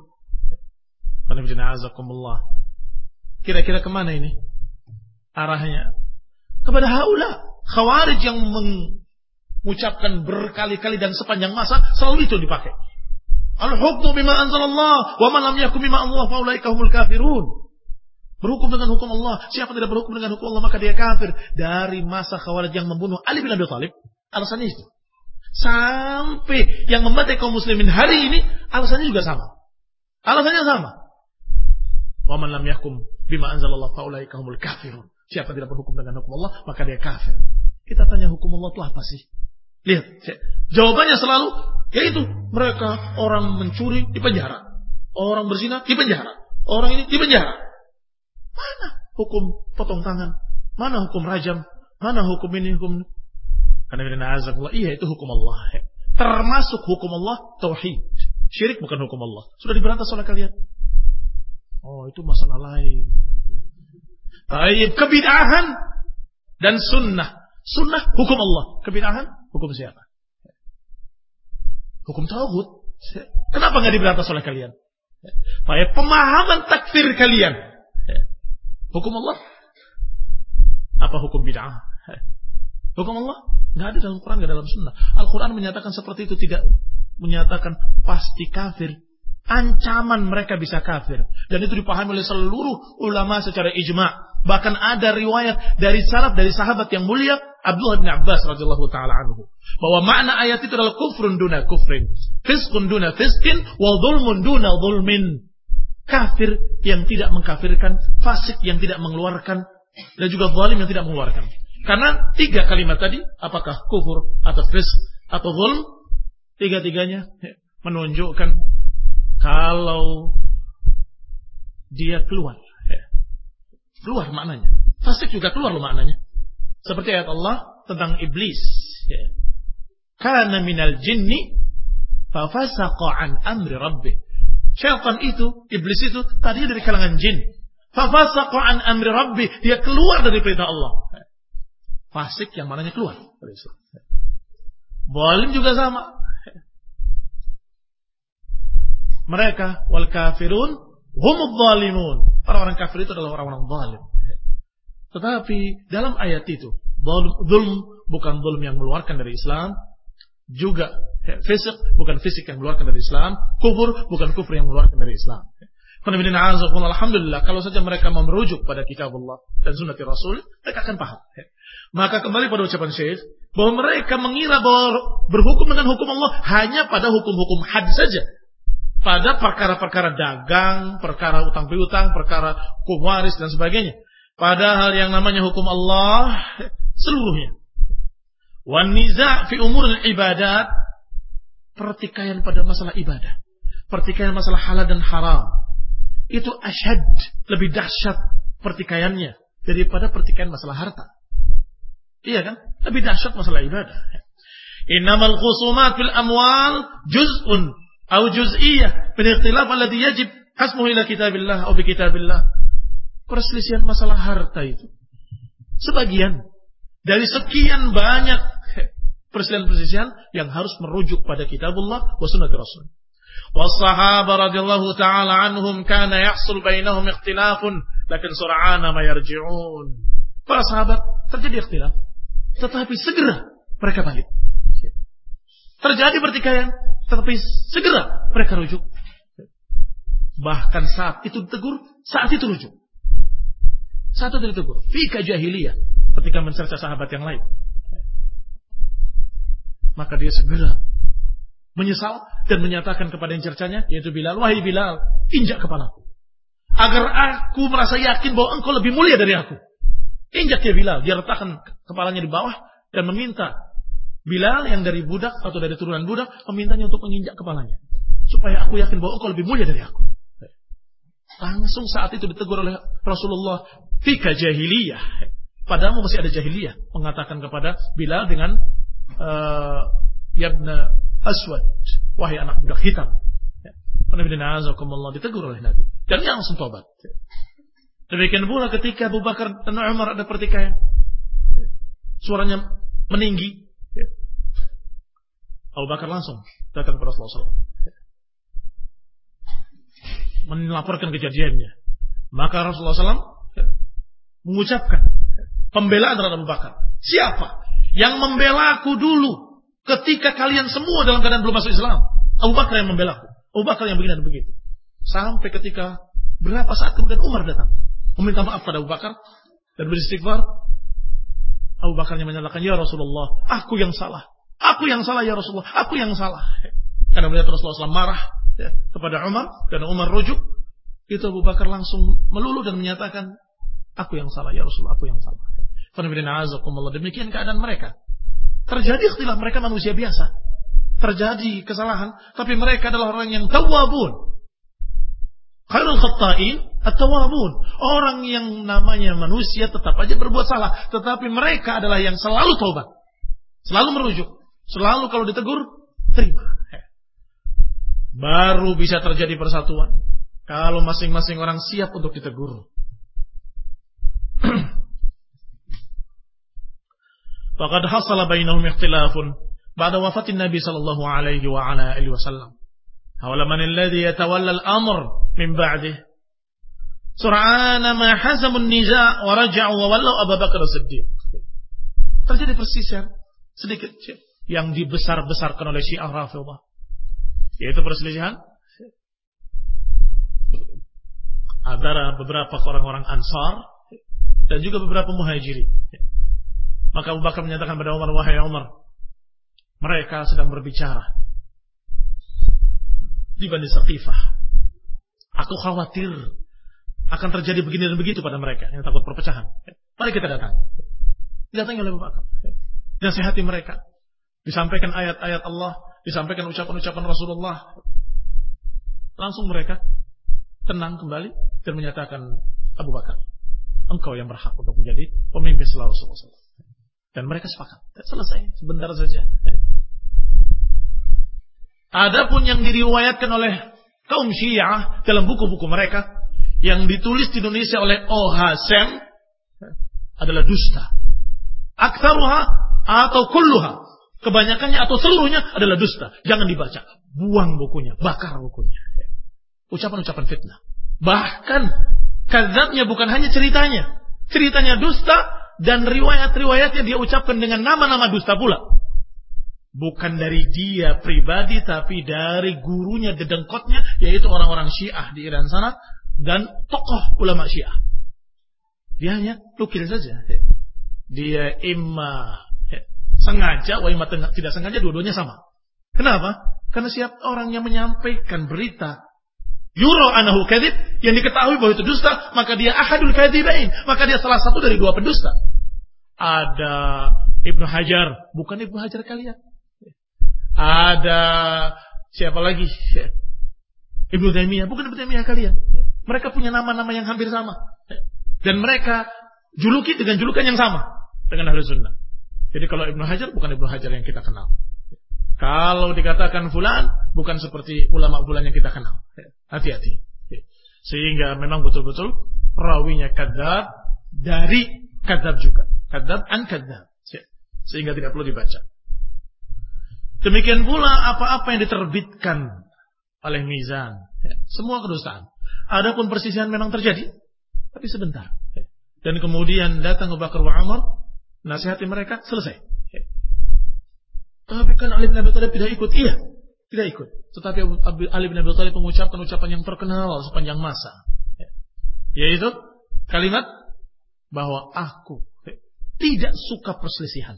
Kira-kira kemana ini arahnya? Kepada haula khawarij yang mengucapkan berkali-kali dan sepanjang masa selalu itu dipakai. Al-hukmu bima anzalallah wa man lam yahkum bima Allah fa ulaika humul kafirun. Berhukum dengan hukum Allah. Siapa tidak berhukum dengan hukum Allah maka dia kafir. Dari masa khawarij yang membunuh Ali bin Abi Thalib, alasannya itu. Sampai yang membantai kaum muslimin hari ini, alasannya juga sama. Alasannya sama. Wa man lam yahkum bima anzalallah fa ulaika humul kafirun. Siapa tidak berhukum dengan hukum Allah maka dia kafir. Kita tanya hukum Allah itu apa sih? Lihat, jawabannya selalu yaitu mereka orang mencuri di penjara, orang berzina di penjara, orang ini di penjara. Mana hukum potong tangan? Mana hukum rajam? Mana hukum ini, hukum ini? Iya, itu hukum Allah. Termasuk hukum Allah tauhid. Syirik bukan hukum Allah. Sudah diberantas oleh kalian. Oh, itu masalah lain. Baik, kebid'ahan dan sunnah. Sunnah hukum Allah. Kebid'ahan hukum siapa? Hukum tauhid. Kenapa nggak diberantas oleh kalian? Baik, pemahaman takfir kalian. Hukum Allah. Apa hukum bid'ah? Hukum Allah nggak ada dalam Quran, nggak dalam Sunnah. Al-Quran menyatakan seperti itu, tidak menyatakan pasti kafir. Ancaman mereka bisa kafir, dan itu dipahami oleh seluruh ulama secara ijma'. Bahkan ada riwayat dari salaf, dari sahabat yang mulia Abdullah bin Abbas radhiyallahu taala anhu, bahwa makna ayat itu adalah kufrun duna kufrin, fisqun duna fisqin, wa dhulmun duna dhulmin. Kafir yang tidak mengkafirkan, fasik yang tidak mengeluarkan, dan juga zalim yang tidak mengeluarkan. Karena 3 kalimat tadi, apakah kufur atau fisq atau zulm, 3-tiganya menunjukkan kalau dia keluar. Keluar maknanya. Fasik juga keluar loh maknanya. Seperti ayat Allah tentang iblis. Kana minal jinni fafasaqa an amri rabbih. Syaitan itu, iblis itu tadinya dari kalangan jin. Fafasaqa an amri rabbih, dia keluar dari perintah Allah. Fasik yang mananya keluar. Zalim juga sama. Mereka wal kafirun humudz zalimun. Orang-orang kafir itu adalah orang-orang zalim. Tetapi dalam ayat itu, zulm bukan zulm yang mengeluarkan dari Islam, juga fisik bukan fisik yang mengeluarkan dari Islam, kufur bukan kufur yang mengeluarkan dari Islam. Alhamdulillah, kalau saja mereka mau merujuk pada kitab Allah dan sunnah Rasul, mereka akan paham. Maka kembali pada ucapan Syekh, bahwa mereka mengira bahwa berhukum dengan hukum Allah hanya pada hukum-hukum had saja. Pada perkara-perkara dagang, perkara utang piutang, perkara hukum waris dan sebagainya. Padahal yang namanya hukum Allah seluruhnya. Wan niza' fi umuril ibadat, pertikaian pada masalah ibadah, pertikaian masalah halal dan haram, itu asyad, lebih dahsyat pertikaiannya daripada pertikaian masalah harta. Iya kan? Lebih dahsyat masalah ibadah. Innamal khusumat fil amwal juz'un atau juz'iyah bil ikhtilaf alladhi yajib hasmuhu ila kitabillah atau bi kitabillah. Perselisihan masalah harta itu sebagian dari sekian banyak perselisihan yang harus merujuk pada kitabullah wa sunnah Rasul. Wassahabah radhiyallahu taala anhum kana yahsul bainahum ikhtilafun lakin sur'ana ma yarji'un. Para sahabat terjadi ikhtilaf, tetapi segera mereka balik. Terjadi pertikaian, tetapi segera mereka rujuk. Bahkan saat itu ditegur, saat itu rujuk. Saat itu ditegur. Fika jahiliyah, ketika mencerca sahabat yang lain. Maka dia segera menyesal dan menyatakan kepada yang cercanya, yaitu Bilal, wahai Bilal, injak kepalaku, agar aku merasa yakin bahwa engkau lebih mulia dari aku. Injak ya Bilal. Dia letakkan kepalanya di bawah dan meminta Bilal yang dari budak atau dari turunan budak, memintanya untuk menginjak kepalanya, supaya aku yakin bahwa engkau lebih mulia dari aku. Langsung saat itu ditegur oleh Rasulullah, fika jahiliyah, padahal masih ada jahiliyah, mengatakan kepada Bilal dengan yabna aswad, wahai anak budak hitam. Ditegur oleh Nabi dan dia langsung tobat. Demikian pula ketika Abu Bakar dan Umar ada pertikaian, suaranya meninggi, Abu Bakar langsung datang kepada Rasulullah SAW, melaporkan kejadiannya. Maka Rasulullah SAW mengucapkan pembelaan terhadap Abu Bakar. Siapa yang membelaku dulu ketika kalian semua dalam keadaan belum masuk Islam? Abu Bakar yang membelaku. Abu Bakar yang begini dan begitu. Sampai ketika berapa saat kemudian Umar datang meminta maaf pada Abu Bakar dan beristighfar. Abu Bakarnya menyatakan, ya Rasulullah, aku yang salah. Aku yang salah ya Rasulullah, aku yang salah. Karena melihat Rasulullah SAW marah kepada Umar, dan Umar rujuk, itu Abu Bakar langsung meluluh dan menyatakan, aku yang salah ya Rasulullah, aku yang salah. Demikian keadaan mereka. Terjadi ikhtilaf, mereka manusia biasa. Terjadi kesalahan, tapi mereka adalah orang yang tawwabun. Khairul khatta'in at-tawwabun. Orang yang namanya manusia tetap aja berbuat salah, tetapi mereka adalah yang selalu taubat. Selalu merujuk. Selalu kalau ditegur, terima. Baru bisa terjadi persatuan. Kalau masing-masing orang siap untuk ditegur. Faqad hasala bainahum ikhtilafun ba'da wafatin Nabi sallallahu alaihi wa ala alihi wasallam. Hawla man alladhi yatawalla al-amr min ba'dih. Sur'ana ma hazamu an-niza' wa raja'u wa wallau Abu Bakar as-Siddiq. Terjadi perselisihan sedikit yang dibesar-besarkan oleh Syiah Rafidhah, yaitu perselisihan antara beberapa orang-orang Ansar dan juga beberapa Muhajirin. Maka Abu Bakar menyatakan pada Umar, wahai Umar, mereka sedang berbicara di Bani Saqifah. Aku khawatir akan terjadi begini dan begitu pada mereka yang takut perpecahan. Mari kita datang. Didatangi oleh Abu Bakar. Nasihati mereka. Disampaikan ayat-ayat Allah, disampaikan ucapan-ucapan Rasulullah. Langsung mereka tenang kembali dan menyatakan, Abu Bakar, engkau yang berhak untuk menjadi pemimpin setelah Rasulullah SAW. Dan mereka sepakat. Selesai, sebentar saja. Adapun yang diriwayatkan oleh kaum Syiah dalam buku-buku mereka yang ditulis di Indonesia oleh O. Hasan adalah dusta. Aktsaruha atau kulluha, kebanyakannya atau seluruhnya adalah dusta. Jangan dibaca. Buang bukunya, bakar bukunya. Ucapan-ucapan fitnah. Bahkan kadzabnya bukan hanya ceritanya. Ceritanya dusta dan riwayat-riwayatnya dia ucapkan dengan nama-nama dusta pula. Bukan dari dia pribadi, tapi dari gurunya, dedengkotnya, yaitu orang-orang Syiah di Iran sana dan tokoh ulama Syiah. Dia hanya lukil saja. Dia imma sengaja, wa imma tidak sengaja, dua-duanya sama. Kenapa? Karena setiap orang yang menyampaikan berita yura anahu kadzib, yang diketahui bahwa itu dusta, maka dia ahadul kadzibain, maka dia salah satu dari dua pendusta. Ada Ibnu Hajar, bukan Ibnu Hajar kalian. Ada siapa lagi? Ibnu Taimiyah, bukan Ibnu Taimiyah kalian. Mereka punya nama-nama yang hampir sama. Dan mereka juluki dengan julukan yang sama dengan Ahlus Sunnah. Jadi kalau Ibnu Hajar bukan Ibnu Hajar yang kita kenal. Kalau dikatakan fulan, bukan seperti ulama fulan yang kita kenal. Hati-hati. Sehingga memang betul-betul perawinya kadzab dari kadzab juga. Kadzab an kadzab. Sehingga tidak perlu dibaca. Demikian pula apa-apa yang diterbitkan oleh Mizan. Semua kedustaan. Adapun persisihan memang terjadi, tapi sebentar. Dan kemudian datang Abu Bakar wa Umar, nasihati mereka, selesai. Tapi kan Ali bin Abi Thalib tidak ikut. Iya, tidak ikut. Tetapi Ali bin Abi Thalib mengucapkan ucapan yang terkenal sepanjang masa, yaitu kalimat bahwa aku tidak suka perselisihan.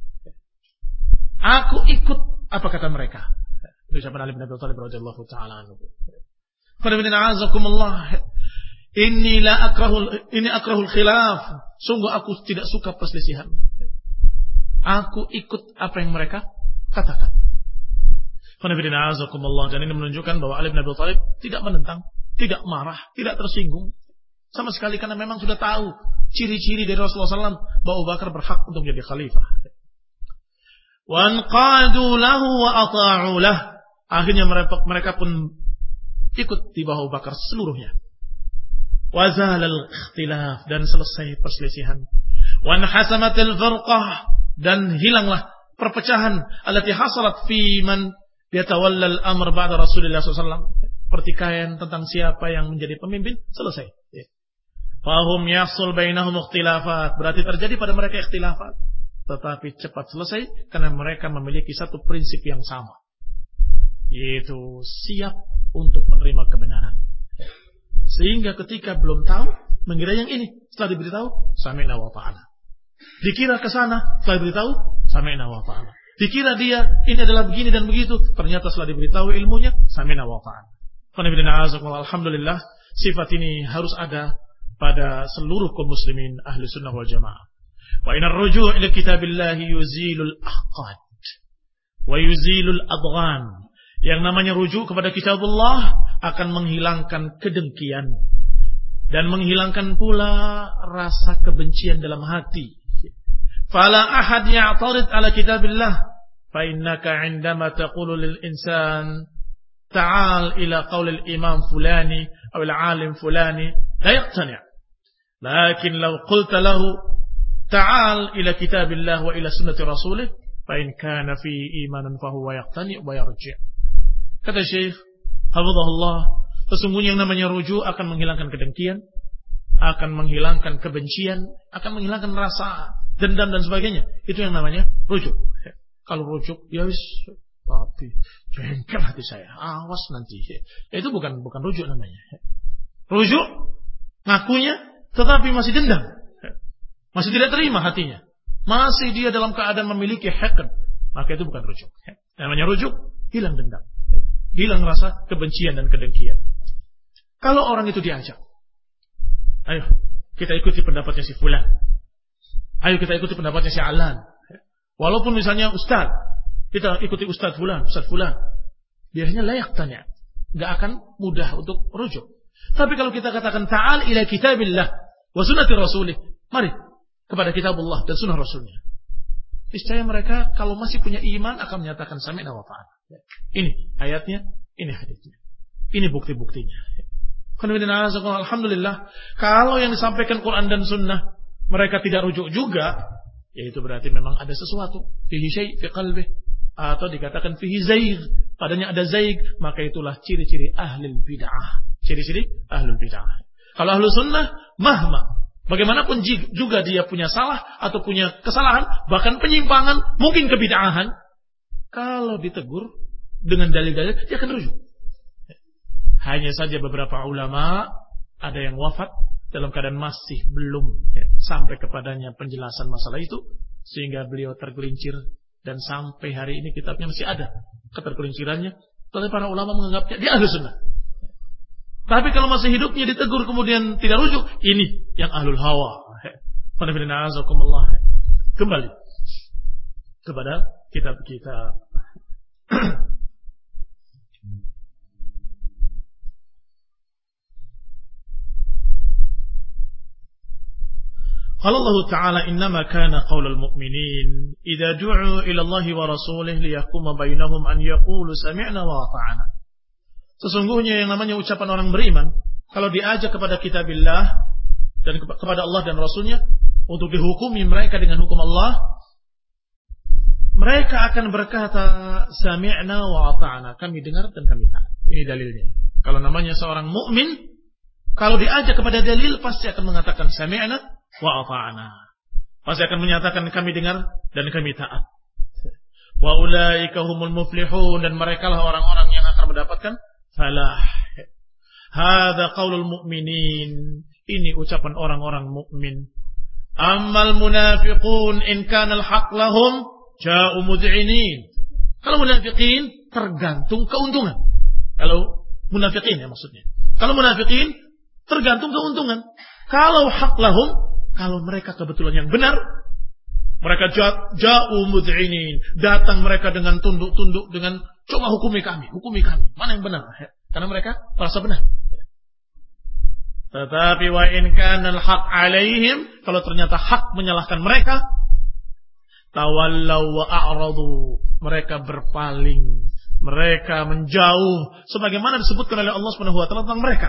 Aku ikut apa kata mereka. Ucapan Ali bin Abi Thalib radhiyallahu taala anhu. Ini akrahul khilaf. Sungguh aku tidak suka perselisihan. Aku ikut apa yang mereka katakan. Dan ini menunjukkan bahwa Ali bin Abi Thalib tidak menentang, tidak marah, tidak tersinggung sama sekali, karena memang sudah tahu ciri-ciri dari Rasulullah SAW bahwa Abu Bakar berhak untuk menjadi khalifah. Wanqadu lahu wa ata'u lah. Akhirnya mereka pun ikut di bawah Abu Bakar seluruhnya. Wazalal ikhtilaf, dan selesai perselisihan. Wanhasamatil furqah, dan hilanglah perpecahan allati hasalat fi man yatawalla al-amr ba'da Rasulullah SAW. Pertikaian tentang siapa yang menjadi pemimpin selesai. Fahum yahsul bainahum ikhtilafat, berarti terjadi pada mereka ikhtilafat, tetapi cepat selesai karena mereka memiliki satu prinsip yang sama, yaitu siap untuk menerima kebenaran. Sehingga ketika belum tahu, mengira yang ini, setelah diberitahu, sami'na wa ta'ala. Dikira ke sana, setelah diberitahu, sami'na wa ta'ala. Dikira dia ini adalah begini dan begitu, ternyata setelah diberitahu ilmunya, sami'na wa ta'ala. Alhamdulillah, sifat ini harus ada pada seluruh kaum muslimin ahli sunnah wal jamaah. Wa inar ruju' ila kitabillahi yuzilul ahqad wa yuzilul adghan. Yang namanya rujuk kepada kitabullah akan menghilangkan kedengkian dan menghilangkan pula rasa kebencian dalam hati. Fala ahad ya'tarid ala kitabillah fa innaka 'indama taqulu lil insan ta'al ila qaul al imam fulani aw al 'alim fulani la yaqtani'. Lakin law qulta lahu ta'al ila kitabillah wa ila sunnati rasulih fa in kana fi imanan fa huwa yaqtani' wa yarji'. Kata Syekh hafizahullah, sesungguhnya yang namanya rujuk akan menghilangkan kedengkian, akan menghilangkan kebencian, akan menghilangkan rasa dendam dan sebagainya. Itu yang namanya rujuk. Kalau rujuk, ya wis, tapi jengkel hati saya, awas nanti. Itu bukan rujuk namanya. Rujuk ngakunya, tetapi masih dendam, masih tidak terima hatinya, masih dia dalam keadaan memiliki haqd, maka itu bukan rujuk. Namanya rujuk, hilang dendam, hilang rasa kebencian dan kedengkian. Kalau orang itu diajak, ayo kita ikuti pendapatnya si fulan, ayo kita ikuti pendapatnya si alan, walaupun misalnya ustaz, kita ikuti ustaz fulan, biasanya layak tanya, nggak akan mudah untuk rujuk. Tapi kalau kita katakan ta'al ila kitabillah wa sunnati rasulih, mari kepada kitabullah dan sunnah rasulnya, niscaya mereka kalau masih punya iman akan menyatakan sami'na wa ta'ala. Ini ayatnya, ini hadisnya, ini bukti-buktinya. Alhamdulillah, kalau yang disampaikan Quran dan Sunnah mereka tidak rujuk juga, yaitu berarti memang ada sesuatu fihi syai' fi qalbih, atau dikatakan fihi zaigh, padanya ada zaigh, maka itulah ciri-ciri ahlul bid'ah. Ciri-ciri ahlul bid'ah. Kalau ahlus sunnah, bagaimanapun juga dia punya salah atau punya kesalahan, bahkan penyimpangan, mungkin kebid'ahan, kalau ditegur dengan dalil-dalil, dia akan rujuk. Hanya saja beberapa ulama ada yang wafat dalam keadaan masih belum sampai kepadanya penjelasan masalah itu, sehingga beliau tergelincir, dan sampai hari ini kitabnya masih ada ketergelincirannya. Tapi para ulama menganggapnya dia ahlus sunnah. Tapi kalau masih hidupnya ditegur kemudian tidak rujuk, ini yang ahlul hawa. Kembali kepada kitab kita. Qala Allah Ta'ala innama kana qaulul mu'minin idza du'u ila Allah wa rasulih liyahkuma bainahum an yaqulu sami'na wa ata'na. Sesungguhnya yang namanya ucapan orang beriman kalau diajak kepada kitabillah dan kepada Allah dan Rasulnya untuk dihukumi mereka dengan hukum Allah, mereka akan berkata sami'na wa ata'na, kami dengar dan kami taat. Ini dalilnya. Kalau namanya seorang mukmin, kalau diajak kepada dalil pasti akan mengatakan sami'na wa ata'na. Pasti akan menyatakan kami dengar dan kami taat. Wa ulaika humul muflihun, dan merekalah orang-orang yang akan mendapatkan falah. Hadza qaulul mu'minin, ini ucapan orang-orang mukmin. Ammal munafiqun in kana al-haq lahum ja'u mud'inin. Kalau munafiqin tergantung keuntungan. Kalau munafiqin ya maksudnya. Kalau munafiqin tergantung keuntungan. Kalau hak lahum, kalau mereka kebetulan yang benar, mereka ja'u mud'inin, datang mereka dengan tunduk-tunduk, dengan coba hukumi kami, mana yang benar? Karena mereka merasa benar. Tetapi wa in kana al-haq alaihim, kalau ternyata hak menyalahkan mereka, tawallaw wa a'radu, mereka berpaling, mereka menjauh, sebagaimana disebutkan oleh Allah Subhanahu wa taala tentang mereka.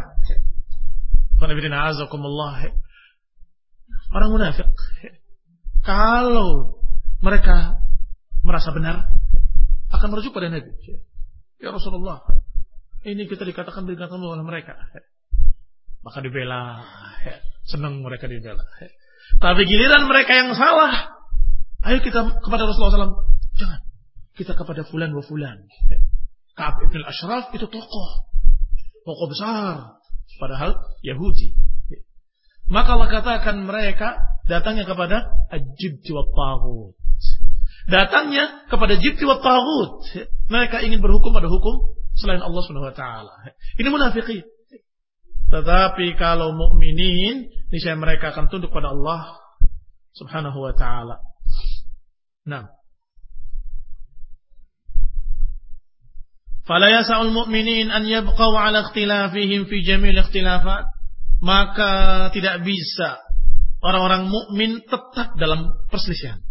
Orang munafik, kalau mereka merasa benar, akan merujuk pada Nabi. Ya Rasulullah, ini kita dikatakan oleh mereka. Maka dibela, senang mereka dibela. Tapi giliran mereka yang salah, ayo kita kepada Rasulullah SAW. Jangan, kita kepada fulan wa fulan. Ka'ab ibn al-Ashraf itu tokoh besar, padahal Yahudi. Maka Allah katakan mereka datangnya kepada al-jibti wa taghut. Datangnya kepada jibti wa taghut. Mereka ingin berhukum pada hukum selain Allah Subhanahu wa taala. Ini munafiqin. Tetapi kalau mukminin, niscaya mereka akan tunduk pada Allah Subhanahu wa taala. Nah. Fala yasa'ul mu'minin an yabqaw 'ala ikhtilafihim fi jamil ikhtilafat. Maka tidak bisa orang-orang mukmin tetap dalam perselisihan.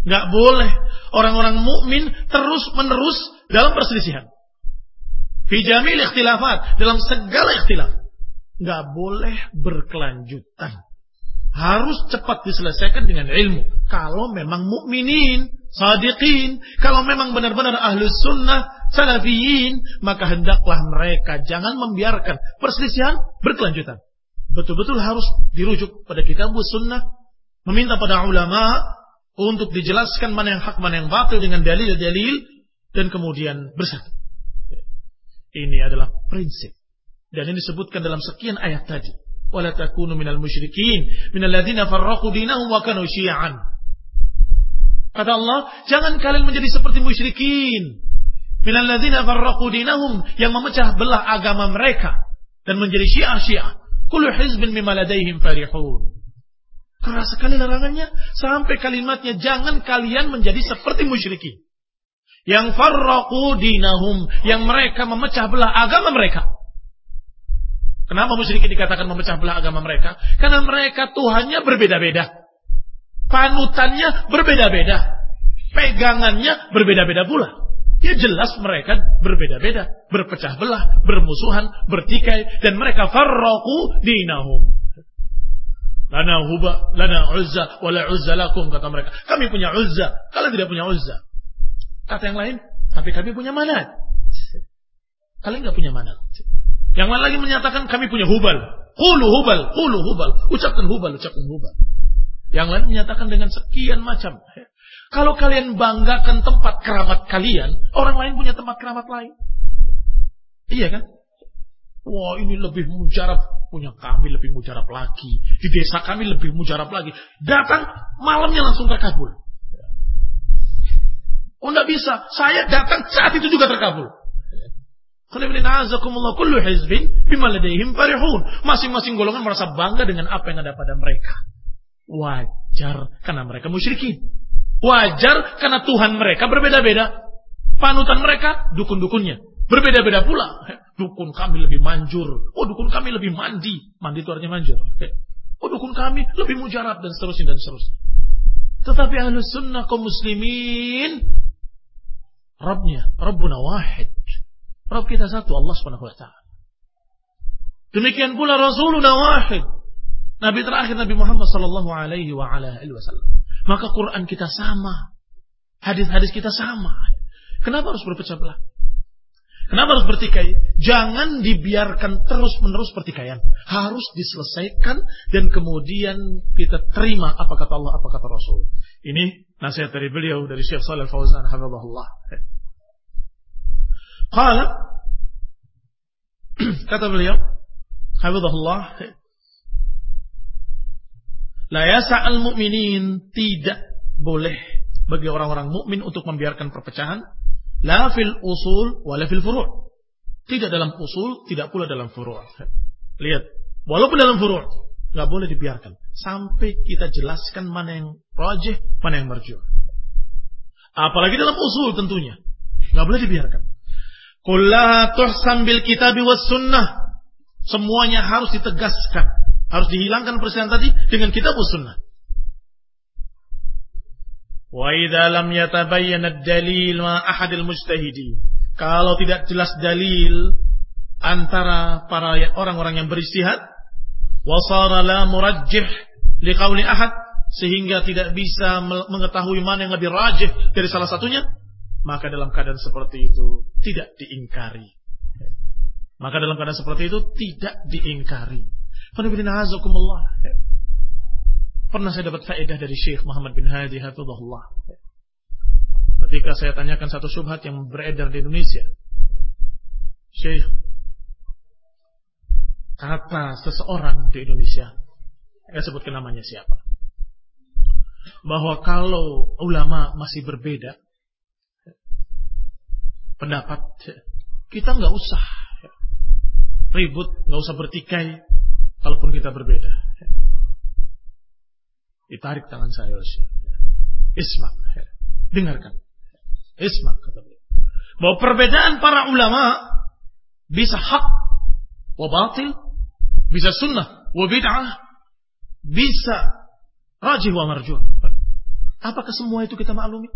Nggak boleh orang-orang mukmin terus-menerus dalam perselisihan. Fi jamil ikhtilafat, dalam segala ikhtilaf. Nggak boleh berkelanjutan. Harus cepat diselesaikan dengan ilmu. Kalau memang mukminin, sadiqin, kalau memang benar-benar ahlus sunnah, salafiyin, maka hendaklah mereka jangan membiarkan perselisihan berkelanjutan. Betul-betul harus dirujuk pada kitab sunnah, meminta pada ulama untuk dijelaskan mana yang hak, mana yang batil dengan dalil-dalil, dan kemudian bersatu. Ini adalah prinsip. Dan ini disebutkan dalam sekian ayat tadi. Wala takunu minal musyrikin minal ladzina farraqu dinahum wa kanu syi'an. Kata Allah, jangan kalian menjadi seperti musyrikin minal ladzina farraqu dinahum, yang memecah belah agama mereka dan menjadi syiah-syiah. Kullu hizbin bima ladaihim farihun. Keras sekali larangannya, sampai kalimatnya jangan kalian menjadi seperti musyrikin yang farraqu dinahum, yang mereka memecah belah agama mereka. Kenapa musyrikin dikatakan memecah belah agama mereka? Karena mereka Tuhannya berbeda-beda, panutannya berbeda-beda, pegangannya berbeda-beda pula. Ya jelas mereka berbeda-beda, berpecah belah, bermusuhan, bertikai, dan mereka farraqu dinahum. Lana huba, lana uzza, wala uzza lakum, kata mereka. Kami punya uzza, kalian tidak punya uzza. Kata yang lain, tapi kami punya manat. Kalian nggak punya manat. Yang lain lagi menyatakan kami punya hubal. Qulu hubal, qulu hubal. Ucapkan hubal, ucapkan hubal. Yang lain menyatakan dengan sekian macam. Kalau kalian banggakan tempat keramat kalian, orang lain punya tempat keramat lain. Iya kan? Wah, ini lebih mujarab. Punya kami lebih mujarab lagi. Di desa kami lebih mujarab lagi. Datang, malamnya langsung terkabul. Oh, enggak bisa. Saya datang saat itu juga terkabul. Kullu hizbin bima ladaihim farihun. Masing-masing golongan merasa bangga dengan apa yang ada pada mereka. Wajar karena mereka musyrikin. Wajar karena Tuhan mereka berbeda-beda. Panutan mereka dukun-dukunnya berbeda-beda pula. Dukun kami lebih manjur. Oh, dukun kami lebih mandi. Mandi itu artinya manjur. Oh, dukun kami lebih mujarab, dan seterusnya dan seterusnya. Tetapi ahlus sunnah kaum muslimin, Rabbuna wahid. Rabb kita satu, Allah Subhanahu wa ta'ala. Demikian pula Rasuluna wahid. Nabi terakhir Nabi Muhammad sallallahu alaihi wa ala alihi wasallam. Maka Quran kita sama. Hadis-hadis kita sama. Kenapa harus berpecah belah? Kenapa harus bertikai? Jangan dibiarkan terus-menerus pertikaian. Harus diselesaikan dan kemudian kita terima apa kata Allah, apa kata Rasul. Ini nasihat dari beliau, dari Syekh Shalih Al-Fauzan hafizahullah. Qala, kata beliau hafizahullah, la yasa'al mu'minin, tidak boleh bagi orang-orang mukmin untuk membiarkan perpecahan, la fil usul wala fil furu'. Tidak dalam usul, tidak pula dalam furu'. Lihat, walaupun dalam furu' enggak boleh dibiarkan sampai kita jelaskan mana yang rajih, mana yang marjuh. Apalagi dalam usul tentunya enggak boleh dibiarkan. Kullaha tuhsam bil kitabi was sunnah. Semuanya harus ditegaskan, harus dihilangkan perselisihan tadi dengan kitab was sunnah. Wa idza lam yatabayyan ad-dalil ma ahadil mujtahidin. Kalau tidak jelas dalil antara para orang-orang yang beristihad, wa sara la murajjih liqauli ahad, sehingga tidak bisa mengetahui mana yang lebih rajih dari salah satunya, maka dalam keadaan seperti itu tidak diingkari. Maka dalam keadaan seperti itu tidak diingkari. Pernah saya dapat faedah dari Syekh Muhammad bin Hadi hafizahullah. Ketika saya tanyakan satu syubhat yang beredar di Indonesia. Syekh, kata seseorang di Indonesia, saya sebutkan namanya siapa, bahwa kalau ulama masih berbeda pendapat, kita nggak usah ribut, nggak usah bertikai, kalaupun kita berbeda. Ditarik tangan saya oleh Syekh. Isma, dengarkan. Isma, kata beliau, bahwa perbedaan para ulama bisa hak wa batil, bisa sunnah wa bid'ah, bisa rajih wa marjuh. Apakah semua itu kita maklumi?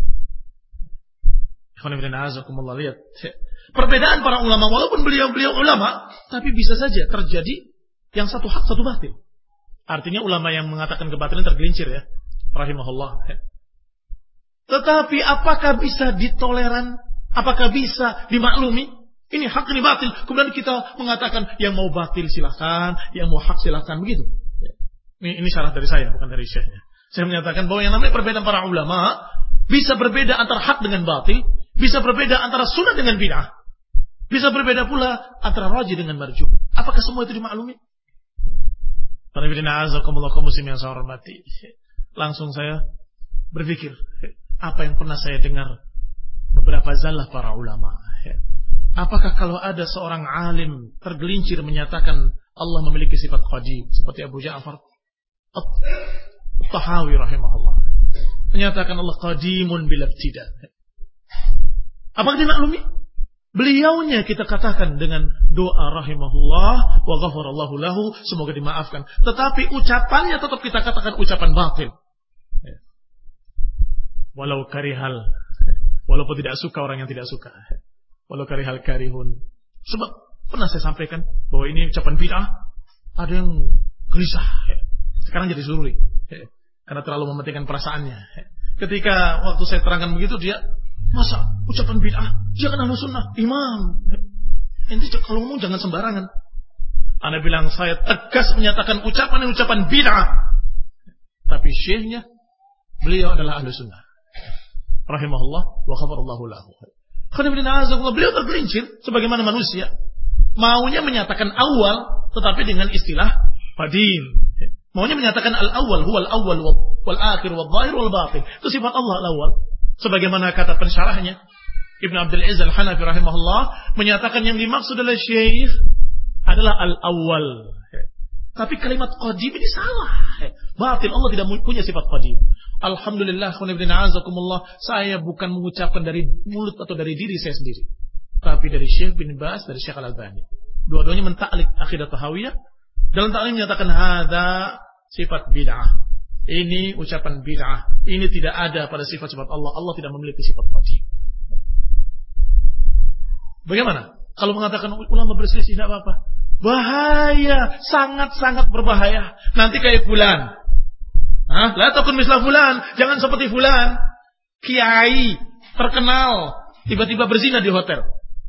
Lihat. Perbedaan para ulama, walaupun beliau ulama, tapi bisa saja terjadi yang satu hak, satu batil. Artinya ulama yang mengatakan kebatilan tergelincir ya. Rahimahullah. Tetapi apakah bisa ditoleran? Apakah bisa dimaklumi? Ini hak, ini batil. Kemudian kita mengatakan yang mau batil silahkan, yang mau hak silahkan. Begitu. Ini syarat dari saya, bukan dari syekhnya. Saya menyatakan bahwa yang namanya perbedaan para ulama bisa berbeda antara hak dengan batil, bisa berbeda antara sunnah dengan bid'ah, bisa berbeda pula antara rajih dengan marjuh. Apakah semua itu dimaklumi? Langsung saya berpikir, apa yang pernah saya dengar beberapa zallah para ulama. Apakah kalau ada seorang alim tergelincir menyatakan Allah memiliki sifat qadim, seperti Abu Ja'far At-Tahawi rahimahullah, menyatakan Allah qadimun bil ibtida. Apakah dimaklumi? Beliaunya kita katakan dengan doa rahimahullah wa ghafarallahu lahu, semoga dimaafkan. Tetapi ucapannya tetap kita katakan ucapan batil. Walau karihal, walaupun tidak suka orang yang tidak suka. Walau karihal karihun. Sebab pernah saya sampaikan bahwa ini ucapan bid'ah, ada yang gelisah. Sekarang jadi sururi. Karena terlalu mementingkan perasaannya. Ketika waktu saya terangkan begitu, dia, masa ucapan bid'ah? Dia kan ahlu sunnah, imam. Ente kalau ngomong jangan sembarangan. Anda bilang saya tegas menyatakan ucapan bid'ah. Tapi syekhnya, beliau adalah ahlu sunnah. Rahimahullah wa ghafarallahu lahu. Beliau tergelincir sebagaimana manusia. Maunya menyatakan awal, tetapi dengan istilah qadim. Maunya menyatakan al-awwal huwal awwal wal akhir wal zahir wal batin. Itu sifat Allah al-awwal. Sebagaimana kata pensyarahnya Ibn Abdul Aziz Al-Hanafi rahimahullah, menyatakan yang dimaksud oleh syekh adalah al-awwal. Tapi kalimat qadim ini salah. Batil, Allah tidak punya sifat qadim. Alhamdulillah, saya bukan mengucapkan dari mulut atau dari diri saya sendiri, tapi dari Syekh bin Baz, dari Syekh Al-Albani. Dua-duanya mentaklik akidah tahawiyah. Dalam taklim menyatakan hada sifat bid'ah. Ini ucapan bid'ah. Ini tidak ada pada sifat-sifat Allah. Allah tidak memiliki sifat qadim. Bagaimana? Kalau mengatakan ulama berselisih tidak apa-apa. Bahaya, sangat-sangat berbahaya. Nanti kayak fulan. La takun misla fulan, jangan seperti fulan. Kiai terkenal tiba-tiba berzina di hotel.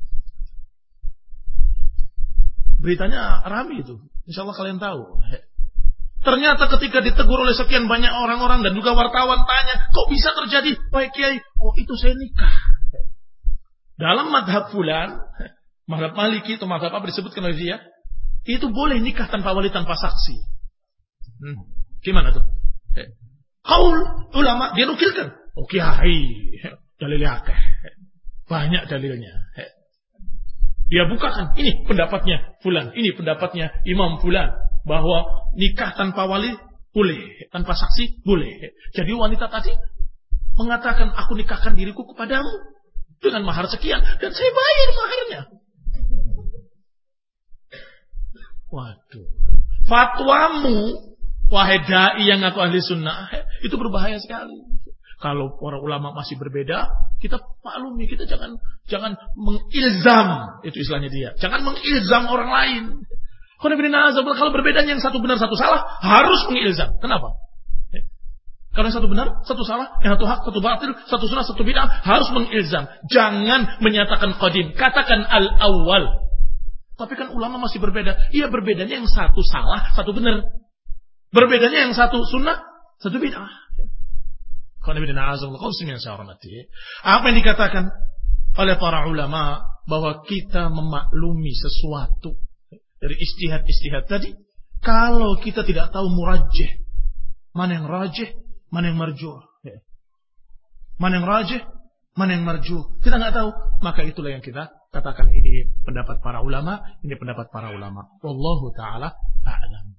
Beritanya ramai itu. Insyaallah kalian tahu. Ternyata ketika ditegur oleh sekian banyak orang-orang dan juga wartawan tanya, kok bisa terjadi? Wahai kiai, oh itu saya nikah. Dalam madhab fulan, madhab Maliki atau madhab apa disebutkan oleh dia, itu boleh nikah tanpa wali, tanpa saksi. Gimana tuh? Qaul ulama dia nukilkan. Oh kiai, dalilnya akeh. Banyak dalilnya. Dia bukakan, ini pendapatnya fulan, ini pendapatnya Imam fulan, bahwa nikah tanpa wali boleh, tanpa saksi boleh. Jadi wanita tadi mengatakan, aku nikahkan diriku kepadamu dengan mahar sekian dan saya bayar maharnya. Waduh, fatwamu wahai dai yang ngaku ahli sunnah itu berbahaya sekali. Kalau para ulama masih berbeda, kita maklumi, kita jangan mengilzam, itu istilahnya dia. Jangan mengilzam orang lain. Kalau berbeda yang satu benar satu salah, harus mengilzam. Kenapa? Karena satu benar, satu salah, yang satu hak, satu batil, satu sunnah, satu bid'ah, harus mengilzam. Jangan menyatakan qadim, katakan al-awwal. Tapi kan ulama masih berbeda. Iya, berbedanya yang satu salah, satu benar. Berbedanya yang satu sunnah, satu bid'ah. Apa yang dikatakan oleh para ulama bahwa kita memaklumi sesuatu dari ijtihad tadi, kalau kita tidak tahu murajjih, mana yang rajih, mana yang marjuh, mana yang rajih, mana yang marjuh, kita nggak tahu, maka itulah yang kita katakan ini pendapat para ulama, ini pendapat para ulama. Wallahu taala a'lam.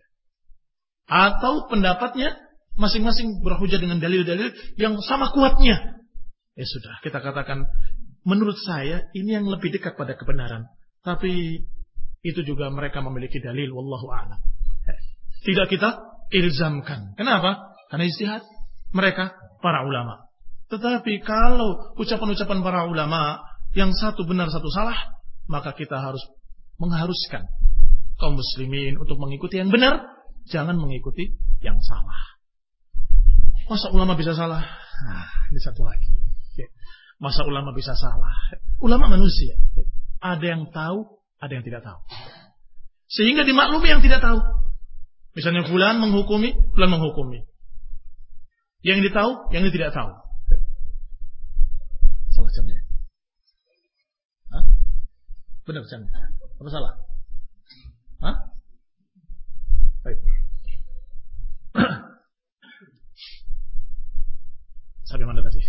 Atau pendapatnya masing-masing berhujjah dengan dalil-dalil yang sama kuatnya. Ya sudah, kita katakan menurut saya ini yang lebih dekat pada kebenaran. Tapi itu juga mereka memiliki dalil, wallahu a'lam. Tidak kita ilzamkan. Kenapa? Karena ijtihad. mereka para ulama. Tetapi kalau ucapan-ucapan para ulama yang satu benar satu salah, maka kita harus mengharuskan kaum muslimin untuk mengikuti yang benar, jangan mengikuti yang salah. Masa ulama bisa salah? Nah, ini satu lagi. Masa ulama bisa salah? Ulama manusia. Ada yang tahu, ada yang tidak tahu. Sehingga dimaklumi yang tidak tahu. Misalnya fulan menghukumi, fulan menghukumi. Yang ditahu, yang tidak tahu. Salah jamnya. Hah? Benar jamnya. Apa salah? Hah? Baik. Sampai mana tadi?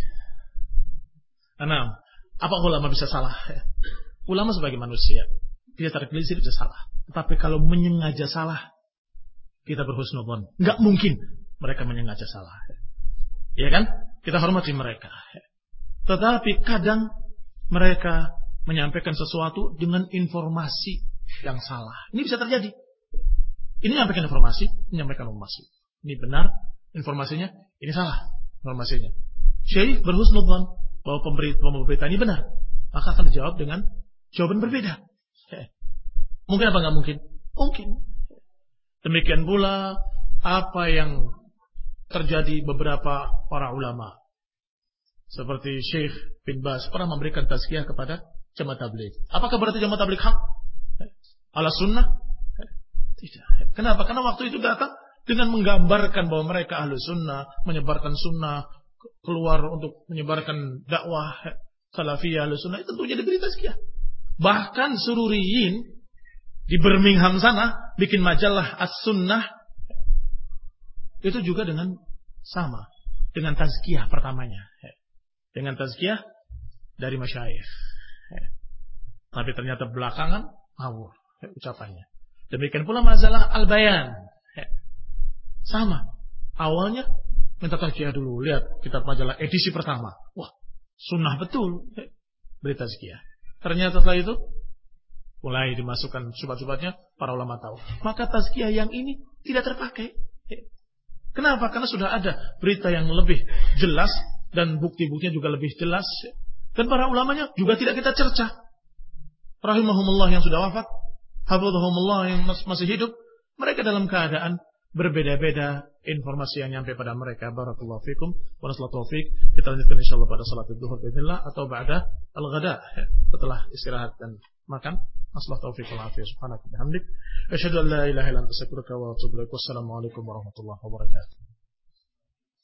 Apa ulama bisa salah? Ulama sebagai manusia, dia tergelincir bisa salah. Tetapi kalau menyengaja salah, kita berhusnudzon. Enggak mungkin mereka menyengaja salah. Ya kan? Kita hormati mereka. Tetapi kadang mereka menyampaikan sesuatu dengan informasi yang salah. Ini bisa terjadi. Ini menyampaikan informasi, menyampaikan informasi. Ini benar informasinya, ini salah informasinya. Syekh berhusnudzon bahwa pemberita ini benar, maka akan dijawab dengan jawaban berbeda. Mungkin apa enggak mungkin? Mungkin. Demikian pula apa yang terjadi beberapa para ulama seperti Syekh bin Baz pernah memberikan tazkiyah kepada jamaah tabligh. Apakah berarti jamaah tabligh hak? Ala sunnah? Tidak. Kenapa? Karena waktu itu datang dengan menggambarkan bahwa mereka ahlu sunnah, menyebarkan sunnah, keluar untuk menyebarkan dakwah salafiyah ahlu sunnah, itu tentunya diberi tazkiyah. Bahkan Sururiyin di Birmingham sana bikin majalah As-Sunnah, itu juga dengan sama, dengan tazkiyah pertamanya, dengan tazkiyah dari masyayikh. Tapi ternyata belakangan ngawur ucapannya. Demikian pula masalah Al-Bayan, sama. Awalnya minta tazkiyah dulu, lihat kitab majalah edisi pertama, wah sunnah betul, beri tazkiyah. Ternyata setelah itu mulai dimasukkan syubhat-syubhatnya, para ulama tahu. Maka tazkiyah yang ini tidak terpakai. Kenapa? Karena sudah ada berita yang lebih jelas dan bukti-buktinya juga lebih jelas. Dan para ulamanya juga tidak kita cerca. Rahimahumullah yang sudah wafat, hafizahumullah yang masih hidup, mereka dalam keadaan berbeda-beda informasi yang nyampe pada mereka. Barakallahu fikum wa nasallahu taufiq. Kita lanjutkan insyaallah pada salat zuhur bismillah atau ba'da al-ghada, setelah istirahat dan makan. Nasallahu taufiq wal afiyah. Subhanaka bihamdik asyhadu an la ilaha illa anta astaghfiruka wa atubu ilaik. Wassalamu alaikum warahmatullahi wabarakatuh.